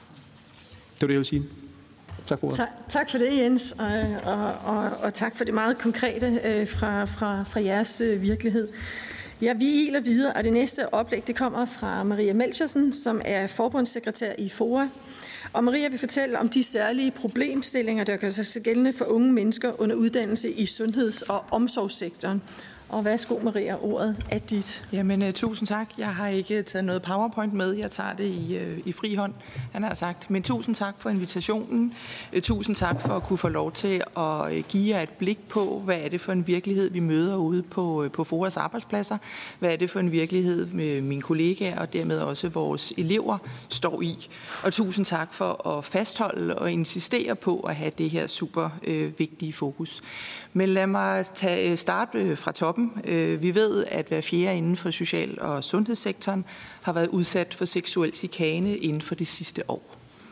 Det var det, jeg ville sige. Tak for ordet. Tak, tak for det, Jens, og, og, og, og tak for det meget konkrete øh, fra, fra, fra jeres øh, virkelighed. Ja, vi iler videre, og det næste oplæg det kommer fra Maria Melchersen, som er forbundssekretær i FOA. Og Maria vil fortælle om de særlige problemstillinger, der gør sig gældende for unge mennesker under uddannelse i sundheds- og omsorgssektoren. Og værsgo, Maria, ordet er dit. Jamen, uh, tusind tak. Jeg har ikke taget noget PowerPoint med. Jeg tager det i, uh, i fri hånd, han har sagt. Men tusind tak for invitationen. Uh, tusind tak for at kunne få lov til at uh, give jer et blik på, hvad er det for en virkelighed, vi møder ude på, uh, på FOAs arbejdspladser. Hvad er det for en virkelighed, med mine kollegaer og dermed også vores elever står i. Og tusind tak for at fastholde og insistere på at have det her super uh, vigtige fokus. Men lad mig tage, starte fra toppen. Vi ved, at hver fjerde inden for social- og sundhedssektoren har været udsat for seksuel chikane inden for det sidste år.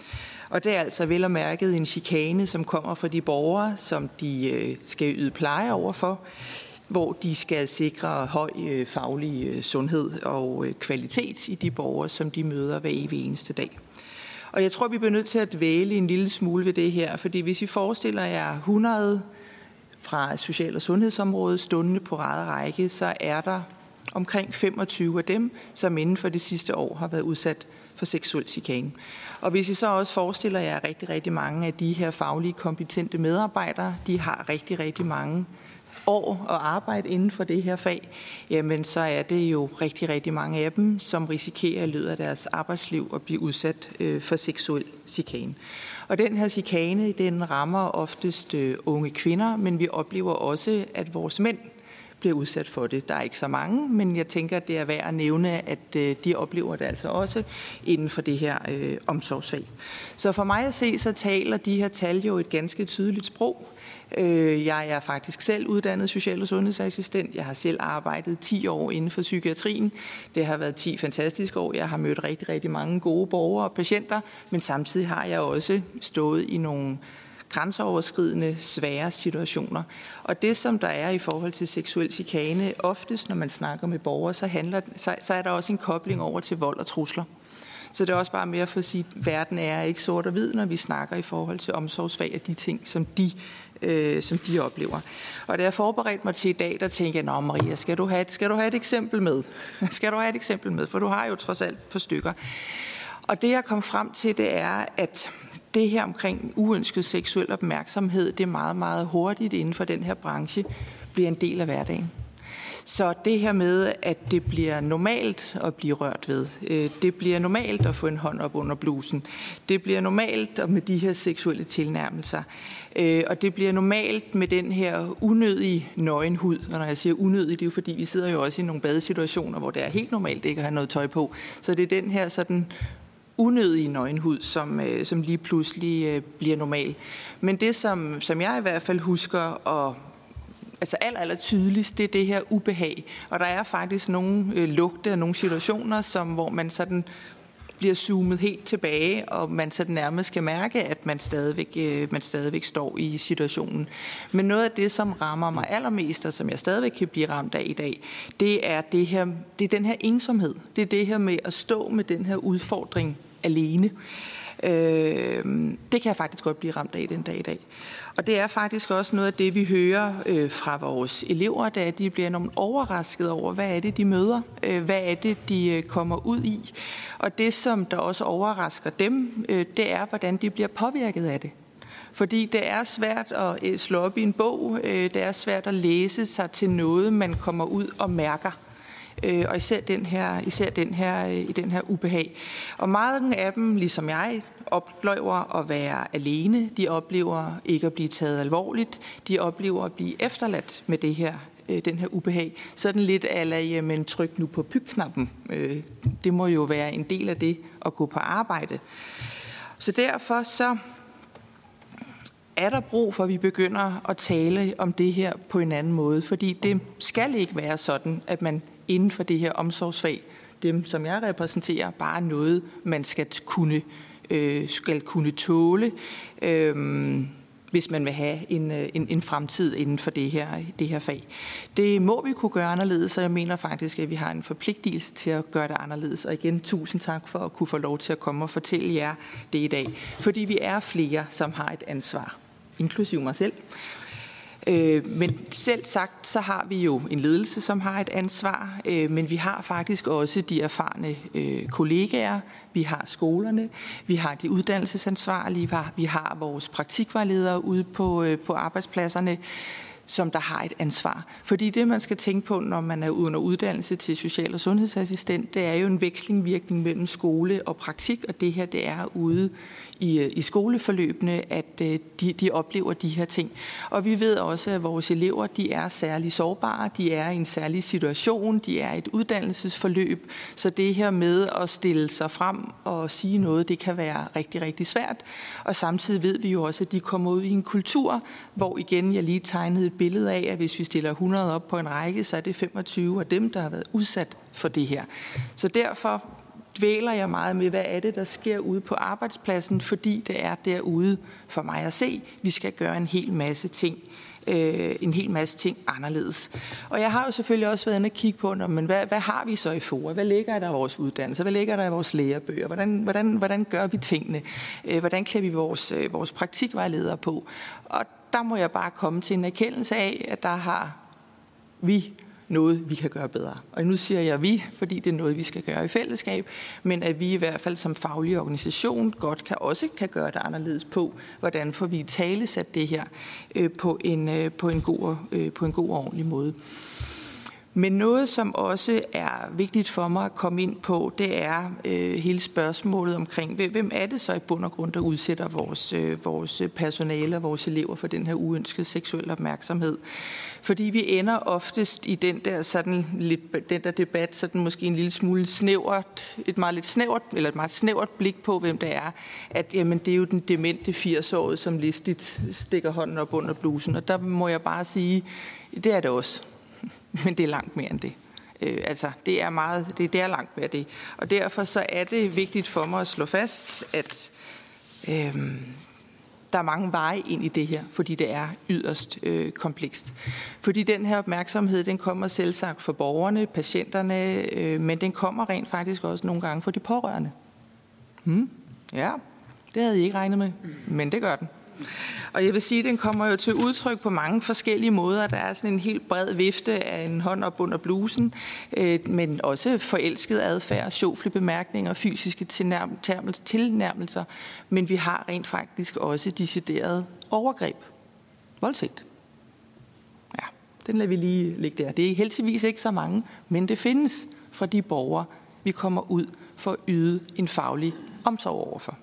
Og det er altså vel og mærket en chikane, som kommer fra de borgere, som de skal yde pleje overfor, hvor de skal sikre høj faglig sundhed og kvalitet i de borgere, som de møder hver evig eneste dag. Og jeg tror, vi bliver nødt til at dvæle en lille smule ved det her, fordi hvis I forestiller jer hundrede fra social- og sundhedsområdet stående på rad række, så er der omkring femogtyve af dem, som inden for det sidste år har været udsat for seksuel chikane. Og hvis I så også forestiller jer rigtig, rigtig mange af de her faglige, kompetente medarbejdere, de har rigtig, rigtig mange år at arbejde inden for det her fag, jamen så er det jo rigtig, rigtig mange af dem, som risikerer i løbet af deres arbejdsliv at blive udsat øh, for seksuel chikane. Og den her chikane, den rammer oftest øh, unge kvinder, men vi oplever også, at vores mænd bliver udsat for det. Der er ikke så mange, men jeg tænker, at det er værd at nævne, at øh, de oplever det altså også inden for det her øh, omsorgsfag. Så for mig at se, så taler de her tal jo et ganske tydeligt sprog. Jeg er faktisk selv uddannet social- og sundhedsassistent. Jeg har selv arbejdet ti år inden for psykiatrien. Det har været ti fantastiske år. Jeg har mødt rigtig, rigtig mange gode borgere og patienter, men samtidig har jeg også stået i nogle grænseoverskridende, svære situationer. Og det, som der er i forhold til seksuel chikane, oftest når man snakker med borgere, så, handler, så, så er der også en kobling over til vold og trusler. Så det er også bare mere for at sige, at verden er ikke sort og hvid, når vi snakker i forhold til omsorgsfag og de ting, som de, øh, som de oplever. Og da jeg forberedte mig til i dag, der tænkte jeg, nå Maria, skal du have et, skal du have et eksempel med? Skal du have et eksempel med? For du har jo trods alt et par stykker. Og det jeg kom frem til, det er, at det her omkring uønsket seksuel opmærksomhed, det er meget, meget hurtigt inden for den her branche, bliver en del af hverdagen. Så det her med, at det bliver normalt at blive rørt ved, det bliver normalt at få en hånd op under blusen, det bliver normalt med de her seksuelle tilnærmelser, og det bliver normalt med den her unødige nøgenhud. Og når jeg siger unødig, det er jo fordi, vi sidder jo også i nogle badesituationer, hvor det er helt normalt ikke at have noget tøj på. Så det er den her sådan unødige nøgenhud, som, som lige pludselig bliver normal. Men det, som, som jeg i hvert fald husker at altså aller, aller tydeligst, det er det her ubehag. Og der er faktisk nogle øh, lugte og nogle situationer, som, hvor man sådan bliver zoomet helt tilbage, og man så nærmest skal mærke, at man stadigvæk, man stadigvæk står i situationen. Men noget af det, som rammer mig allermest, og som jeg stadigvæk kan blive ramt af i dag, det er, det her, det er den her ensomhed. Det er det her med at stå med den her udfordring alene. Øh, det kan jeg faktisk godt blive ramt af den dag i dag. Og det er faktisk også noget af det, vi hører øh, fra vores elever, da de bliver enormt overrasket over, hvad er det, de møder, øh, hvad er det, de øh, kommer ud i. Og det, som der også overrasker dem, øh, det er, hvordan de bliver påvirket af det. Fordi det er svært at slå op i en bog, øh, det er svært at læse sig til noget, man kommer ud og mærker. Øh, og især den her, især den her, øh, i den her ubehag. Og mange af dem, ligesom jeg, oplever at være alene. De oplever ikke at blive taget alvorligt. De oplever at blive efterladt med det her, øh, den her ubehag. Sådan lidt ala, jamen tryk nu på pyg-knappen. Øh, det må jo være en del af det at gå på arbejde. Så derfor så er der brug for, at vi begynder at tale om det her på en anden måde. Fordi det skal ikke være sådan, at man inden for det her omsorgsfag, dem som jeg repræsenterer, bare noget, man skal kunne, øh, skal kunne tåle, øh, hvis man vil have en, en, en fremtid inden for det her, det her fag. Det må vi kunne gøre anderledes, og jeg mener faktisk, at vi har en forpligtelse til at gøre det anderledes. Og igen, tusind tak for at kunne få lov til at komme og fortælle jer det i dag. Fordi vi er flere, som har et ansvar, inklusive mig selv. Men selv sagt, så har vi jo en ledelse, som har et ansvar, men vi har faktisk også de erfarne kollegaer, vi har skolerne, vi har de uddannelsesansvarlige, vi har vores praktikvejledere ude på, på arbejdspladserne, som der har et ansvar. Fordi det, man skal tænke på, når man er under uddannelse til social- og sundhedsassistent, det er jo en vekslingvirkning mellem skole og praktik, og det her, det er ude i, i skoleforløbene, at de, de oplever de her ting. Og vi ved også, at vores elever, de er særlig sårbare, de er i en særlig situation, de er i et uddannelsesforløb, så det her med at stille sig frem og sige noget, det kan være rigtig, rigtig svært. Og samtidig ved vi jo også, at de kommer ud i en kultur, hvor igen, jeg lige tegnede et billede af, at hvis vi stiller hundrede op på en række, så er det femogtyve af dem, der har været udsat for det her. Så derfor dvæler jeg meget med, hvad er det, der sker ude på arbejdspladsen, fordi det er derude for mig at se. Vi skal gøre en hel masse ting, øh, en hel masse ting anderledes. Og jeg har jo selvfølgelig også været inde og kigge på, men hvad, hvad har vi så i FOA? Hvad ligger der i vores uddannelse? Hvad ligger der i vores lærebøger? Hvordan, hvordan, hvordan gør vi tingene? Øh, hvordan klæder vi vores, øh, vores praktikvejledere på? Og der må jeg bare komme til en erkendelse af, at der har vi noget, vi kan gøre bedre. Og nu siger jeg vi, fordi det er noget, vi skal gøre i fællesskab, men at vi i hvert fald som faglig organisation godt kan også kan gøre det anderledes på, hvordan får vi talesat det her øh, på, en, øh, på, en god, øh, på en god og ordentlig måde. Men noget, som også er vigtigt for mig at komme ind på, det er øh, hele spørgsmålet omkring, hvem er det så i bund og grund, der udsætter vores, øh, vores personale og vores elever for den her uønskede seksuel opmærksomhed. Fordi vi ender oftest i den der, sådan lidt, den der debat, sådan måske en lille smule snævert, et meget lidt snævert, eller et meget snævert blik på, hvem det er, at jamen, det er jo den demente firs-årige, som listigt stikker hånden op under blusen. Og der må jeg bare sige, det er det også. Men det er langt mere end det. Øh, altså, det er meget, det, det er langt mere det. Og derfor så er det vigtigt for mig at slå fast, at øh, der er mange veje ind i det her, fordi det er yderst øh, komplekst. Fordi den her opmærksomhed, den kommer selvsagt for borgerne, patienterne, øh, men den kommer rent faktisk også nogle gange for de pårørende. Hmm? Ja, det havde I ikke regnet med, men det gør den. Og jeg vil sige, at den kommer jo til udtryk på mange forskellige måder. Der er sådan en helt bred vifte af en hånd op under blusen, øh, men også forelsket adfærd, sjofle bemærkninger, fysiske tilnærmelser. Men vi har rent faktisk også decideret overgreb. Voldtægt. Ja, den lader vi lige ligge der. Det er heldigvis ikke så mange, men det findes fra de borgere, vi kommer ud for at yde en faglig omsorg overfor.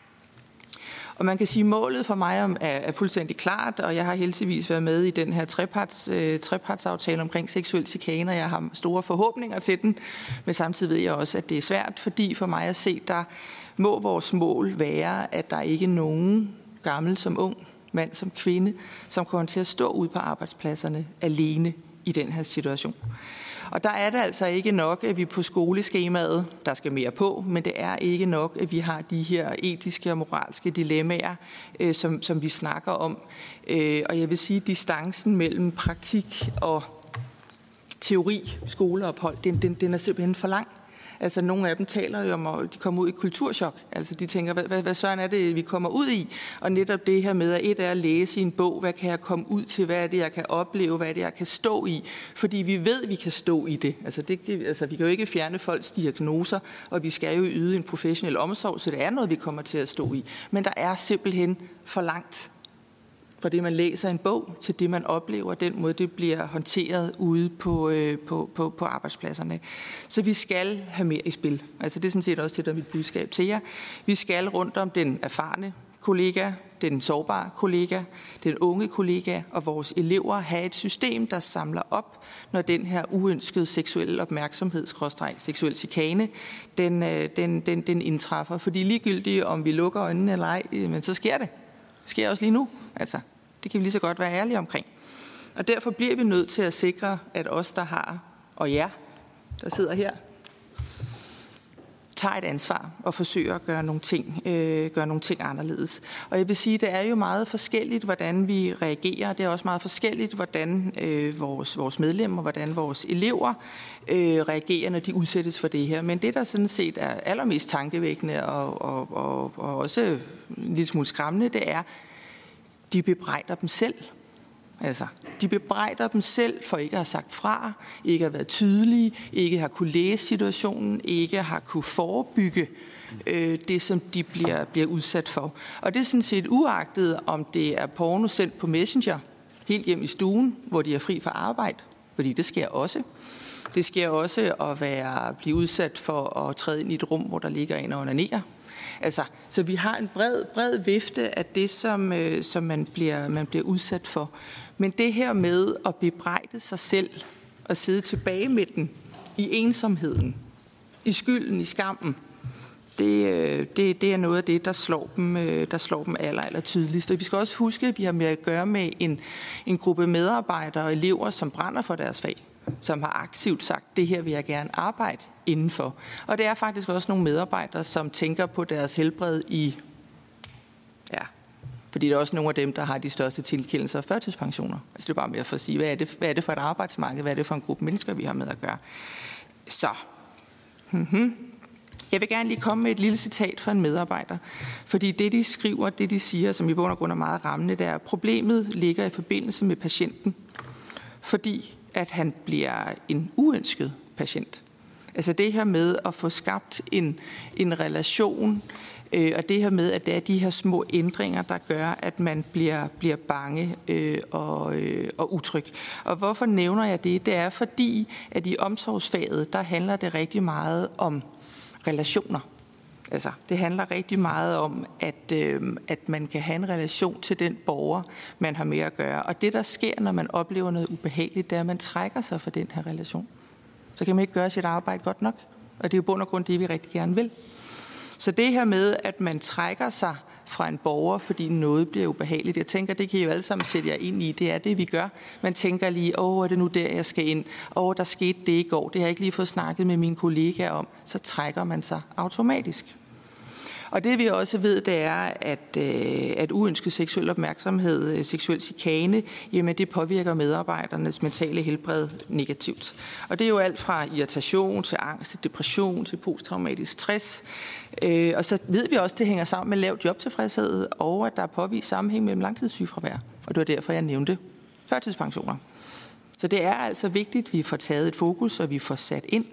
Og man kan sige, at målet for mig er, er fuldstændig klart, og jeg har heldigvis været med i den her treparts, øh, trepartsaftale omkring seksuel chikane, og jeg har store forhåbninger til den, men samtidig ved jeg også, at det er svært, fordi for mig at se, der må vores mål være, at der ikke er nogen gammel som ung, mand som kvinde, som kommer til at stå ude på arbejdspladserne alene i den her situation. Og der er det altså ikke nok, at vi på skoleskemaet, der skal mere på, men det er ikke nok, at vi har de her etiske og moralske dilemmaer, øh, som, som vi snakker om. Øh, og jeg vil sige, at distancen mellem praktik og teori, skoleophold, den, den, den er simpelthen for lang. Altså, nogle af dem taler jo om, at de kommer ud i kulturschok. Altså, de tænker, hvad, hvad, hvad søren er det, vi kommer ud i? Og netop det her med, at et er at læse i en bog, hvad kan jeg komme ud til, hvad er det, jeg kan opleve, hvad er det, jeg kan stå i? Fordi vi ved, at vi kan stå i det. Altså, det, altså vi kan jo ikke fjerne folks diagnoser, og vi skal jo yde en professionel omsorg, så det er noget, vi kommer til at stå i. Men der er simpelthen for langt fra det, man læser en bog, til det, man oplever, den måde, det bliver håndteret ude på, øh, på, på, på arbejdspladserne. Så vi skal have mere i spil. Altså det er sådan set også det, der er mit budskab til jer. Vi skal rundt om den erfarne kollega, den sårbare kollega, den unge kollega og vores elever have et system, der samler op, når den her uønskede seksuelle opmærksomhed, skråstreg, seksuel chikane, den, den, den, den indtræffer. Fordi ligegyldigt, om vi lukker øjnene eller ej, men så sker det. Det sker også lige nu. Altså, det kan vi lige så godt være ærlige omkring. Og derfor bliver vi nødt til at sikre, at os, der har, og jer, der sidder her, tager et ansvar og forsøger at gøre nogle ting, øh, gøre nogle ting anderledes. Og jeg vil sige, det er jo meget forskelligt, hvordan vi reagerer. Det er også meget forskelligt, hvordan øh, vores, vores medlemmer, hvordan vores elever øh, reagerer, når de udsættes for det her. Men det, der sådan set er allermest tankevækkende og, og, og, og også en lille smule skræmmende, det er, de bebrejder dem selv. Altså, de bebrejder dem selv for ikke at have sagt fra, ikke at have været tydelige, ikke har kunne læse situationen, ikke har kunne forebygge øh, det, som de bliver, bliver udsat for. Og det er sådan set uagtet, om det er porno sendt på Messenger, helt hjem i stuen, hvor de er fri fra arbejde, fordi det sker også. Det sker også at være, blive udsat for at træde ind i et rum, hvor der ligger en og onanerer. Altså, så vi har en bred, bred vifte af det, som, øh, som man, bliver, man bliver udsat for. Men det her med at bebrejde sig selv og sidde tilbage med den i ensomheden, i skylden, i skammen, det, det, det er noget af det, der slår dem, der slår dem aller, aller tydeligst. Og vi skal også huske, at vi har med at gøre med en, en gruppe medarbejdere og elever, som brænder for deres fag, som har aktivt sagt, det her vil jeg gerne arbejde indenfor. Og det er faktisk også nogle medarbejdere, som tænker på deres helbred i, ja, fordi det er også nogle af dem, der har de største tilkendelser og førtidspensioner. Altså det er bare mere for at sige, hvad er det, hvad er det for et arbejdsmarked, hvad er det for en gruppe mennesker, vi har med at gøre. Så, mm-hmm. Jeg vil gerne lige komme med et lille citat fra en medarbejder, fordi det, de skriver, det de siger, som i bund og grund er meget rammende, det er, at problemet ligger i forbindelse med patienten, fordi at han bliver en uønsket patient. Altså det her med at få skabt en, en relation, øh, og det her med, at det er de her små ændringer, der gør, at man bliver, bliver bange øh, og, øh, og utryg. Og hvorfor nævner jeg det? Det er fordi, at i omsorgsfaget, der handler det rigtig meget om relationer. Altså, det handler rigtig meget om, at, øh, at man kan have en relation til den borger, man har med at gøre. Og det, der sker, når man oplever noget ubehageligt, det er, at man trækker sig fra den her relation. Så kan man ikke gøre sit arbejde godt nok. Og det er jo bund og grund det, vi rigtig gerne vil. Så det her med, at man trækker sig fra en borger, fordi noget bliver ubehageligt. Jeg tænker, det kan I jo alle sammen sætte jer ind i. Det er det, vi gør. Man tænker lige, åh, er det nu der, jeg skal ind? Åh, der skete det i går. Det har jeg ikke lige fået snakket med mine kollegaer om. Så trækker man sig automatisk. Og det vi også ved, det er, at, at uønsket seksuel opmærksomhed, seksuel chikane, jamen det påvirker medarbejdernes mentale helbred negativt. Og det er jo alt fra irritation til angst, til depression, til posttraumatisk stress. Og så ved vi også, at det hænger sammen med lav jobtilfredshed, og at der er påvist sammenhæng mellem langtidssygefravær. Og det var derfor, jeg nævnte førtidspensioner. Så det er altså vigtigt, at vi får taget et fokus, og vi får sat ind.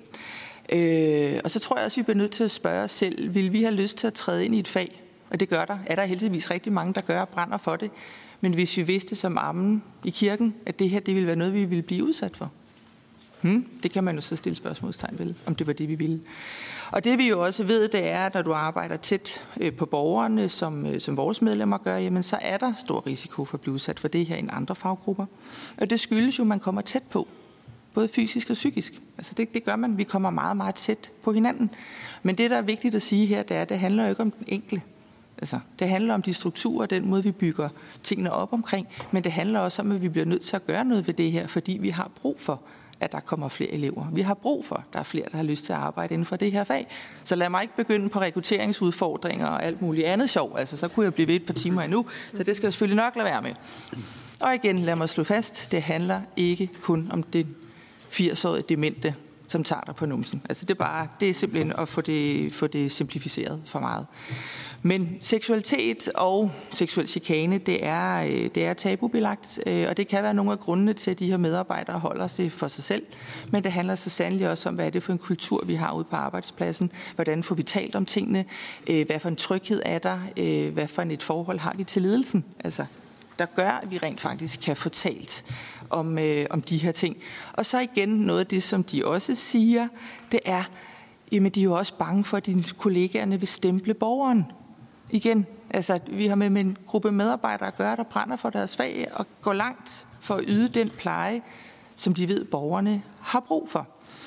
Øh, og så tror jeg også, vi bliver nødt til at spørge os selv, vil vi have lyst til at træde ind i et fag? Og det gør der. Er der heldigvis rigtig mange, der gør og brænder for det. Men hvis vi vidste som ammen i kirken, at det her det ville være noget, vi ville blive udsat for. Hmm? Det kan man jo så stille spørgsmålstegn ved, om det var det, vi ville. Og det vi jo også ved, det er, at når du arbejder tæt på borgerne, som, som vores medlemmer gør, jamen så er der stor risiko for at blive udsat for det her end andre faggrupper. Og det skyldes jo, at man kommer tæt på. Både fysisk og psykisk. Altså det, det gør man. Vi kommer meget, meget tæt på hinanden. Men det, der er vigtigt at sige her, det er, at det handler jo ikke om den enkelte. Altså, det handler om de strukturer, den måde, vi bygger tingene op omkring. Men det handler også om, at vi bliver nødt til at gøre noget ved det her, fordi vi har brug for, at der kommer flere elever. Vi har brug for, at der er flere, der har lyst til at arbejde inden for det her fag. Så lad mig ikke begynde på rekrutteringsudfordringer og alt muligt andet sjov. Altså, så kunne jeg blive ved et par timer endnu, så det skal jeg selvfølgelig nok lade være med. Og igen, lad mig slå fast, det handler ikke kun om det firs-årige demente, som tager dig på numsen. Altså det er bare, det er simpelthen at få det, få det simplificeret for meget. Men seksualitet og seksuel chikane, det er, det er tabubelagt, og det kan være nogle af grundene til, at de her medarbejdere holder sig for sig selv. Men det handler så sandelig også om, hvad er det for en kultur, vi har ude på arbejdspladsen? Hvordan får vi talt om tingene? Hvad for en tryghed er der? Hvad for et forhold har vi til ledelsen? Altså, der gør, at vi rent faktisk kan få talt om, øh, om de her ting. Og så igen noget af det, som de også siger, det er, jamen de er jo også bange for, at dine kollegaerne vil stemple borgeren. Igen, altså vi har med, med en gruppe medarbejdere at gøre, der brænder for deres fag og går langt for at yde den pleje, som de ved, borgerne har brug for.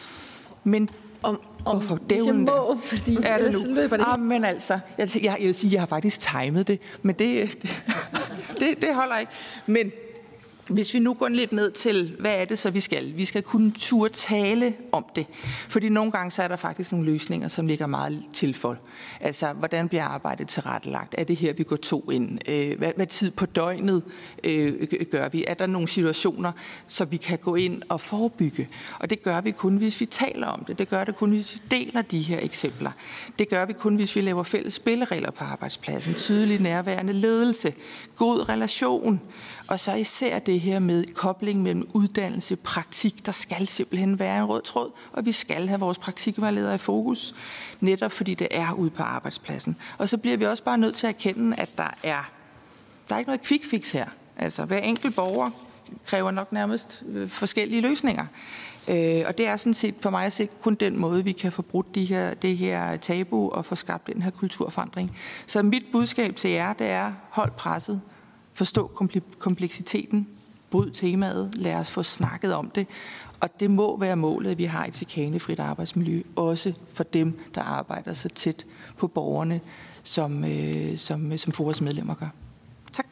Men om, om hvorfor dævlen må, fordi er det nu? Løber det. Ah, men altså, jeg, jeg, jeg vil sige, jeg har faktisk timet det, men det, det, det holder ikke. Men hvis vi nu går lidt ned til, hvad er det så, vi skal? Vi skal kunne turde tale om det. Fordi nogle gange så er der faktisk nogle løsninger, som ligger meget til for. Altså, hvordan bliver arbejdet tilrettelagt? Er det her, vi går to ind? Hvad, hvad tid på døgnet øh, gør vi? Er der nogle situationer, så vi kan gå ind og forebygge? Og det gør vi kun, hvis vi taler om det. Det gør det kun, hvis vi deler de her eksempler. Det gør vi kun, hvis vi laver fælles spilleregler på arbejdspladsen. Tydelig nærværende ledelse. God relation. Og så især det her med kobling mellem uddannelse og praktik. Der skal simpelthen være en rød tråd, og vi skal have vores praktikvejledere i fokus, netop fordi det er ude på arbejdspladsen. Og så bliver vi også bare nødt til at erkende, at der er, der er ikke noget quick fix her. Altså hver enkelt borger kræver nok nærmest forskellige løsninger. Øh, og det er sådan set for mig at se kun den måde, vi kan få brudt de her, det her tabu og få skabt den her kulturforandring. Så mit budskab til jer, det er hold presset. Forstå kompleksiteten, bryd temaet, lad os få snakket om det. Og det må være målet, at vi har et chikanefrit arbejdsmiljø, også for dem, der arbejder så tæt på borgerne, som, øh, som, som F O A's medlemmer gør. Tak.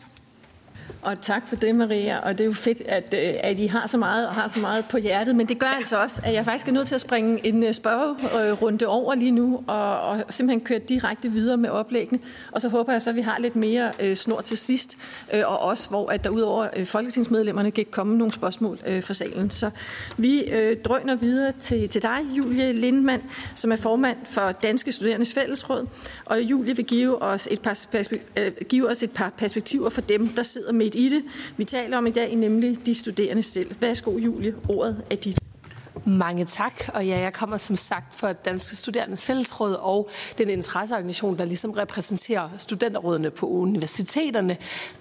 Og tak for det, Maria. Og det er jo fedt, at, at I har så meget og har så meget på hjertet. Men det gør altså også, at jeg faktisk er nødt til at springe en spørgerunde over lige nu, og, og simpelthen køre direkte videre med oplæggene. Og så håber jeg så, at vi har lidt mere øh, snor til sidst, øh, og også hvor at der udover øh, folketingsmedlemmerne kan komme nogle spørgsmål øh, fra salen. Så vi øh, drøner videre til, til dig, Julie Lindmann, som er formand for Danske Studerendes Fællesråd. Og Julie vil give os et par, øh, give os et par perspektiver for dem, der sidder med i det. Vi taler om i dag nemlig de studerende selv. Værsgo, Julie, ordet er dit. Mange tak, og ja, jeg kommer som sagt fra Danske Studerendes Fællesråd og den interesseorganisation, der ligesom repræsenterer studenterrådene på universiteterne,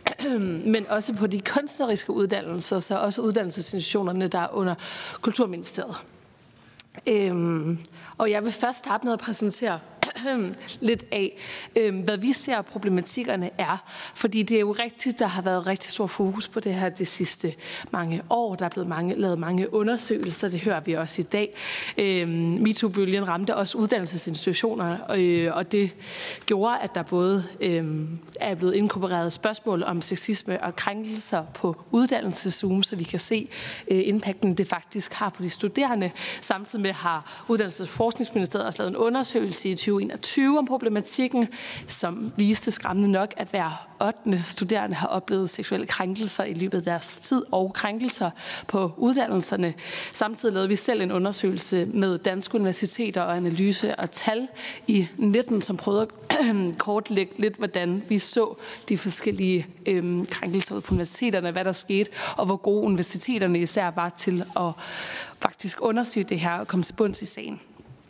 men også på de kunstneriske uddannelser, så også uddannelsesinstitutionerne, der er under Kulturministeriet. Øhm, og jeg vil først starte med at præsentere lidt af, øh, hvad vi ser problematikkerne er. Fordi det er jo rigtigt, der har været rigtig stor fokus på det her de sidste mange år. Der er blevet mange, lavet mange undersøgelser, det hører vi også i dag. Øh, MeToo-bølgen ramte også uddannelsesinstitutioner, øh, og det gjorde, at der både øh, er blevet inkorporeret spørgsmål om sexisme og krænkelser på uddannelseszoom, så vi kan se øh, impacten, det faktisk har på de studerende. Samtidig med har Uddannelses- og Forskningsministeriet også lavet en undersøgelse i tyve enogtyve om problematikken, som viste skræmmende nok, at hver ottende studerende har oplevet seksuelle krænkelser i løbet af deres tid og krænkelser på uddannelserne. Samtidig lavede vi selv en undersøgelse med danske universiteter og analyse og tal i nitten, som prøvede at kortlægge lidt, hvordan vi så de forskellige øhm, krænkelser på universiteterne, hvad der skete, og hvor gode universiteterne især var til at faktisk undersøge det her og komme til bunds i sagen.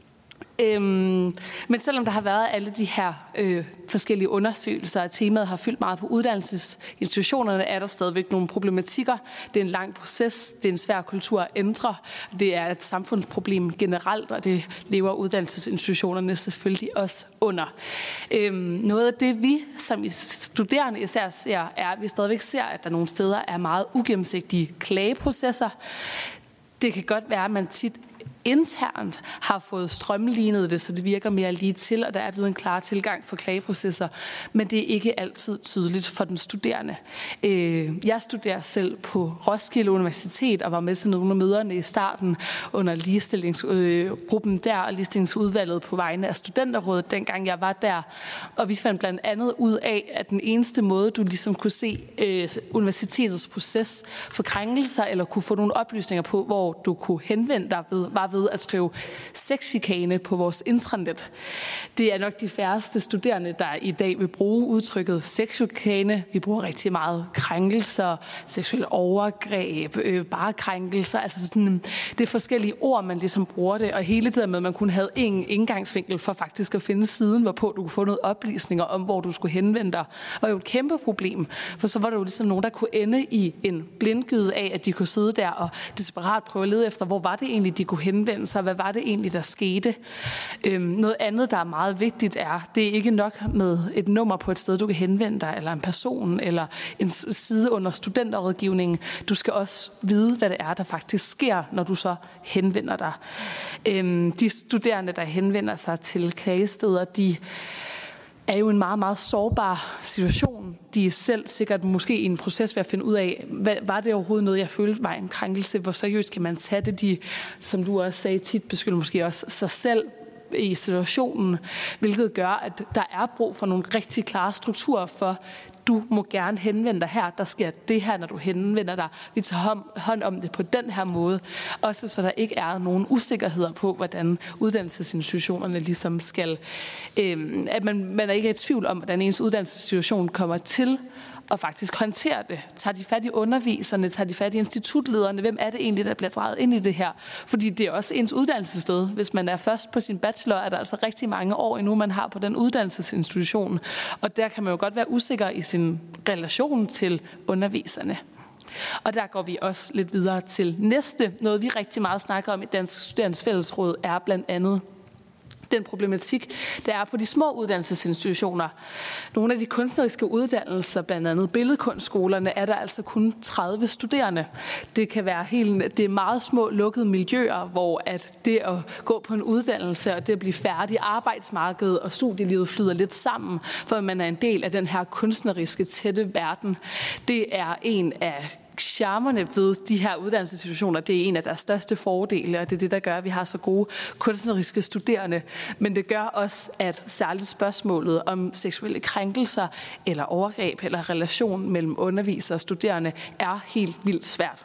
Øhm, men selvom der har været alle de her øh, forskellige undersøgelser, og temaet har fyldt meget på uddannelsesinstitutionerne, er der stadigvæk nogle problematikker. Det er en lang proces, det er en svær kultur at ændre, det er et samfundsproblem generelt, og det lever uddannelsesinstitutionerne selvfølgelig også under. Øhm, noget af det, vi som studerende især ser, er, at vi stadigvæk ser, at der nogle steder er meget ugennemsigtige klageprocesser. Det kan godt være, at man tit internt har fået strømlignet det, så det virker mere lige til, og der er blevet en klar tilgang for klageprocesser, men det er ikke altid tydeligt for den studerende. Jeg studerer selv på Roskilde Universitet og var med til nogle af møderne i starten under ligestillingsgruppen der og ligestillingsudvalget på vegne af studenterrådet, dengang jeg var der. Og vi fandt blandt andet ud af, at den eneste måde, du ligesom kunne se øh, universitetets proces for krænkelser, eller kunne få nogle oplysninger på, hvor du kunne henvende dig ved, var ved at skrive sexchikane på vores intranet. Det er nok de færreste studerende, der i dag vil bruge udtrykket sexchikane. Vi bruger rigtig meget krænkelser, seksuelle overgreb, øh, bare krænkelser. Altså sådan, det er forskellige ord, man ligesom bruger det, og hele det med, at man kun havde en indgangsvinkel for faktisk at finde siden, hvorpå du kunne få noget oplysninger om, hvor du skulle henvende dig, var jo et kæmpe problem. For så var der jo ligesom nogen, der kunne ende i en blindgyde af, at de kunne sidde der og desperat prøve at lede efter, hvor var det egentlig, de kunne henvende sig, hvad var det egentlig, der skete. Øhm, noget andet, der er meget vigtigt, er, det er ikke nok med et nummer på et sted, du kan henvende dig, eller en person, eller en side under studenterrådgivningen. Du skal også vide, hvad det er, der faktisk sker, når du så henvender dig. Øhm, de studerende, der henvender sig til klagesteder, de er jo en meget, meget sårbar situation. De er selv sikkert måske i en proces ved at finde ud af, hvad, var det overhovedet noget, jeg følte var en krænkelse? Hvor seriøst kan man tage det? De, som du også sagde tit, beskylder måske også sig selv i situationen, hvilket gør, at der er brug for nogle rigtig klare strukturer for, du må gerne henvende dig her, der sker det her, når du henvender dig. Vi tager hånd om det på den her måde, også så der ikke er nogen usikkerheder på, hvordan uddannelsesinstitutionerne ligesom skal, øh, at man, man er ikke i tvivl om, hvordan ens uddannelsesinstitution kommer til og faktisk håndtere det. Tager de fat i underviserne, tager de fat i institutlederne, hvem er det egentlig, der bliver drejet ind i det her? Fordi det er også ens uddannelsessted. Hvis man er først på sin bachelor, er der altså rigtig mange år endnu, man har på den uddannelsesinstitution. Og der kan man jo godt være usikker i sin relation til underviserne. Og der går vi også lidt videre til næste. Noget vi rigtig meget snakker om i Dansk Studerendes Fællesråd er blandt andet den problematik, der er på de små uddannelsesinstitutioner. Nogle af de kunstneriske uddannelser, blandt andet billedkunstskolerne, er der altså kun tredive studerende. Det kan være helt, det er meget små lukkede miljøer, hvor at det at gå på en uddannelse og det at blive færdig, arbejdsmarkedet og studielivet flyder lidt sammen, for man er en del af den her kunstneriske tætte verden. Det er en af charmerne ved de her uddannelsesinstitutioner, det er en af deres største fordele, og det er det, der gør, at vi har så gode kunstneriske studerende. Men det gør også, at særligt spørgsmålet om seksuelle krænkelser eller overgreb eller relation mellem undervisere og studerende er helt vildt svært.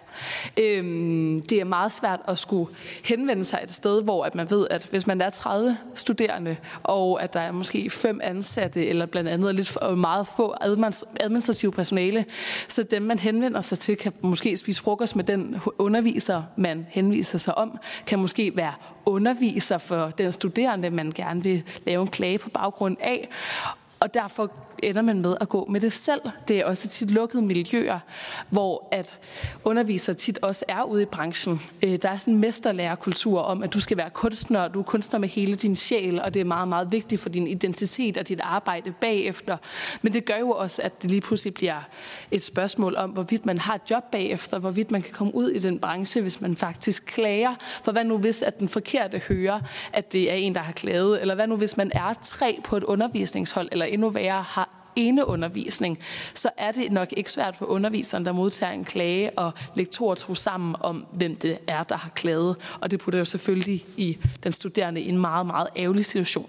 Øhm, det er meget svært at skulle henvende sig et sted, hvor at man ved, at hvis man er tredive studerende, og at der er måske fem ansatte, eller blandt andet lidt for, meget få administrative personale, så dem, man henvender sig til, kan måske spise frokost med den underviser, man henviser sig om, kan måske være underviser for den studerende, man gerne vil lave en klage på baggrund af. Og derfor ender man med at gå med det selv. Det er også tit lukkede miljøer, hvor at undervisere tit også er ude i branchen. Der er sådan en mesterlærerkultur om, at du skal være kunstner, og du er kunstner med hele din sjæl, og det er meget, meget vigtigt for din identitet og dit arbejde bagefter. Men det gør jo også, at det lige pludselig bliver et spørgsmål om, hvorvidt man har et job bagefter, hvorvidt man kan komme ud i den branche, hvis man faktisk klager. For hvad nu hvis, at den forkerte hører, at det er en, der har klaget? Eller hvad nu hvis man er tre på et undervisningshold, eller endnu værre har ene undervisning, så er det nok ikke svært for underviseren, der modtager en klage, og lektorer tro sammen om, hvem det er, der har klaget. Og det putter jo selvfølgelig i den studerende i en meget, meget ærgerlig situation.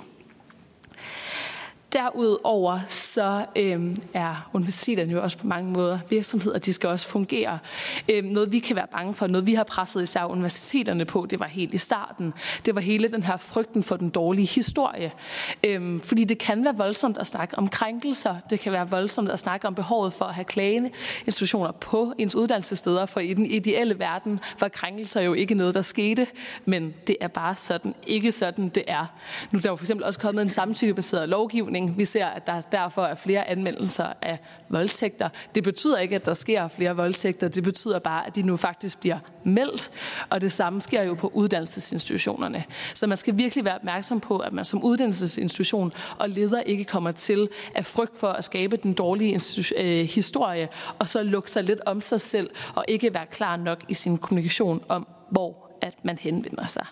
Derudover så øhm, er universiteterne jo også på mange måder virksomheder, de skal også fungere. Øhm, noget vi kan være bange for, noget vi har presset især universiteterne på, det var helt i starten. Det var hele den her frygten for den dårlige historie. Øhm, fordi det kan være voldsomt at snakke om krænkelser. Det kan være voldsomt at snakke om behovet for at have klageinstitutioner på ens uddannelsessteder. For i den ideelle verden var krænkelser jo ikke noget, der skete, men det er bare sådan, ikke sådan det er. Nu er der jo for eksempel også kommet en samtykkebaseret lovgivning. Vi ser, at der derfor er flere anmeldelser af voldtægter. Det betyder ikke, at der sker flere voldtægter. Det betyder bare, at de nu faktisk bliver meldt. Og det samme sker jo på uddannelsesinstitutionerne. Så man skal virkelig være opmærksom på, at man som uddannelsesinstitution og leder ikke kommer til at frygte for at skabe den dårlige øh, historie, og så lukke sig lidt om sig selv, og ikke være klar nok i sin kommunikation om, hvor at man henvender sig.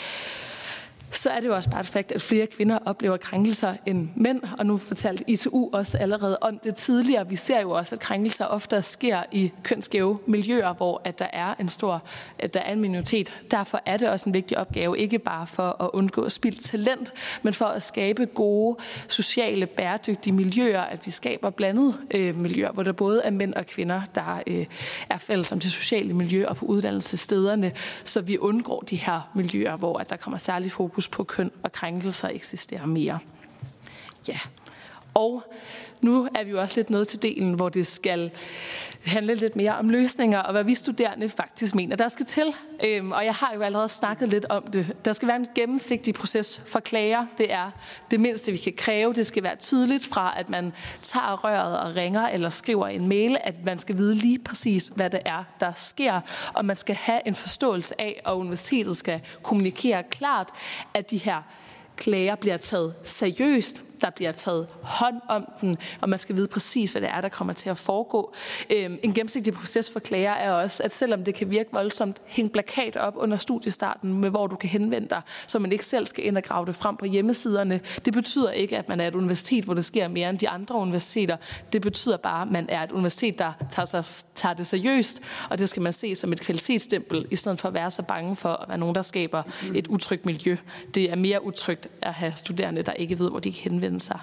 Så er det jo også bare et fakt, at flere kvinder oplever krænkelser end mænd, og nu fortalte I T U også allerede om det tidligere. Vi ser jo også, at krænkelser ofte sker i kønsskæve miljøer, hvor at der er en stor, at der er en minoritet. Derfor er det også en vigtig opgave, ikke bare for at undgå spildt talent, men for at skabe gode, sociale, bæredygtige miljøer, at vi skaber blandede øh, miljøer, hvor der både er mænd og kvinder, der øh, er fælles om det sociale miljø og på uddannelsesstederne, så vi undgår de her miljøer, hvor at der kommer særlig fokus på køn og krænkelser eksisterer mere. Ja, og nu er vi jo også lidt nået til delen, hvor det skal handle lidt mere om løsninger, og hvad vi studerende faktisk mener, der skal til. Øhm, og jeg har jo allerede snakket lidt om det. Der skal være en gennemsigtig proces for klager. Det er det mindste, vi kan kræve. Det skal være tydeligt fra, at man tager røret og ringer eller skriver en mail, at man skal vide lige præcis, hvad det er, der sker. Og man skal have en forståelse af, og universitetet skal kommunikere klart, at de her klager bliver taget seriøst, der bliver taget hånd om den, og man skal vide præcis, hvad det er, der kommer til at foregå. Øhm, en gennemsigtig proces for klager er også, at selvom det kan virke voldsomt, hæng plakat op under studiestarten, med hvor du kan henvende dig, så man ikke selv skal ind og grave det frem på hjemmesiderne. Det betyder ikke, at man er et universitet, hvor det sker mere end de andre universiteter. Det betyder bare, at man er et universitet, der tager, sig, tager det seriøst, og det skal man se som et kvalitetsstempel, i stedet for at være så bange for at være nogen, der skaber et utrygt miljø. Det er mere utrygt at have studerende, der ikke ved, hvor de kan henvende sig.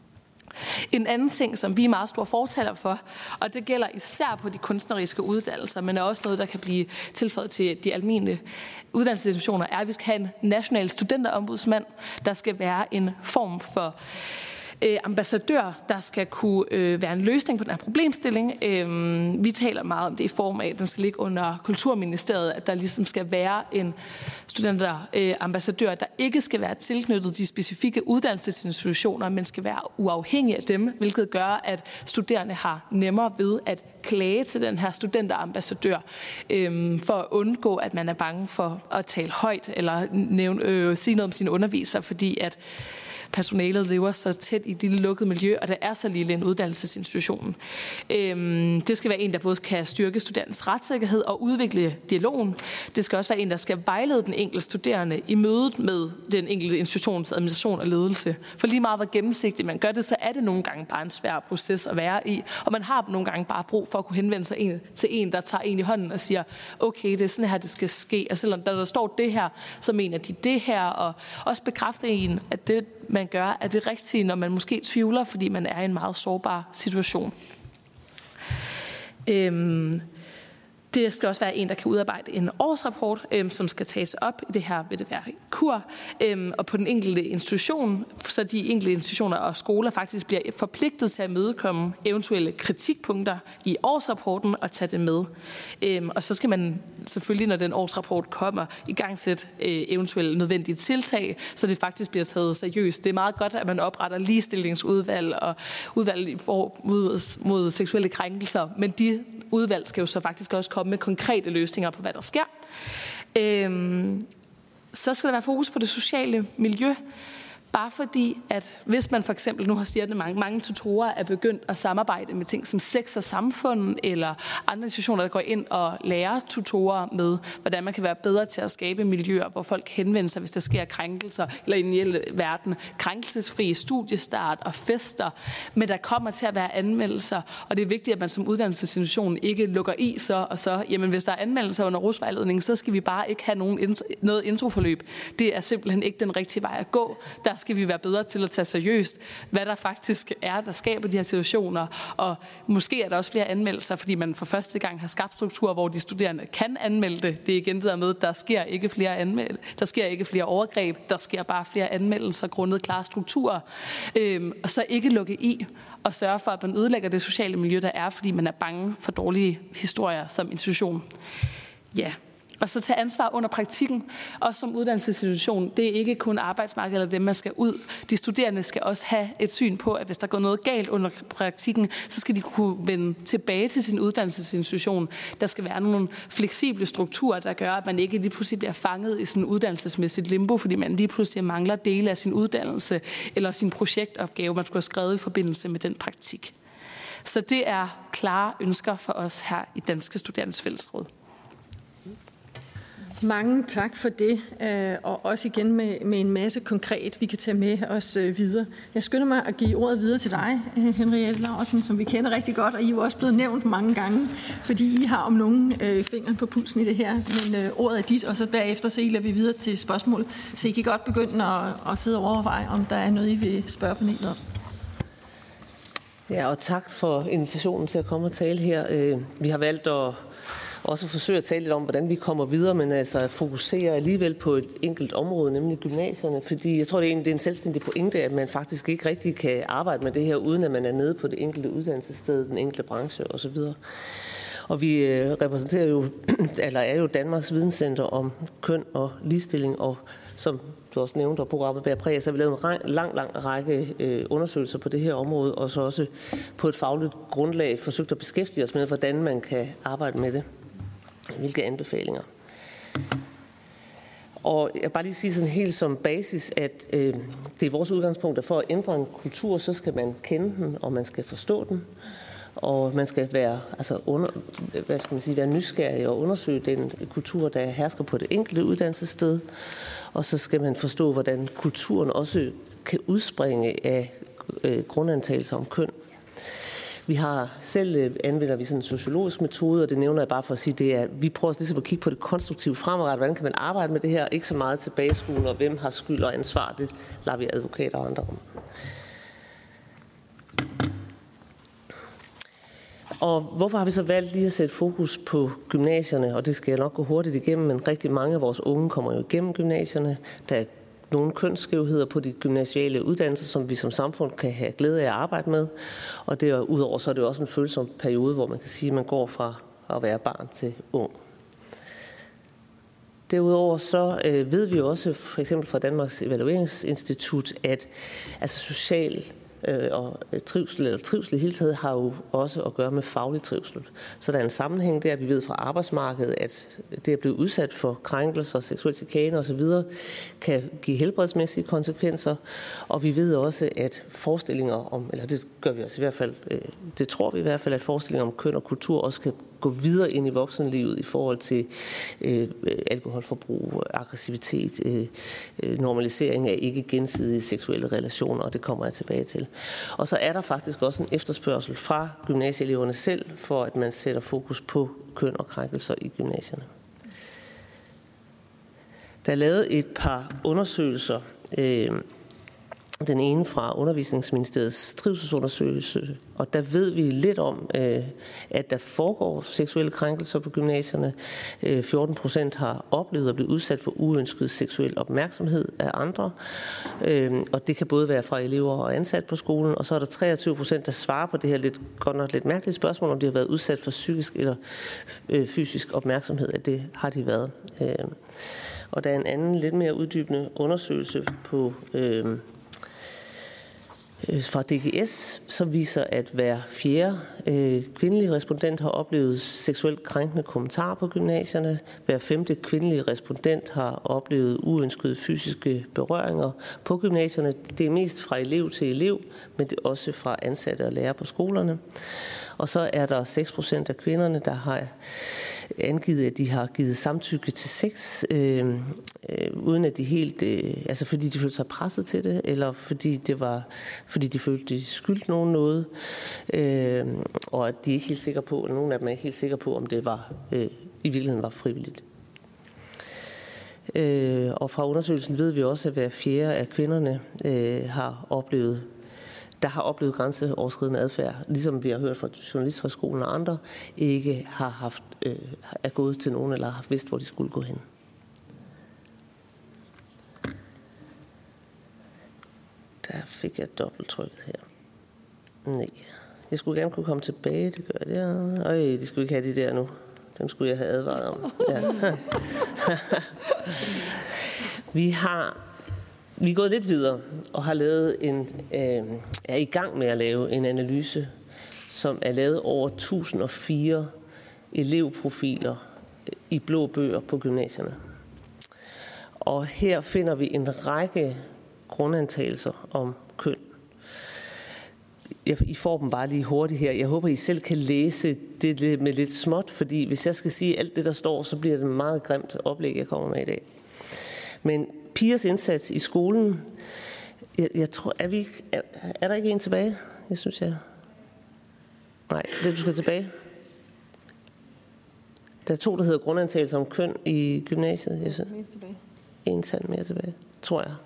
En anden ting, som vi er meget store fortaler for, og det gælder især på de kunstneriske uddannelser, men er også noget, der kan blive tilføjet til de almindelige uddannelsesinstitutioner, er, at vi skal have en national studenterombudsmand, der skal være en form for Øh, ambassadør, der skal kunne øh, være en løsning på den her problemstilling. Øh, vi taler meget om det i form af, at den skal ligge under Kulturministeriet, at der ligesom skal være en studenterambassadør, øh, der ikke skal være tilknyttet de specifikke uddannelsesinstitutioner, men skal være uafhængig af dem, hvilket gør, at studerende har nemmere ved at klage til den her studenterambassadør, øh, for at undgå, at man er bange for at tale højt eller nævne, øh, sige noget om sine undervisere, fordi at personalet lever så tæt i et lille lukket miljø, og der er så lille en uddannelsesinstitution. Øhm, det skal være en, der både kan styrke studerendens retssikkerhed og udvikle dialogen. Det skal også være en, der skal vejlede den enkelte studerende i mødet med den enkelte institutions administration og ledelse. For lige meget hvor gennemsigtigt man gør det, så er det nogle gange bare en svær proces at være i, og man har nogle gange bare brug for at kunne henvende sig en, til en, der tager en i hånden og siger, okay, det er sådan her, det skal ske, og selvom der, der står det her, så mener de det her, og også bekræfte en, at det man gør, er det rigtige, når man måske tvivler, fordi man er i en meget sårbar situation. Øhm, det skal også være en, der kan udarbejde en årsrapport, øhm, som skal tages op. I det her vil det være kur, øhm, og på den enkelte institution, så de enkelte institutioner og skoler faktisk bliver forpligtet til at mødekomme eventuelle kritikpunkter i årsrapporten og tage det med. Øhm, og så skal man selvfølgelig, når den årsrapport kommer, i gang sætte øh, eventuelle nødvendige tiltag, så det faktisk bliver taget seriøst. Det er meget godt, at man opretter ligestillingsudvalg og udvalg mod, mod seksuelle krænkelser, men de udvalg skal jo så faktisk også komme med konkrete løsninger på, hvad der sker. Øhm, så skal der være fokus på det sociale miljø. Bare fordi, at hvis man for eksempel, nu har siger mange, mange tutorer er begyndt at samarbejde med ting som sex og samfund, eller andre institutioner, der går ind og lærer tutorer med, hvordan man kan være bedre til at skabe miljøer, hvor folk henvender sig, hvis der sker krænkelser, eller i den hele verden, krænkelsesfri studiestart og fester, men der kommer til at være anmeldelser, og det er vigtigt, at man som uddannelsesinstitution ikke lukker i så og så, jamen hvis der er anmeldelser under rusvejledning, så skal vi bare ikke have nogen, noget introforløb. Det er simpelthen ikke den rigtige vej at gå. Der skal vi være bedre til at tage seriøst, hvad der faktisk er, der skaber de her situationer. Og måske er der også flere anmeldelser, fordi man for første gang har skabt strukturer, hvor de studerende kan anmelde det. Det er igen det der med, der sker ikke flere anmeld- der sker ikke flere overgreb, der sker bare flere anmeldelser grundet klare strukturer. Øhm, og så ikke lukke i og sørge for, at man ødelægger det sociale miljø, der er, fordi man er bange for dårlige historier som institution. Ja. Og så tage ansvar under praktikken, også som uddannelsesinstitution. Det er ikke kun arbejdsmarkedet eller dem, man skal ud. De studerende skal også have et syn på, at hvis der går noget galt under praktikken, så skal de kunne vende tilbage til sin uddannelsesinstitution. Der skal være nogle fleksible strukturer, der gør, at man ikke lige pludselig bliver fanget i sådan en uddannelsesmæssigt limbo, fordi man lige pludselig mangler dele af sin uddannelse eller sin projektopgave, man skulle have skrevet i forbindelse med den praktik. Så det er klare ønsker for os her i Danske Studerendes Fællesråd. Mange tak for det, og også igen med, med en masse konkret, vi kan tage med os videre. Jeg skynder mig at give ordet videre til dig, Henriette Laursen, som vi kender rigtig godt, og I er jo også blevet nævnt mange gange, fordi I har om nogen øh, fingeren på pulsen i det her. Men øh, ordet er dit, og så bagefter så lader vi videre til spørgsmål. Så I kan godt begynde at, at sidde og overveje, om der er noget, I vil spørge panelet om. Ja, og tak for invitationen til at komme og tale her. Vi har valgt at også forsøge at tale lidt om, hvordan vi kommer videre, men altså fokusere alligevel på et enkelt område, nemlig gymnasierne, fordi jeg tror, det er en, det er en selvstændig pointe, at man faktisk ikke rigtig kan arbejde med det her, uden at man er nede på det enkelte uddannelsessted, den enkelte branche osv. Og vi repræsenterer jo, eller er jo Danmarks videnscenter om køn og ligestilling, og som du også nævnte, og programmet bærer præg, så har vi lavet en lang, lang række øh, undersøgelser på det her område, og så også på et fagligt grundlag forsøgt at beskæftige os med, hvordan man kan arbejde med det. Hvilke anbefalinger. Og jeg vil bare lige sige sådan helt som basis, at øh, det er vores udgangspunkt, at for at ændre en kultur, så skal man kende den, og man skal forstå den. Og man skal være, altså under, hvad skal man sige, være nysgerrig og undersøge den kultur, der hersker på det enkelte uddannelsessted. Og så skal man forstå, hvordan kulturen også kan udspringe af øh, grundantagelser om køn. Vi har selv anvender vi sådan en sociologisk metode, og det nævner jeg bare for at sige, det er, at vi prøver ligesom at kigge på det konstruktive fremadrettet. Hvordan kan man arbejde med det her? Ikke så meget tilbageskuende, og hvem har skyld og ansvar, det lader vi advokater og andre om. Og hvorfor har vi så valgt lige at sætte fokus på gymnasierne? Og det skal jeg nok gå hurtigt igennem, men rigtig mange af vores unge kommer jo igennem gymnasierne. Der er nogle kønsskævheder på de gymnasiale uddannelser, som vi som samfund kan have glæde af at arbejde med. Og derudover så er det også en følsom periode, hvor man kan sige, at man går fra at være barn til ung. Derudover så øh, ved vi også, for eksempel fra Danmarks Evalueringsinstitut, at altså social øh, og trivsel, eller trivsel i hele taget, har jo også at gøre med faglig trivsel. Så der er en sammenhæng der, vi ved fra arbejdsmarkedet, at det at blive udsat for krænkelser, seksuel chikane osv. kan give helbredsmæssige konsekvenser. Og vi ved også, at forestillinger om, eller det gør vi også i hvert fald, øh, det tror vi i hvert fald, at forestillinger om køn og kultur også kan gå videre ind i voksenlivet i forhold til øh, alkoholforbrug, aggressivitet, øh, normalisering af ikke gensidige seksuelle relationer, og det kommer jeg tilbage til. Og så er der faktisk også en efterspørgsel fra gymnasieeleverne selv, for at man sætter fokus på køn og krænkelser i gymnasierne. Der er lavet et par undersøgelser. Øh, Den ene fra Undervisningsministeriets trivselsundersøgelse, og der ved vi lidt om, at der foregår seksuelle krænkelser på gymnasierne. fjorten procent har oplevet at blive udsat for uønsket seksuel opmærksomhed af andre, og det kan både være fra elever og ansat på skolen, og så er der treogtyve procent, der svarer på det her lidt, godt nok lidt mærkelige spørgsmål, om de har været udsat for psykisk eller fysisk opmærksomhed, at det har de været. Og der er en anden lidt mere uddybende undersøgelse på fra D G S, som viser, at hver fjerde øh, kvindelige respondent har oplevet seksuelt krænkende kommentarer på gymnasierne. Hver femte kvindelige respondent har oplevet uønskede fysiske berøringer på gymnasierne. Det er mest fra elev til elev, men det er også fra ansatte og lærere på skolerne. Og så er der seks procent af kvinderne, der har angivet, at de har givet samtykke til sex, øh, øh, uden at de helt, øh, altså fordi de følte sig presset til det, eller fordi det var, fordi de følte, de skyldte nogen noget, øh, og at de ikke helt sikre på, eller nogen af dem er ikke helt sikre på, om det var øh, i virkeligheden var frivilligt. Øh, og fra undersøgelsen ved vi også, at hver fjerde af kvinderne øh, har oplevet der har oplevet grænseoverskridende adfærd, ligesom vi har hørt fra Journalisthøjskolen og andre, ikke har haft, øh, er gået til nogen eller har vidst, hvor de skulle gå hen. Der fik jeg dobbelttrykket her. Nej. Jeg skulle gerne kunne komme tilbage, det gør det. Øj, de skulle ikke have de der nu. Dem skulle jeg have advaret om. Ja. Vi har Vi er gået lidt videre og har lavet en, øh, er i gang med at lave en analyse, som er lavet over tusind og fire elevprofiler i blå bøger på gymnasierne. Og her finder vi en række grundantagelser om køn. I får dem bare lige hurtigt her. Jeg håber, I selv kan læse det med lidt småt, fordi hvis jeg skal sige alt det, der står, så bliver det et meget grimt oplæg, jeg kommer med i dag. Men pigers indsats i skolen, jeg, jeg tror, er, vi, er, er der ikke en tilbage? Jeg synes, jeg... Nej, det du skal tilbage. Der er to, der hedder grundantagelse om køn i gymnasiet. Jeg synes. En tand mere tilbage, tror jeg.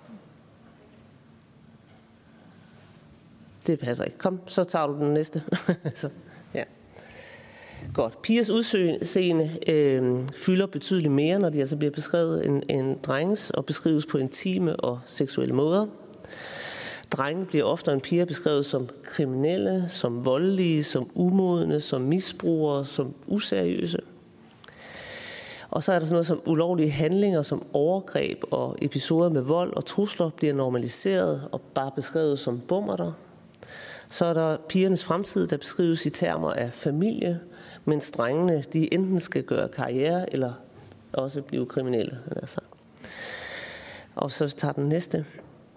Det passer ikke. Kom, så tager du den næste. så, ja. Godt. Pigers udseende øh, fylder betydeligt mere, når de altså bliver beskrevet end, end drenges, og beskrives på intime og seksuelle måder. Drenge bliver oftere end piger beskrevet som kriminelle, som voldelige, som umodne, som misbrugere, som useriøse. Og så er der sådan noget som ulovlige handlinger, som overgreb og episoder med vold og trusler bliver normaliseret og bare beskrevet som bummerter. Så er der pigernes fremtid, der beskrives i termer af familie, mens drengene de enten skal gøre karriere eller også blive kriminelle. Altså. Og så tager den næste.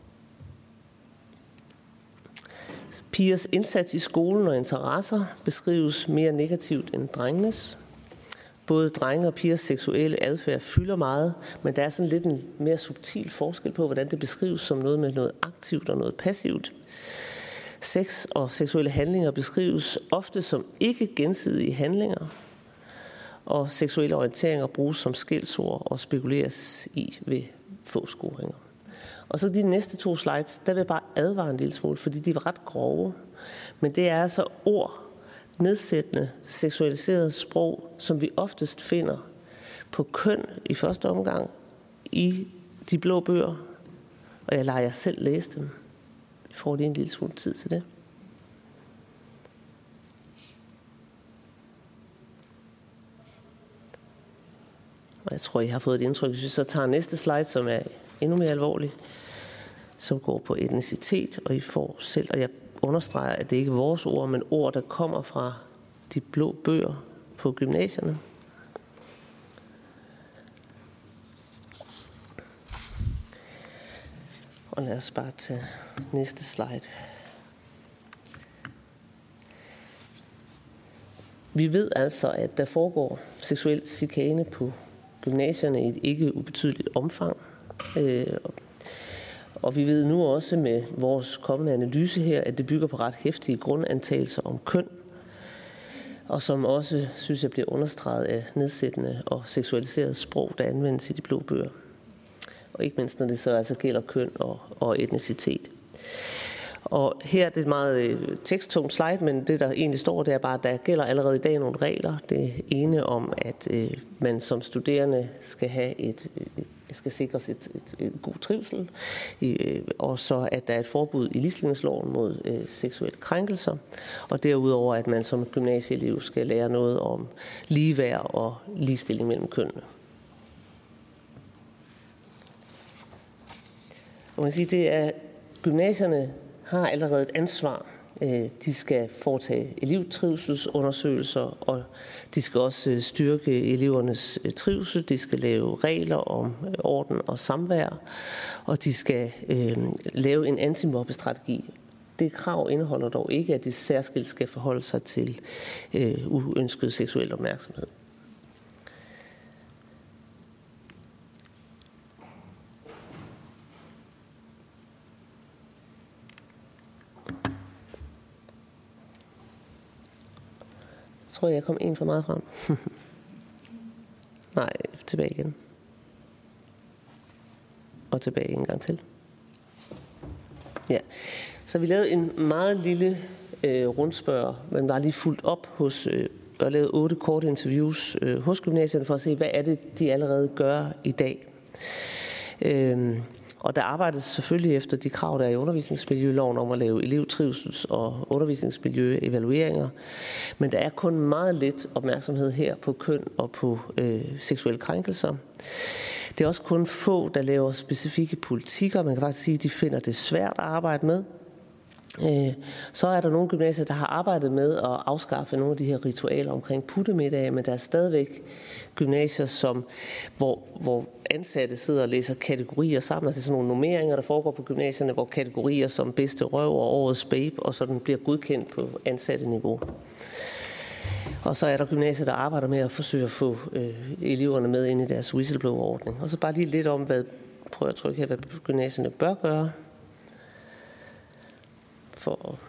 Pigers indsats i skolen og interesser beskrives mere negativt end drengenes. Både drenge og pigers seksuelle adfærd fylder meget, men der er sådan lidt en mere subtil forskel på, hvordan det beskrives som noget med noget aktivt og noget passivt. Sex og seksuelle handlinger beskrives ofte som ikke gensidige handlinger, og seksuelle orienteringer bruges som skældsord og spekuleres i ved få scoringer. Og så de næste to slides, der vil jeg bare advare en lille smule, fordi de var ret grove. Men det er altså ord, nedsættende, seksualiseret sprog, som vi oftest finder på køn i første omgang i de blå bøger. Og jeg lader jer selv læse dem. Vi får lige en lille smule tid til det. Og jeg tror, I har fået et indtryk. Hvis vi så tager næste slide, som er endnu mere alvorlig, som går på etnicitet, og I får selv, og jeg understreger, at det ikke er vores ord, men ord, der kommer fra de blå bøger på gymnasierne. Og lad os bare tage næste slide. Vi ved altså, at der foregår seksuel chikane på gymnasierne i et ikke ubetydeligt omfang. Og vi ved nu også med vores kommende analyse her, at det bygger på ret heftige grundantagelser om køn, og som også, synes jeg, bliver understreget af nedsættende og seksualiseret sprog, der anvendes i de blå bøger. Og ikke mindst, når det så altså gælder køn og, og etnicitet. Og her er det et meget teksttungt slide, men det, der egentlig står, det er bare, at der gælder allerede i dag nogle regler. Det ene om, at øh, man som studerende skal have et, et skal sikres et, et, et god trivsel, øh, og så at der er et forbud i ligestillingsloven mod øh, seksuelle krænkelser, og derudover, at man som gymnasieelev skal lære noget om ligeværd og ligestilling mellem kønnene. Og man siger, det er, gymnasierne har allerede et ansvar. De skal foretage elevtrivselsundersøgelser, og de skal også styrke elevernes trivsel. De skal lave regler om orden og samvær, og de skal øh, lave en antimobbestrategi. Det krav indeholder dog ikke, at de særskilt skal forholde sig til øh, uønsket seksuel opmærksomhed. Jeg tror, jeg kom en for meget frem. Nej, tilbage igen. Og tilbage en gang til. Ja, så vi lavede en meget lille øh, rundspørg, men var lige fuldt op hos, øh, og lavede otte korte interviews øh, hos gymnasierne for at se, hvad er det, de allerede gør i dag. Øh, Og der arbejdes selvfølgelig efter de krav, der er i undervisningsmiljøloven om at lave elevtrivsels- og undervisningsmiljøevalueringer. Men der er kun meget lidt opmærksomhed her på køn og på øh, seksuelle krænkelser. Det er også kun få, der laver specifikke politikker. Man kan faktisk sige, at de finder det svært at arbejde med. Så er der nogle gymnasier, der har arbejdet med at afskaffe nogle af de her ritualer omkring puttemiddag, men der er stadigvæk gymnasier, som, hvor, hvor ansatte sidder og læser kategorier sammen. Altså sådan nogle normeringer, der foregår på gymnasierne, hvor kategorier som bedste røv og årets babe og sådan bliver godkendt på ansatte niveau. Og så er der gymnasier, der arbejder med at forsøge at få øh, eleverne med ind i deres whistleblower-ordning. Og så bare lige lidt om, hvad, prøver jeg at trykke her, hvad gymnasierne bør gøre. For,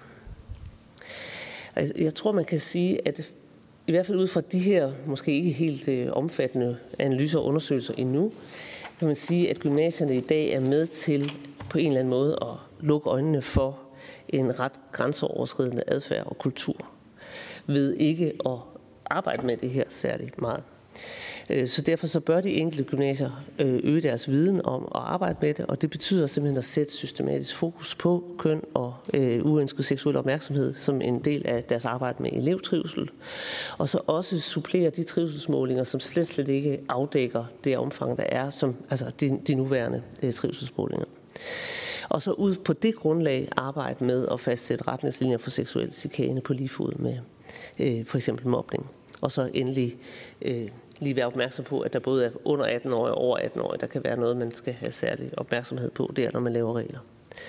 altså, jeg tror, man kan sige, at i hvert fald ud fra de her måske ikke helt øh, omfattende analyser og undersøgelser endnu, kan man sige, at gymnasierne i dag er med til på en eller anden måde at lukke øjnene for en ret grænseoverskridende adfærd og kultur, ved ikke at arbejde med det her særligt meget. Så derfor så bør de enkelte gymnasier øge deres viden om at arbejde med det, og det betyder simpelthen at sætte systematisk fokus på køn og øh, uønsket seksuel opmærksomhed som en del af deres arbejde med elevtrivsel, og så også supplere de trivselsmålinger, som slet slet ikke afdækker det omfang, der er, som altså de, de nuværende øh, trivselsmålinger. Og så ud på det grundlag arbejde med at fastsætte retningslinjer for seksuel chikane på lige fod med øh, for eksempel mobning. Og så endelig øh, lige være opmærksom på, at der både er under atten år og over atten år, der kan være noget, man skal have særlig opmærksomhed på der, når man laver regler.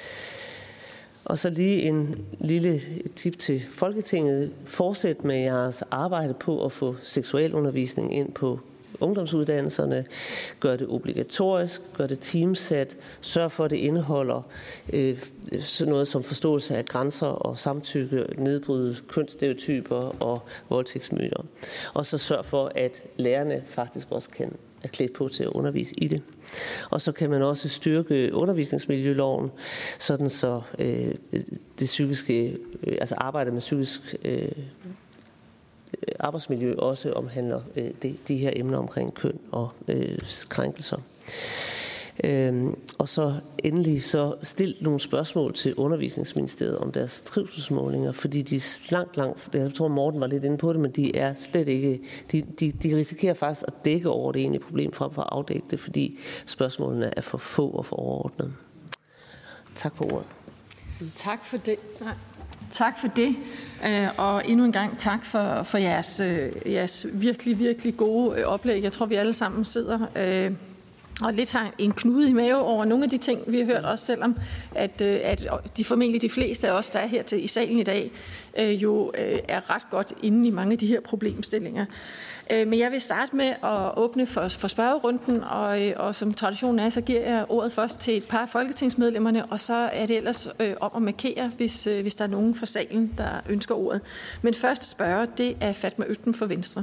Og så lige en lille tip til Folketinget. Fortsæt med jeres arbejde på at få seksualundervisning ind på ungdomsuddannelserne, gør det obligatorisk, gør det teamsat, sørg for, at det indeholder øh, sådan noget som forståelse af grænser og samtykke, nedbryde kønsstereotyper og voldtægtsmyter. Og så sørg for, at lærerne faktisk også kan er klædt på til at undervise i det. Og så kan man også styrke undervisningsmiljøloven, sådan så øh, det psykiske, øh, altså arbejdet med psykisk øh, arbejdsmiljø også omhandler øh, de, de her emner omkring køn og øh, krænkelser. Øhm, og så endelig så stil nogle spørgsmål til Undervisningsministeriet om deres trivselsmålinger, fordi de er langt, langt, jeg tror Morten var lidt inde på det, men de er slet ikke, de, de, de risikerer faktisk at dække over det egentlige problem frem for at afdække det, fordi spørgsmålene er for få og for overordnede. Tak for ordet. Tak for det. Nej. Tak for det, og endnu en gang tak for, for jeres, jeres virkelig, virkelig gode oplæg. Jeg tror, vi alle sammen sidder og lidt har en knude i mave over nogle af de ting, vi har hørt, også selvom at, at de formentlig de fleste af os, der er her til, i salen i dag, jo er ret godt inde i mange af de her problemstillinger. Men jeg vil starte med at åbne for, for spørgerunden, og, og som traditionen er, så giver jeg ordet først til et par af folketingsmedlemmerne, og så er det ellers øh, om at markere, hvis, øh, hvis der er nogen fra salen, der ønsker ordet. Men første spørger, det er Fatma Øktem for Venstre.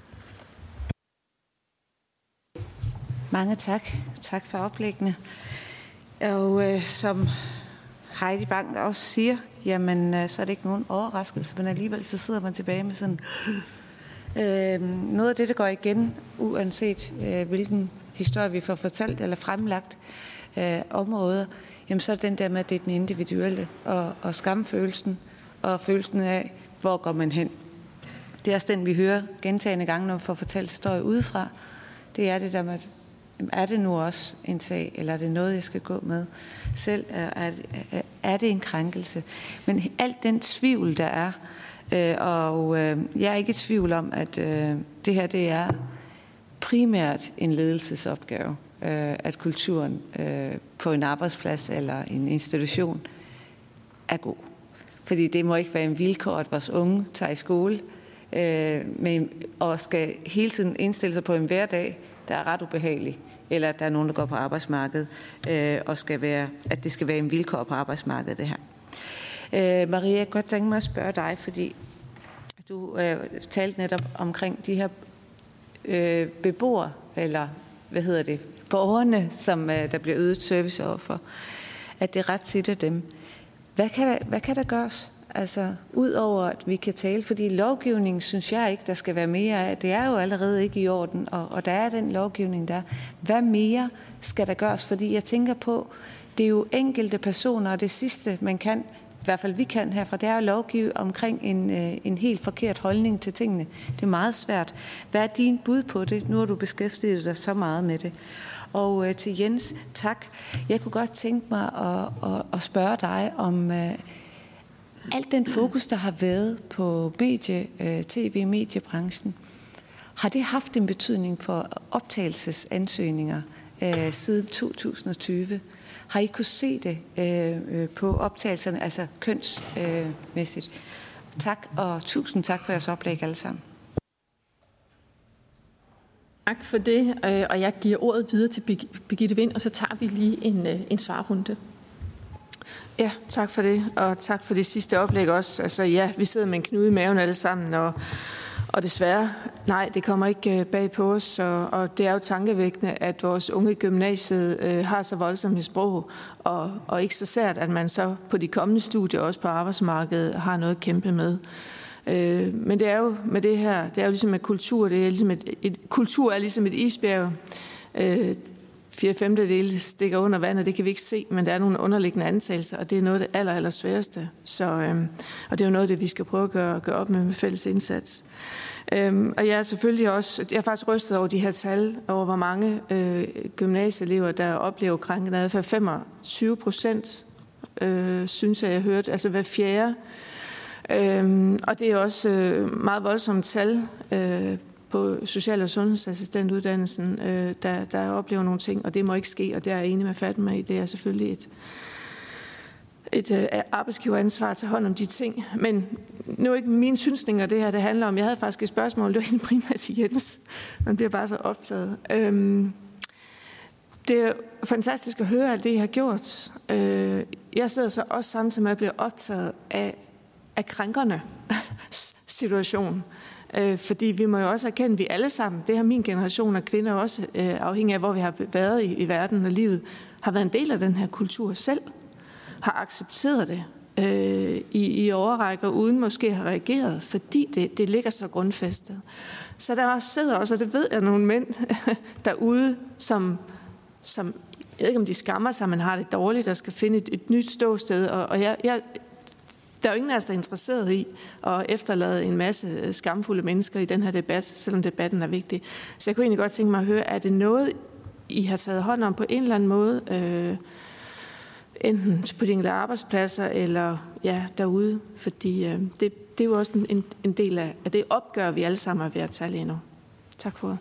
Mange tak. Tak for oplæggene. Og øh, som Heidi Bank også siger, jamen øh, så er det ikke nogen overraskelse, men alligevel så sidder man tilbage med sådan øh, noget af det, der går igen, uanset øh, hvilken historie vi får fortalt eller fremlagt øh, områder, jamen så er det den der med, at det er den individuelle og, og skamfølelsen og følelsen af, hvor går man hen. Det er også den, vi hører gentagende gange, når vi får fortalt historie udefra. Det er det der med, er det nu også en sag, eller er det noget, jeg skal gå med selv? Er, er, er det en krænkelse? Men alt den tvivl, der er, øh, og øh, jeg er ikke i tvivl om, at øh, det her, det er primært en ledelsesopgave, øh, at kulturen øh, på en arbejdsplads eller en institution er god. Fordi det må ikke være en vilkår, at vores unge tager i skole, øh, men, og skal hele tiden indstille sig på en hverdag, der er ret ubehagelig, eller at der er nogen, der går på arbejdsmarkedet, øh, og skal være, at det skal være en vilkår på arbejdsmarkedet, det her. Øh, Maria, jeg kan godt tænke mig at spørge dig, fordi du øh, talte netop omkring de her øh, beboere, eller hvad hedder det, borgerne, som øh, der bliver ydet service overfor, at det er ret tit af dem. Hvad kan der, hvad kan der gøres? Altså, udover at vi kan tale, fordi lovgivningen synes jeg ikke, der skal være mere af. Det er jo allerede ikke i orden, og, og der er den lovgivning der. Hvad mere skal der gøres? Fordi jeg tænker på, det er jo enkelte personer, og det sidste, man kan, i hvert fald vi kan herfra, det er at lovgive omkring en, en helt forkert holdning til tingene. Det er meget svært. Hvad er din bud på det? Nu har du beskæftiget dig så meget med det. Og øh, til Jens, tak. Jeg kunne godt tænke mig at, at, at spørge dig om... Øh, alt den fokus, der har været på medie, tv-mediebranchen, har det haft en betydning for optagelsesansøgninger øh, siden to tusind og tyve? Har I kunne se det øh, på optagelserne, altså kønsmæssigt? Øh, tak, og tusind tak for jeres oplæg alle sammen. Tak for det, og jeg giver ordet videre til Birgitte Vind, og så tager vi lige en, en svarrunde. Ja, tak for det, og tak for det sidste oplæg også. Altså ja, vi sidder med en knude i maven alle sammen, og, og desværre, nej, det kommer ikke bag på os, og, og det er jo tankevækkende, at vores unge i gymnasiet øh, har så voldsomt et sprog, og, og ikke så sært, at man så på de kommende studier, også på arbejdsmarkedet, har noget at kæmpe med. Øh, men det er jo med det her, det er jo ligesom med kultur, det er ligesom et, et, kultur er ligesom et isbjerg. Øh, Fire femtedele stikker under vandet, det kan vi ikke se, men der er nogle underliggende antagelser, og det er noget af det aller, aller sværeste. Så, øhm, og det er jo noget af det, vi skal prøve at gøre, gøre op med med fælles indsats. Øhm, og jeg er selvfølgelig også, jeg er faktisk rystet over de her tal, over hvor mange øh, gymnasieelever, der oplever krænkende adfærd. femogtyve procent, øh, synes jeg, jeg hørte, altså hver fjerde. Øhm, og det er også øh, meget voldsomt tal øh, på social- og sundhedsassistentuddannelsen, øh, der, der oplever nogle ting, og det må ikke ske, og det er jeg enig med Fatma i. Det er selvfølgelig et, et øh, arbejdsgiveransvar at tage hånd om de ting. Men nu er ikke mine synsninger, det her det handler om. Jeg havde faktisk et spørgsmål, det var egentlig primært til Jens. Man bliver bare så optaget. Øhm, det er fantastisk at høre alt det, I har gjort. Øh, jeg sidder så også samtidig med at blive optaget af, af krænkerne situation. Fordi vi må jo også erkende, at vi alle sammen, det har min generation af kvinder også, afhængig af hvor vi har været i, i verden og livet, har været en del af den her kultur selv, har accepteret det øh, i, i overrækker, uden måske at have reageret, fordi det, det ligger så grundfæstet. Så der også sidder også, og det ved jeg, nogle mænd derude, som, som, jeg ved ikke om de skammer sig, men har det dårligt og skal finde et, et nyt ståsted, og, og jeg, jeg Der er jo ingen af os, der er interesseret i at efterlade en masse skamfulde mennesker i den her debat, selvom debatten er vigtig. Så jeg kunne egentlig godt tænke mig at høre, er det noget, I har taget hånd om på en eller anden måde, øh, enten på de enkelte arbejdspladser eller ja, derude? Fordi øh, det, det er jo også en, en del af, af det opgør, vi alle sammen er ved at tage lige nu. Tak for det.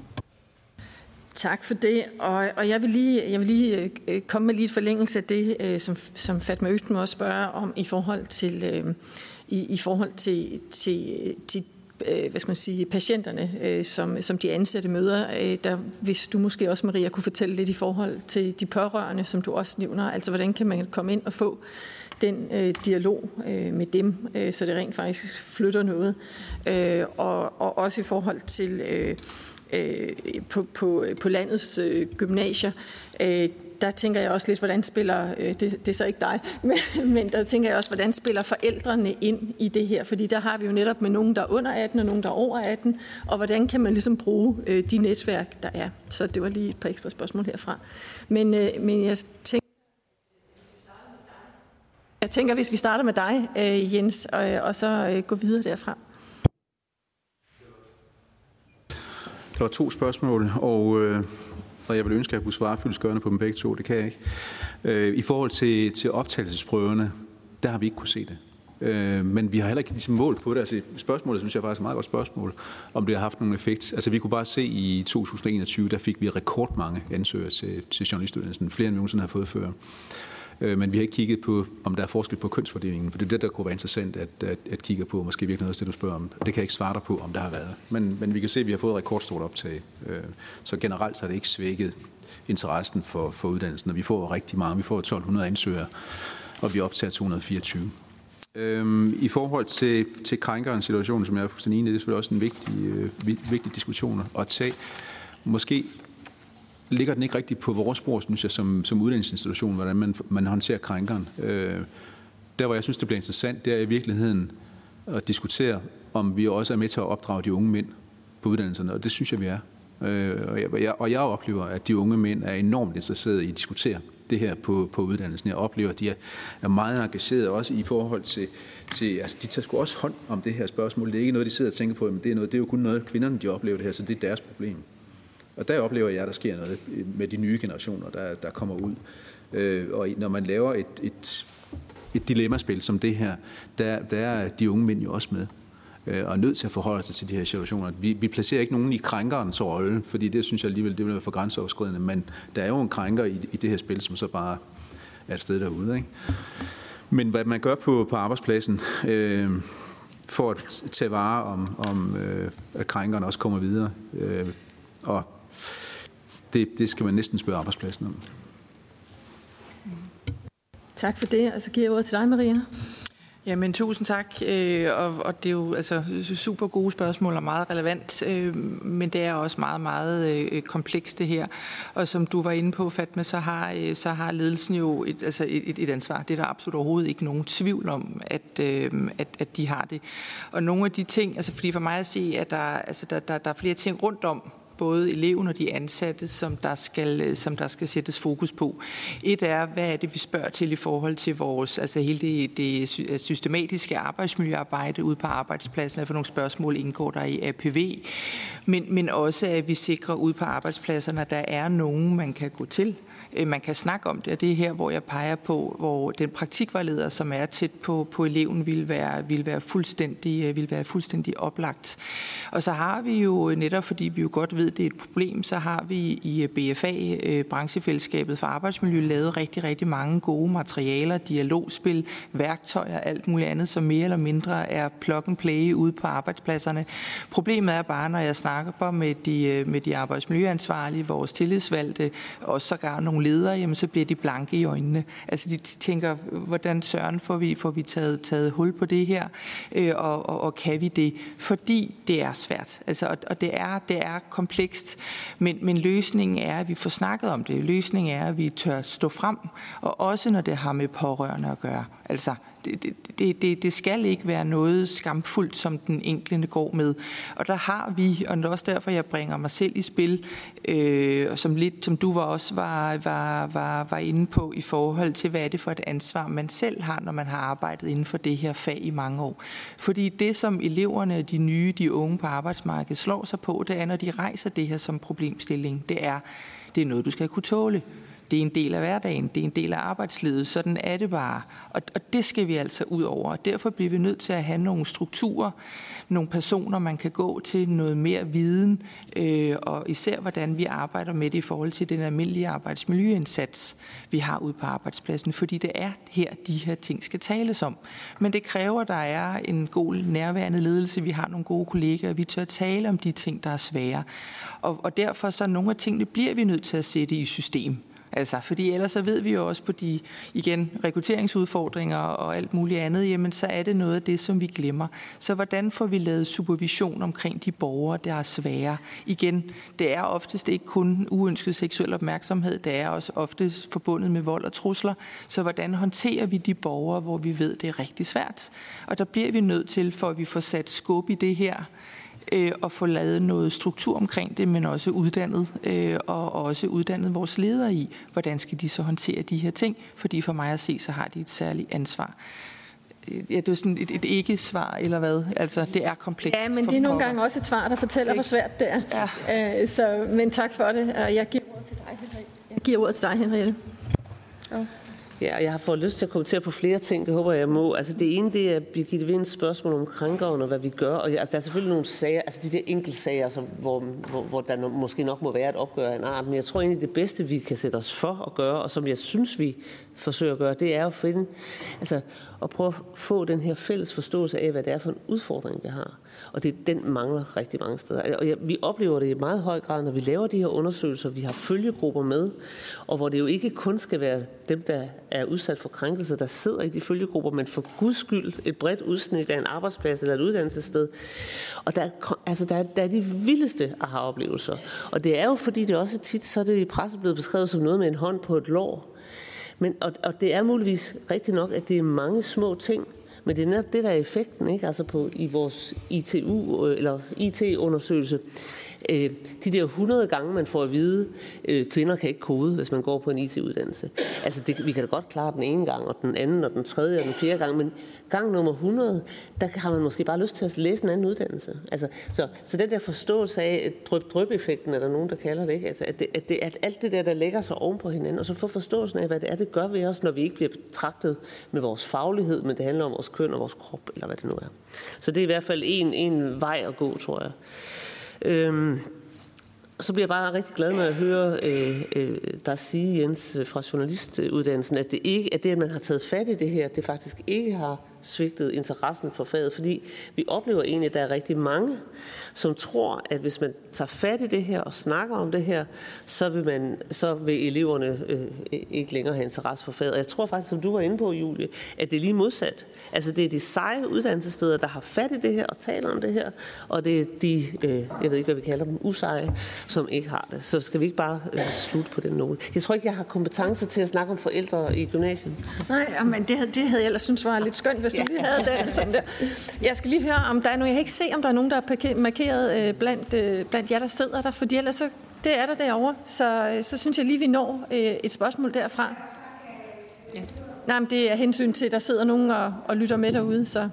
Tak for det, og, og jeg vil lige, jeg vil lige øh, komme med lige et forlængelse af det, øh, som, som Fatma Øktem også spørger om i forhold til, øh, i, i forhold til, til, til øh, hvad skal man sige, patienterne, øh, som, som de ansatte møder. Øh, der, hvis du måske også, Maria, kunne fortælle lidt i forhold til de pårørende, som du også nævner, altså hvordan kan man komme ind og få den øh, dialog øh, med dem, øh, så det rent faktisk flytter noget, øh, og, og også i forhold til øh, På, på, på landets øh, gymnasier, øh, der tænker jeg også lidt, hvordan spiller, øh, det, det er så ikke dig, men, men der tænker jeg også, hvordan spiller forældrene ind i det her, fordi der har vi jo netop med nogen, der er under atten og nogen, der er over atten, og hvordan kan man ligesom bruge øh, de netværk, der er. Så det var lige et par ekstra spørgsmål herfra. Men, øh, men jeg tænker, jeg tænker, hvis vi starter med dig, øh, Jens, og, og så øh, gå videre derfra. Der var to spørgsmål, og, øh, og jeg vil ønske, at jeg kunne svare fyldestgørende på dem begge to. Det kan jeg ikke. Øh, I forhold til, til optagelsesprøverne, der har vi ikke kunne se det. Øh, men vi har heller ikke ligesom mål på det. Altså, spørgsmålet synes jeg faktisk er et meget godt spørgsmål, om det har haft nogen effekt. Altså, vi kunne bare se i to tusind og enogtyve, der fik vi rekordmange ansøgere til, til journalistuddannelsen. Flere end vi nogensinde har fået før. Men vi har ikke kigget på, om der er forskel på kønsfordelingen, for det er det, der kunne være interessant at, at, at kigge på, måske virkelig noget af det, du spørger om. Det kan jeg ikke svare dig på, om der har været. Men, men vi kan se, at vi har fået et rekordstort optag. Så generelt så har det ikke svækket interessen for, for uddannelsen, og vi får rigtig mange. Vi får tolv hundrede ansøgere, og vi optager to hundrede og fireogtyve. I forhold til, til krænkerens situation, som jeg er fuldstændig enig i, det er selvfølgelig også en vigtig, øh, vigtig diskussion at tage. Måske ligger den ikke rigtigt på vores spor, synes jeg, som, som uddannelsesinstitution, hvordan man, man håndterer krænkeren. Øh, der, hvor jeg synes, det bliver interessant, det er i virkeligheden at diskutere, om vi også er med til at opdrage de unge mænd på uddannelserne, og det synes jeg, vi er. Øh, og, jeg, og jeg oplever, at de unge mænd er enormt interesserede i at diskutere det her på, på uddannelsen. Jeg oplever, at de er, er meget engagerede også i forhold til, til, altså de tager sgu også hånd om det her spørgsmål. Det er ikke noget, de sidder og tænker på, men det er, noget, det er jo kun noget, kvinderne de oplever det her, så det er deres problem. Og der oplever jeg, at der sker noget med de nye generationer, der, der kommer ud. Øh, og når man laver et, et et dilemmaspil som det her, der, der er de unge mænd jo også med, og er nødt til at forholde sig til de her situationer. Vi, vi placerer ikke nogen i krænkerens rolle, fordi det synes jeg alligevel, det vil være for grænseoverskridende, men der er jo en krænker i, i det her spil, som så bare er et sted derude, ikke? Men hvad man gør på, på arbejdspladsen, øh, for at tage vare om, om øh, at krænkerne også kommer videre, øh, og det, det skal man næsten spørge arbejdspladsen om. Tak for det, og så giver jeg ordet til dig, Maria. Jamen, tusind tak, og, og det er jo altså super gode spørgsmål og meget relevant, men det er også meget, meget komplekst det her. Og som du var inde på, Fatma, så har, så har ledelsen jo et, altså et, et ansvar. Det er der absolut overhovedet ikke nogen tvivl om, at, at, at de har det. Og nogle af de ting, altså fordi for mig at se, at der, altså der, der, der er flere ting rundt om, både eleven og de ansatte, som der, skal, som der skal sættes fokus på. Et er, hvad er det, vi spørger til i forhold til vores, altså hele det, det systematiske arbejdsmiljøarbejde ude på arbejdspladsen, for nogle spørgsmål indgår der i A P V, men, men også, at vi sikrer ude på arbejdspladserne, at der er nogen, man kan gå til. Man kan snakke om det, og det er her, hvor jeg peger på, hvor den praktikvejleder, som er tæt på, på eleven, vil være, vil, være fuldstændig, vil være fuldstændig oplagt. Og så har vi jo, netop fordi vi jo godt ved, at det er et problem, så har vi i B F A, branchefællesskabet for arbejdsmiljø, lavet rigtig, rigtig mange gode materialer, dialogspil, værktøjer, alt muligt andet, som mere eller mindre er plug and play ude på arbejdspladserne. Problemet er bare, når jeg snakker med de, med de arbejdsmiljøansvarlige, vores tillidsvalgte, og sågar nogle ledere, jamen så bliver de blanke i øjnene. Altså de tænker, hvordan søren får vi, får vi taget, taget hul på det her, øh, og, og, og kan vi det? Fordi det er svært. Altså, og og det, er, det er komplekst, men, men løsningen er, at vi får snakket om det. Løsningen er, at vi tør stå frem, og også når det har med pårørende at gøre. Altså, Det, det, det, det skal ikke være noget skamfuldt, som den enkelte går med. Og der har vi, og det er også derfor, jeg bringer mig selv i spil, øh, som lidt, som du var også var, var, var, var inde på, i forhold til, hvad er det for et ansvar, man selv har, når man har arbejdet inden for det her fag i mange år. Fordi det, som eleverne, de nye, de unge på arbejdsmarkedet slår sig på, det er, når de rejser det her som problemstilling. Det er, det er noget, du skal kunne tåle. Det er en del af hverdagen, det er en del af arbejdslivet, sådan er det bare. Og, og det skal vi altså ud over. Og derfor bliver vi nødt til at have nogle strukturer, nogle personer, man kan gå til, noget mere viden, øh, og især hvordan vi arbejder med det i forhold til den almindelige arbejdsmiljøindsats, vi har ude på arbejdspladsen. Fordi det er her, de her ting skal tales om. Men det kræver, at der er en god nærværende ledelse, vi har nogle gode kollegaer, vi tør tale om de ting, der er svære. Og, og derfor så nogle af tingene bliver vi nødt til at sætte i system. Altså, fordi ellers så ved vi jo også på de, igen, rekrutteringsudfordringer og alt muligt andet, jamen så er det noget af det, som vi glemmer. Så hvordan får vi lavet supervision omkring de borgere, der er svære? Igen, det er oftest ikke kun uønsket seksuel opmærksomhed, det er også oftest forbundet med vold og trusler. Så hvordan håndterer vi de borgere, hvor vi ved, det er rigtig svært? Og der bliver vi nødt til, for at vi får sat skub i det her, og få lavet noget struktur omkring det, men også uddannet, øh, og også uddannet vores ledere i, hvordan skal de så håndtere de her ting, fordi for mig at se, så har de et særligt ansvar. Ja, det er sådan et, et ikke-svar, eller hvad? Altså, det er komplekst. Ja, men det er nogle gange også et svar, der fortæller, hvor svært det er. Ja. Øh, så, men tak for det, og jeg giver ordet til dig, Henriette. Jeg giver ordet til dig, Henriette. Ja. Ja, jeg har fået lyst til at kommentere på flere ting, det håber jeg må. Altså det ene, det er Birgitte Vinds spørgsmål om krænkeren og hvad vi gør. Og altså, der er selvfølgelig nogle sager, altså de der enkeltsager, som, hvor, hvor, hvor der måske nok må være et opgør af en art. Men jeg tror egentlig, det bedste, vi kan sætte os for at gøre, og som jeg synes, vi forsøger at gøre, det er at finde, altså at prøve at få den her fælles forståelse af, hvad det er for en udfordring, vi har. Og det, den mangler rigtig mange steder. Og ja, vi oplever det i meget høj grad, når vi laver de her undersøgelser. Vi har følgegrupper med, og hvor det jo ikke kun skal være dem, der er udsat for krænkelser, der sidder i de følgegrupper, men for guds skyld et bredt udsnit af en arbejdsplads eller et uddannelsessted. Og der, altså der, der er de vildeste aha-oplevelser. Og det er jo, fordi det også tit, så er det i pressen blevet beskrevet som noget med en hånd på et lår. Men, og, og det er muligvis rigtigt nok, at det er mange små ting, men det er netop det, der er effekten, ikke? Altså på, i vores I T U eller I T-undersøgelse, Øh, de der hundrede gange, man får at vide, øh, kvinder kan ikke kode, hvis man går på en I T-uddannelse. Altså, det, vi kan da godt klare den ene gang, og den anden, og den tredje, og den fjerde gang, men gang nummer hundrede, der har man måske bare lyst til at læse en anden uddannelse. Altså, så, så den der forståelse af dryp-dryp-effekten, er der nogen, der kalder det, ikke? Altså, at, det, at, det, at alt det der, der lægger sig oven på hinanden, og så få forståelsen af, hvad det er, det gør ved os, når vi ikke bliver betragtet med vores faglighed, men det handler om vores køn og vores krop, eller hvad det nu er. Så det er i hvert fald en, en vej at gå, tror jeg. Øhm, så bliver jeg bare rigtig glad, når jeg hører øh, øh, der sige, Jens, fra journalistuddannelsen, at det ikke at det, at man har taget fat i det her, det faktisk ikke har svigtet interessen for faget, fordi vi oplever egentlig, at der er rigtig mange, som tror, at hvis man tager fat i det her og snakker om det her, så vil, man, så vil eleverne øh, ikke længere have interesse for faget. Og jeg tror faktisk, som du var inde på, Julie, at det er lige modsat. Altså det er de seje uddannelsessteder, der har fat i det her og taler om det her, og det er de, øh, jeg ved ikke, hvad vi kalder dem, useje, som ikke har det. Så skal vi ikke bare øh, slutte på den note. Jeg tror ikke, jeg har kompetence til at snakke om forældre i gymnasiet. Nej, men det, det havde jeg ellers synes var lidt skønt, hvis du lige havde det. Sådan der. Jeg skal lige høre, om der er nogen, jeg kan ikke se, om der er nogen, der er markeret øh, blandt, øh, blandt jer, der sidder der, fordi ellers så, det er der derovre. Så, så synes jeg lige, vi når øh, et spørgsmål derfra. Ja. Nej, men det er hensyn til, at der sidder nogen og, og lytter med derude, så...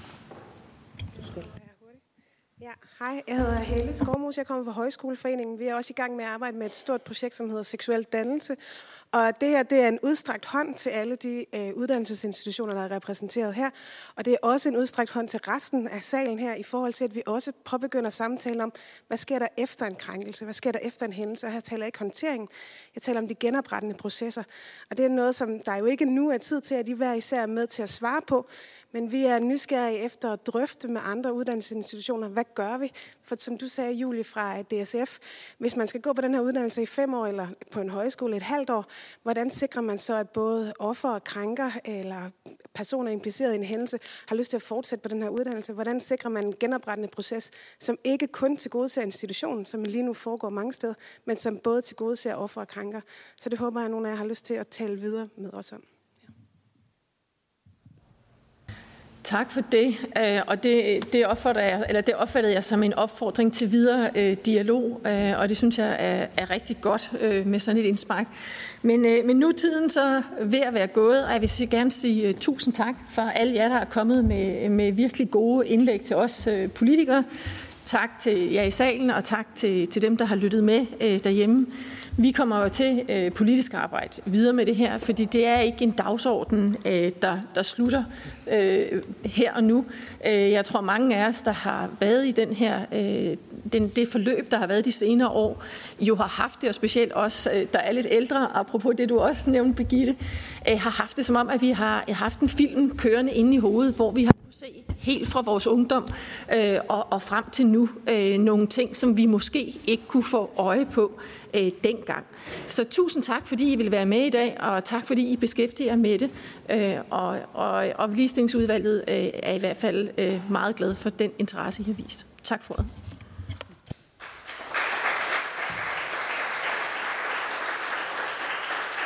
Ja, hej, jeg hedder Helle Skovmose, jeg kommer fra Højskoleforeningen. Vi er også i gang med at arbejde med et stort projekt, som hedder Seksuel Dannelse. Og det her, det er en udstrakt hånd til alle de øh, uddannelsesinstitutioner, der er repræsenteret her. Og det er også en udstrakt hånd til resten af salen her, i forhold til, at vi også påbegynder samtalen om, hvad sker der efter en krænkelse? Hvad sker der efter en hændelse? Og her taler jeg ikke håndtering, jeg taler om de genoprettende processer. Og det er noget, som der jo ikke nu er tid til, at de hver især er med til at svare på. Men vi er nysgerrige efter at drøfte med andre uddannelsesinstitutioner, hvad gør vi? For som du sagde, Julie, fra D S F, hvis man skal gå på den her uddannelse i fem år, eller på en højskole et halvt år, hvordan sikrer man så, at både offer og krænker, eller personer impliceret i en hændelse, har lyst til at fortsætte på den her uddannelse? Hvordan sikrer man en genoprettende proces, som ikke kun tilgodeser institutionen, som lige nu foregår mange steder, men som både tilgodeser offer og krænker? Så det håber jeg, at nogle af jer har lyst til at tale videre med os om. Tak for det, og det, det, opfattede jeg, eller det opfattede jeg som en opfordring til videre øh, dialog, øh, og det synes jeg er, er rigtig godt øh, med sådan et indspark. Men, øh, men nu er tiden så ved at være gået, og jeg vil gerne sige uh, tusind tak for alle jer, der er kommet med, med virkelig gode indlæg til os øh, politikere. Tak til jer i salen, og tak til, til dem, der har lyttet med øh, derhjemme. Vi kommer jo til øh, politisk arbejde videre med det her, fordi det er ikke en dagsorden, øh, der, der slutter øh, her og nu. Øh, jeg tror, mange af os, der har været i den her, øh, den, det forløb, der har været de senere år, jo har haft det, og specielt os, øh, der er lidt ældre, apropos det, du også nævnte, Birgitte, øh, har haft det som om, at vi har haft en film kørende inde i hovedet, hvor vi har kunne se helt fra vores ungdom øh, og, og frem til nu øh, nogle ting, som vi måske ikke kunne få øje på øh, dengang. Så tusind tak, fordi I vil være med i dag, og tak, fordi I beskæftiger jer med det. Øh, og, og, og ligestillingsudvalget øh, er i hvert fald øh, meget glad for den interesse, I har vist. Tak for det.